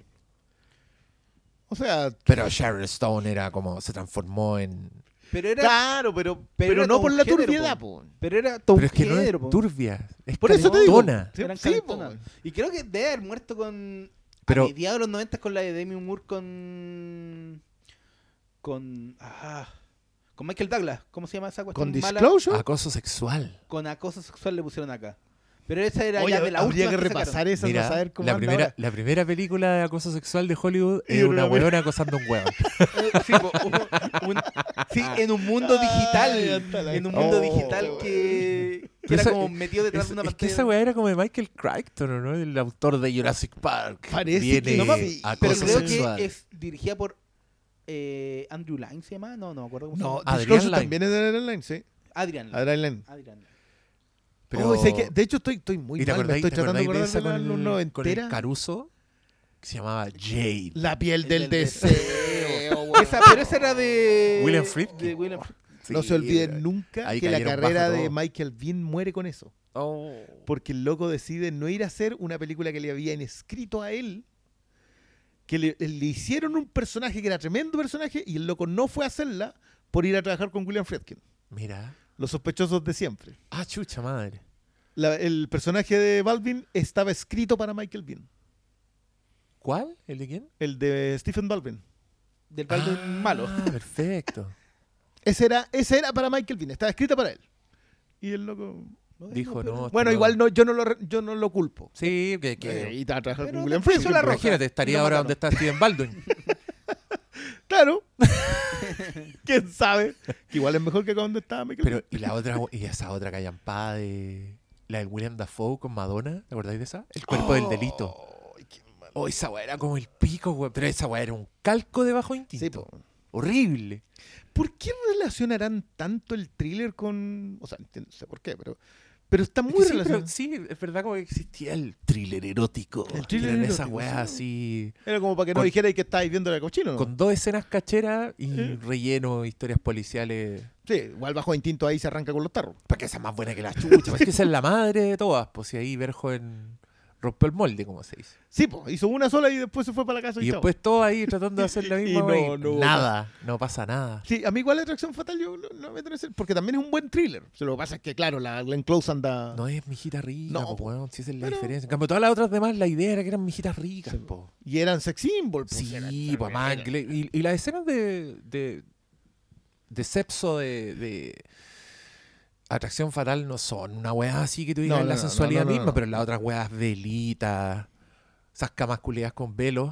O sea, Pero Sharon Stone era como... Se transformó en... Pero era, claro, pero, pero pero, era no todo por un la género, turbiedad, po. po. pero era todo Pero un es que no género, es po. turbia. Es Por eso te digo. calentona. Sí, Eran sí, calentonas. po. Y creo que debe haber muerto con... Pero- A mediados de los noventa con la de Demi Moore con... Con... Ah, con Michael Douglas. ¿Cómo se llama esa cuestión Con mala? Disclosure. Acoso sexual. Con acoso sexual le pusieron acá. Pero esa era Oye, ya de la habría última que que sacaron. repasar esa Mira, para saber cómo la anda primera, ahora. la primera película de acoso sexual de Hollywood Y es una una buena- huevona acosando a un hueón. Eh, sí, po, un- un- sí, en un mundo Ay, digital. hasta la- En un mundo Oh, digital weón. que, que Pero era esa- como metido detrás Es, de una es que pantalla. esa weá era como de Michael Crichton, ¿no? El autor de Jurassic Park. Parece Viene que- no me- acoso Pero creo sexual. que es dirigida por eh, Andrew Lyne, ¿se llama? No, no me acuerdo cómo No, se llama. Adrian Disclosure Lyne. también es de Adrian Lyne, sí. Adrian Lyne. Adrian Lyne. Adrian Lyne. Pero- Oh, sé que- de hecho, estoy, estoy muy ¿Y te mal. Me acordáis, estoy te tratando de acordáis de acordar esa de con la el, luz con el noventera. Caruso? Que se llamaba Jade. La piel El del, del deseo. weón. Esa, pero esa era de... William Friedkin. de William Friedkin. No Sí, se olviden weón. nunca Ahí que la cayeron carrera bajo de todo. Michael Biehn muere con eso. Oh. Porque el loco decide no ir a hacer una película que le habían escrito a él, que le, le hicieron un personaje que era tremendo personaje y el loco no fue a hacerla por ir a trabajar con William Friedkin. Mira. Los sospechosos de siempre. Ah, chucha madre. La- el personaje de Balvin estaba escrito para Michael Biehn. ¿Cuál? ¿El de quién? El de Stephen Balvin. Del Baldwin Ah, malo. perfecto. Ese era, ese era para Michael Biehn, estaba escrita para él. Y el loco... Dijo, no. Bueno, no. igual no, yo, no lo, re- yo no lo culpo. Sí, que... que Eh, y estaba trabajando Pero con William después Friedkin. hizo la roca. imagínate, Y estaría lo ahora mataron. donde está Steven Baldwin. Claro. ¿Quién sabe? Que igual es mejor que cuando estaba Michael Pero, y la otra, y esa otra callampada de... La de William Dafoe con Madonna, ¿te acordáis de esa? El cuerpo del delito. Ay, qué mal. Oh, esa weá era como el pico, güey. Pero esa weá era un calco de Bajo Sí, Instinto. po. Horrible. ¿Por qué relacionarán tanto el thriller con...? O sea, entiendo- no sé por qué, pero, pero está Es muy que sí, relacionado. pero sí, es verdad como que existía el thriller erótico. El que thriller eran erótico, esas weas sí. así... Era como para que no con- dijerais que estáis viendo la cochino, ¿no? Con dos escenas cacheras y ¿Eh? relleno, historias policiales. Sí, igual bajo instinto ahí se arranca con los tarros. Para que esa es más buena que la chucha. Es que esa es la madre de todas. Pues si ahí Verhoeven rompió el molde, como se dice. Sí, pues, hizo una sola y después se fue para la casa y, Y chao. después todos ahí tratando de hacer la Y misma no, wea y no, nada, no pasa nada. Sí, a mí igual la atracción fatal yo lo, lo meto en ese- porque también es un buen thriller. O sea, lo que pasa es que, claro, la Glenn Close anda... No es mijita rica, No, po, po. weón, si esa es la Pero- diferencia. En cambio, todas las otras demás, la idea era que eran mijitas ricas, Sí, po. Y eran sex symbol. pues, era- Sí, pues más era- Gle- y, y las escenas de, de, de sexo de, de atracción fatal no son una weá así que tú digas No, la no, no, sensualidad no, no, misma, no. pero las otras weas velitas, esas camas culiadas con velos,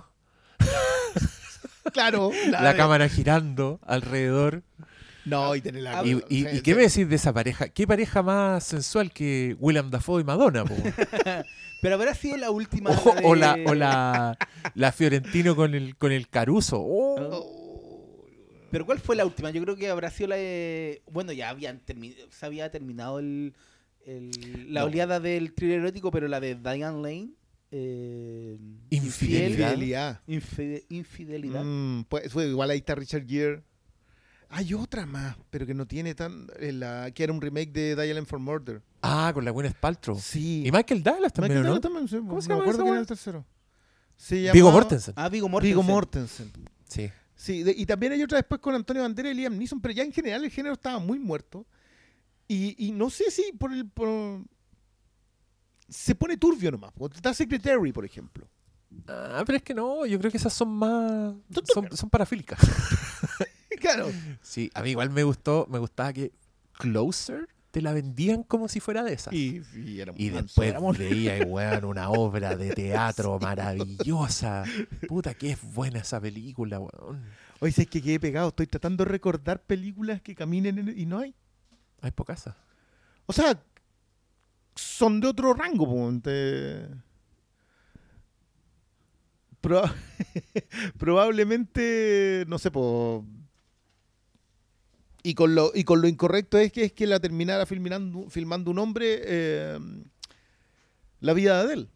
Claro. la, de- cámara girando alrededor. No, y tener la... Y, o y- sea, y qué me decís de esa pareja? ¿Qué pareja más sensual que Willem Dafoe y Madonna? Po? Pero habrá sido la última. o, de- o la, o la, la Fiorentino con el, con el Caruso. Oh. Oh. Pero ¿cuál fue la última? Yo creo que habrá sido la de... Bueno, ya habían termi- se había terminado el, el- la No. oleada del thriller erótico, pero la de Diane Lane. Eh, Infidelidad. Infidelidad. Infide- infidelidad. Mm, pues, fue, igual ahí está Richard Gere. Hay otra más, pero que no tiene tan... eh, la, que era un remake de Dial for Murder. Ah, con la Gwyneth Paltrow. Sí. Y Michael Douglas también, Michael ¿no? Douglas también, sí, ¿Cómo se no llama me acuerdo esa quién weá? era el tercero. Se Viggo llamaba- Mortensen. Ah, Viggo Mortensen. Viggo Mortensen. Sí. Sí, de- y también hay otra después con Antonio Banderas y Liam Neeson, pero ya en general el género estaba muy muerto. Y, y no sé si por el... por- se pone turbio nomás. Está Secretary, por ejemplo. Ah, pero es que no, yo creo que esas son más... Son Son, son parafílicas. Claro. Sí, a mí igual me gustó, me gustaba que Closer te la vendían como si fuera de esas. Y, Y, y era un después manso de amor. veía, weón, una obra de teatro maravillosa. Puta, que es buena esa película, weón. Oye, si es que quedé pegado. Estoy tratando de recordar películas que caminen en- y no hay. Hay pocas. O sea, son de otro rango. Po, de- Proba- Probablemente, no sé, po... Y con, lo, y con lo incorrecto es que es que la terminara filmando, filmando un hombre eh, la vida de él.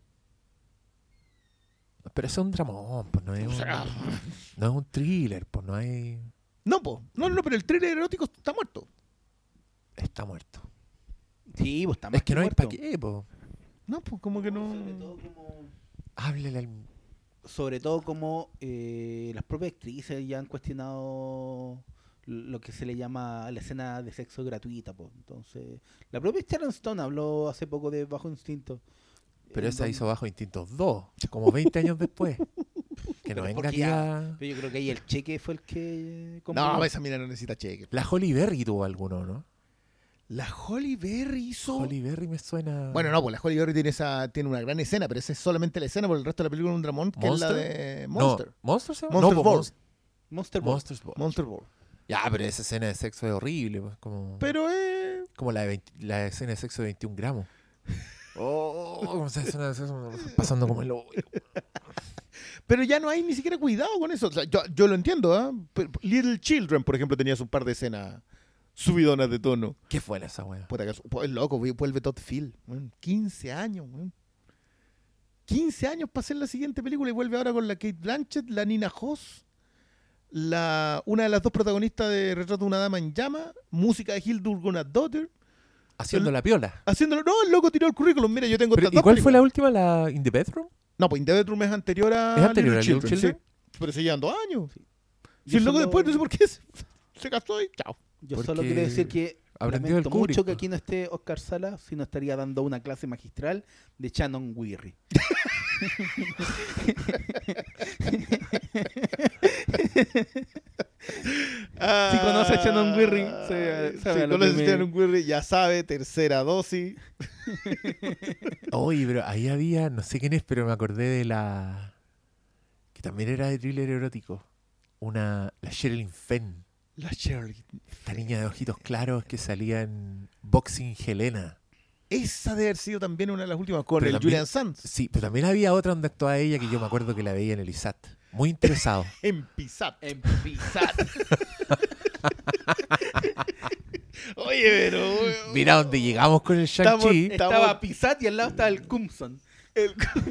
Pero eso es un dramón, pues no es O un, sea, no es un thriller, pues no hay... no, po. No, no, pero el thriller erótico está muerto. está muerto. Sí, pues está más Es que no hay muerto. pa' qué, po. No, pues como que no. Sobre todo como, Háblele al... sobre todo como eh, las propias actrices ya han cuestionado lo que se le llama la escena de sexo gratuita, pues. Entonces, la propia Sharon Stone habló hace poco de Bajo Instinto. Pero en esa donde- hizo Bajo Instintos dos, como veinte años después. Que no Pero venga porque aquí ya- a... Pero yo creo que ahí el cheque fue el que... compró. No, esa mina no necesita cheque. La Holly Berry tuvo alguno, ¿no? La Holly Berry hizo. Holly Berry me suena... Bueno, no, pues la Holly Berry tiene, esa, tiene una gran escena, pero esa es solamente la escena, por el resto de la película es un dramón, que es la ¿Monster? de No, Monster. ¿Monsters se llama? Monsters No, po, Ball. Monst- Monster Ball. Monsters Ball. Monster Ball. Ya, pero esa escena de sexo es horrible, pues, como... Pero eh, Como la, de veinte la escena de sexo de veintiún gramos. Oh, como esa escena de sexo pasando como el hoyo. pero ya no hay ni siquiera cuidado con eso. O sea, yo, yo lo entiendo, ¿ah? Pero Little Children, por ejemplo, tenía un par de escenas subidonas de tono. ¿Qué fue esa wea? Puta, que es pues, loco, vuelve Todd Field. weón. quince años, weón. quince años para hacer la siguiente película y vuelve ahora con la Kate Blanchett, la Nina Hoss, la, una de las dos protagonistas de Retrato de una dama en llama, música de Hildur Guðnadóttir, Haciendo El- la piola. haciéndolo. No, el loco tiró el currículum. Mira, yo tengo Pero, estas ¿y dos cuál fue la películas. última? ¿La In the Bedroom? No, pues In the Bedroom es anterior a ¿Es anterior a Little Little Children, Children? sí. Pero se llevan dos años. Si Yo el loco solo- después, no sé por qué se, se casó y chao. Yo Porque solo quiero decir que aprendió lamento del Kubrick, mucho que po. aquí no esté Oscar Sala, si no estaría dando una clase magistral de Shannon Weary. Si conoce a Shannon Weary, se- sabe a Si lo conoce que a me- Shannon Weary, ya sabe, tercera dosis. Oye, pero ahí había, no sé quién es, pero me acordé de la... Que también era de thriller erótico. Una... La Sherilyn Fenn. La Shirley. Esta niña de ojitos claros que salía en Boxing Helena. Esa debe haber sido también una de las últimas con Pero el también- Julian Sands. Sí, pero también había otra donde actuaba ella que yo me acuerdo que la veía en el I S A T. Muy interesado. En Pisat. En Pizat. Oye, pero. Mira dónde llegamos con el Estamos- Shang-Chi. Estaba Pizat y al lado estaba el Cumson. El...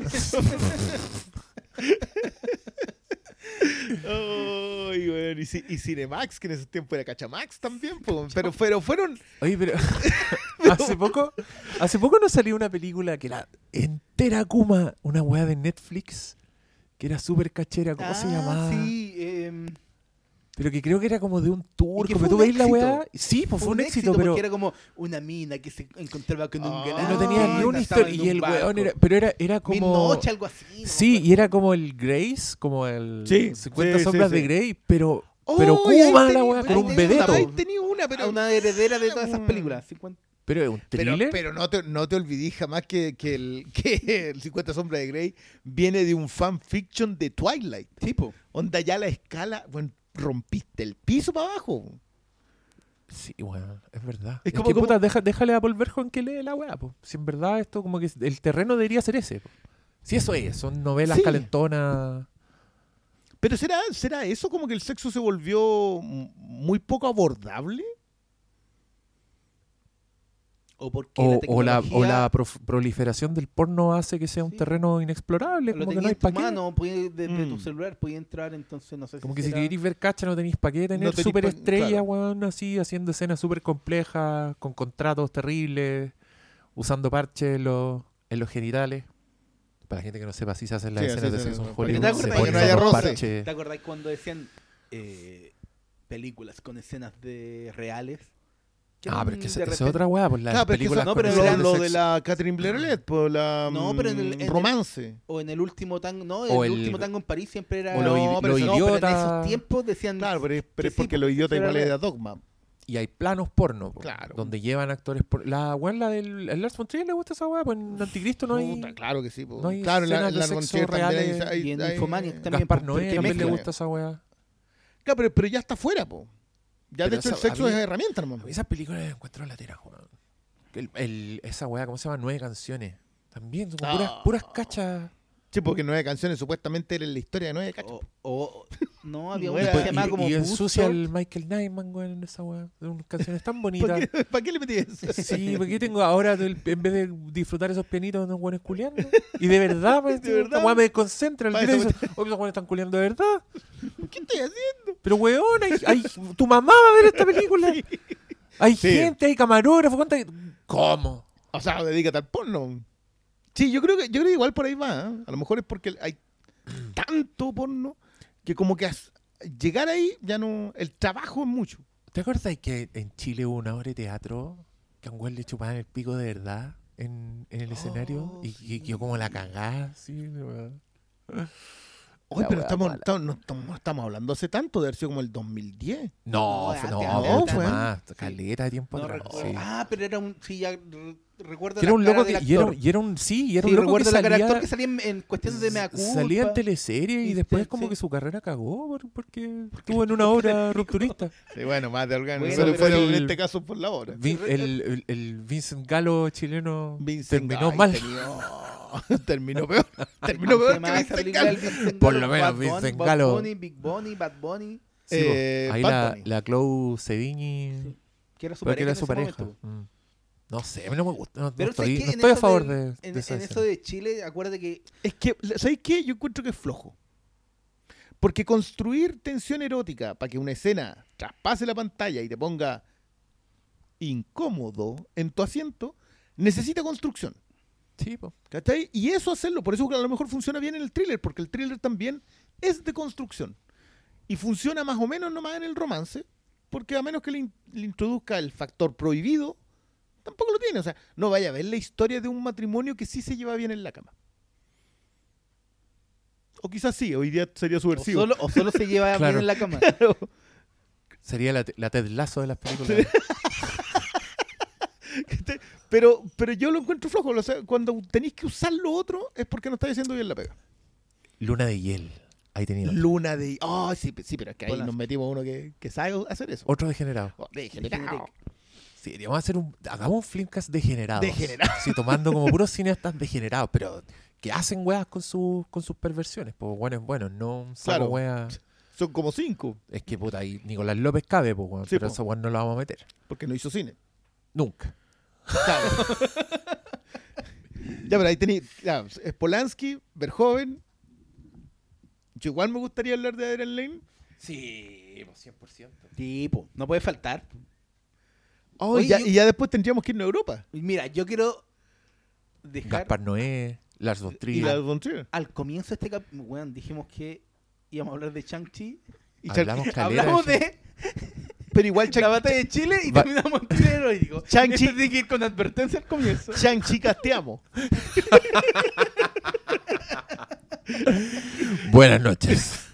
Ay, bueno, y, ci- y Cinemax, que en ese tiempo era Cachamax también, po. pero, pero fueron. Oye, pero hace poco hace poco nos salió una película que era entera Kuma, una weá de Netflix, que era súper cachera, ¿cómo se Ah, llamaba? Sí, em, Pero que creo que era como de un turco, que pero fue tú un veis la éxito. weá. Sí, pues fue un éxito, pero porque era como una mina que se encontraba con un Ah, ganado. y no tenía ni una estaba historia. en Y un el weón barco. era, pero era, era Mil como. noche, algo así. no me Sí, acuerdo. y era como el Grace, como el Sí, cincuenta sí, sombras sí, de sí. Grey, pero, Oh, pero y ahí Kuma la tenía- weá, ahí con un tenía una, vedeto. Ahí tenía una, A pero. una heredera de todas esas películas. cincuenta Pero es un Pero, thriller. pero no te, no te olvides jamás que, que, el, que el cincuenta sombras de Grey viene de un fanfiction de Twilight. tipo. Onda ya la escala, bueno, rompiste el piso para abajo. Sí, bueno, es verdad. Es Es, como- que, como- puta, deja- déjale a Paul Verhoeven que lee la weá, po. Si en verdad esto como que el terreno debería ser ese, po. Si eso es, son novelas Sí. calentonas. Pero ¿será, ¿será eso como que el sexo se volvió m- muy poco abordable? O porque O, o la, tecnología o la prof- proliferación del porno hace que sea un Sí. terreno inexplorable, lo como que tenía no hay en tu pa' qué. mano, podía- de, de tu Mm. celular podía entrar, entonces no sé Como si que si será- queréis ver cacha no tenéis pa' qué tener No tenéis super pa- estrella, claro. weón, así, haciendo escenas súper complejas, con contratos terribles, usando parches en los, en los genitales. Para la gente que no sepa, así se hacen las Sí, escenas así de se- sexo en para que Hollywood. te Se acuerdas ponen que no haya unos roce. parches. ¿Te acordás cuando decían eh, películas con escenas de reales? Que Ah, eran pero es que esa de esa es repente- otra weá, pues las Claro, pero es que películas eso- no, con pero escenas era lo de de sexo. la Catherine Blerelet, por la No, pero en el- mm, en el- romance. O en el último tango, no, O el, el- último tango en París siempre era. o lo no, idi- pero lo eso no, pero en idiota. esos tiempos decían. Claro, pero es, pero que es sí, porque po, lo idiota era igual real. era dogma. Y hay planos porno, po, Claro. donde llevan actores por la weá, la del el Lars von Trier le gusta esa weá, pues en Anticristo no hay Puta, claro que sí. po. no hay claro, en la, escenas en de la sexo Concierto también hay- reales. hay- Y en hay- Infomaniac también. Gaspar po, Noé porque también le mezclan. gusta esa weá. Claro, pero, pero ya está fuera, po. Ya de Pero hecho el esa- a sexo mí- es herramienta, hermano. A mí esas películas las encuentro lateras, weón. El, el- esa weá, ¿cómo se llama? Nueve canciones. También son puras, Ah. puras cachas. Sí, porque nueve canciones supuestamente era la historia de nueve cachas. O, o- no, había Y una pues- que se llamaba y, como y Boost ensucia Short. el Michael Nyman, weón, en esa weá. De unas canciones tan ¿Para bonitas. qué, ¿Para qué le metí eso? Sí, porque tengo ahora, del- en vez de disfrutar esos pianitos, unos buenos culiando. Y de verdad, pues, De verdad. esta weá me desconcentra. El Pa' tiro eso- dice, oye, esos buenos están culiando de verdad. ¿Qué estoy haciendo? Pero weón, hay- hay- tu mamá va a ver esta película. Hay Sí. gente, hay camarógrafos, ¿cuánta- ¿cómo? O sea, dedícate al porno. Sí, yo creo que, yo creo que igual por ahí va. ¿eh? A lo mejor es porque hay tanto porno que como que as- llegar ahí ya no... El trabajo es mucho. ¿Te acuerdas que en Chile hubo una obra de teatro que a un güey le chupaban el pico de verdad en, en el escenario? Oh, Y sí. que quedó como la cagada, así. de verdad. Oye, La pero wea estamos, mala. estamos, no estamos, estamos hablando hace tanto, de haber sido como el dos mil diez. No, No, fue, antes, no, antes, mucho fue. más. Caleta de tiempo No atrás. recuerdo. Sí. Ah, pero era un. Sí, ya re- recuerdo. Que la era un cara loco del que. Y era, actor. y era un. Sí, y era Sí, un loco recuerdo que la cara del salía, actor que salía en, en cuestiones de mea culpa. salía en teleserie y Y después te- como sí. que su carrera cagó por- porque estuvo en una obra rupturista. Sí, bueno, más de organo. Bueno, pero, pero pero el- en este caso por la hora. Vin- el, el, el Vincent Galo chileno Vincent- terminó ay, mal. terminó- terminó peor. Terminó ¿Cómo se peor llamaba que esa Vincent película Galo. del Vincent Por Galo? lo menos Bad Bunny, Vincent Bad Galo. Bunny, Big Bunny, Bad Bunny, Sí, po. Eh, Ahí Bad la, Bunny. la Chloe Sevigny. que era su Creo que pareja era en su ese pareja. momento. Mm. No sé, a mí no me gusta. No, no Pero estoy, ¿sabes qué? no En estoy a eso favor del- de, En, de esa en eso escena. de Chile, acuérdate que. Es que, ¿sabéis qué? Yo encuentro que es flojo. Porque construir tensión erótica para que una escena traspase la pantalla y te ponga incómodo en tu asiento, necesita construcción. Sí, po. ¿Cachai? Y eso hacerlo, por eso a lo mejor funciona bien en el thriller, porque el thriller también es de construcción. Y funciona más o menos nomás en el romance, porque a menos que le, in- le introduzca el factor prohibido, tampoco lo tiene. O sea, no vaya a ver la historia de un matrimonio que sí se lleva bien en la cama. O quizás sí, hoy día sería O subversivo. solo, o solo se lleva Claro. bien en la cama. Sería la, la Ted Lasso de las películas. ¿Cachai? Pero, pero yo lo encuentro flojo. O sea, cuando tenéis que usar lo otro es porque no estáis haciendo bien la pega. Luna de hiel. Ahí tenía otro. Luna de... Oh, sí, sí, pero es que ahí Buenas. nos metimos uno que, que sabe hacer eso. Otro degenerado. Oh, degenerado. Sí, deberíamos hacer un. Hagamos un Flimcast degenerado. Degenerado. Sí, tomando como puros cineastas degenerados, pero que hacen weas con, sus con sus perversiones. Pues bueno, es bueno, no un saco Claro. weas. Son como cinco, Es que puta, ahí Nicolás López cabe, pues, weón, Sí, pero po. esa weón no la vamos a meter. porque no hizo cine. Nunca. Claro. Ya, pero ahí tenéis... Claro, es Polanski, Verhoeven. Yo igual me gustaría hablar de Adrian Lane. Sí, pues cien por ciento. Tipo, no puede faltar. Oh, Oye, y, ya, yo- y ya después tendríamos que irnos a Europa. Mira, yo quiero dejar Gaspar Noé, Lars von Y Trier. la von Trier. al comienzo de este capítulo, bueno, dijimos que íbamos a hablar de Shang-Chi. Y Hablamos Shang- caleta Hablamos de- de Pero igual la Shang- batalla de Chile y Va- terminamos en Chile y digo, Shang-Chi- esto tiene que ir con advertencia al comienzo. Shang-Chi casteamos. Buenas noches.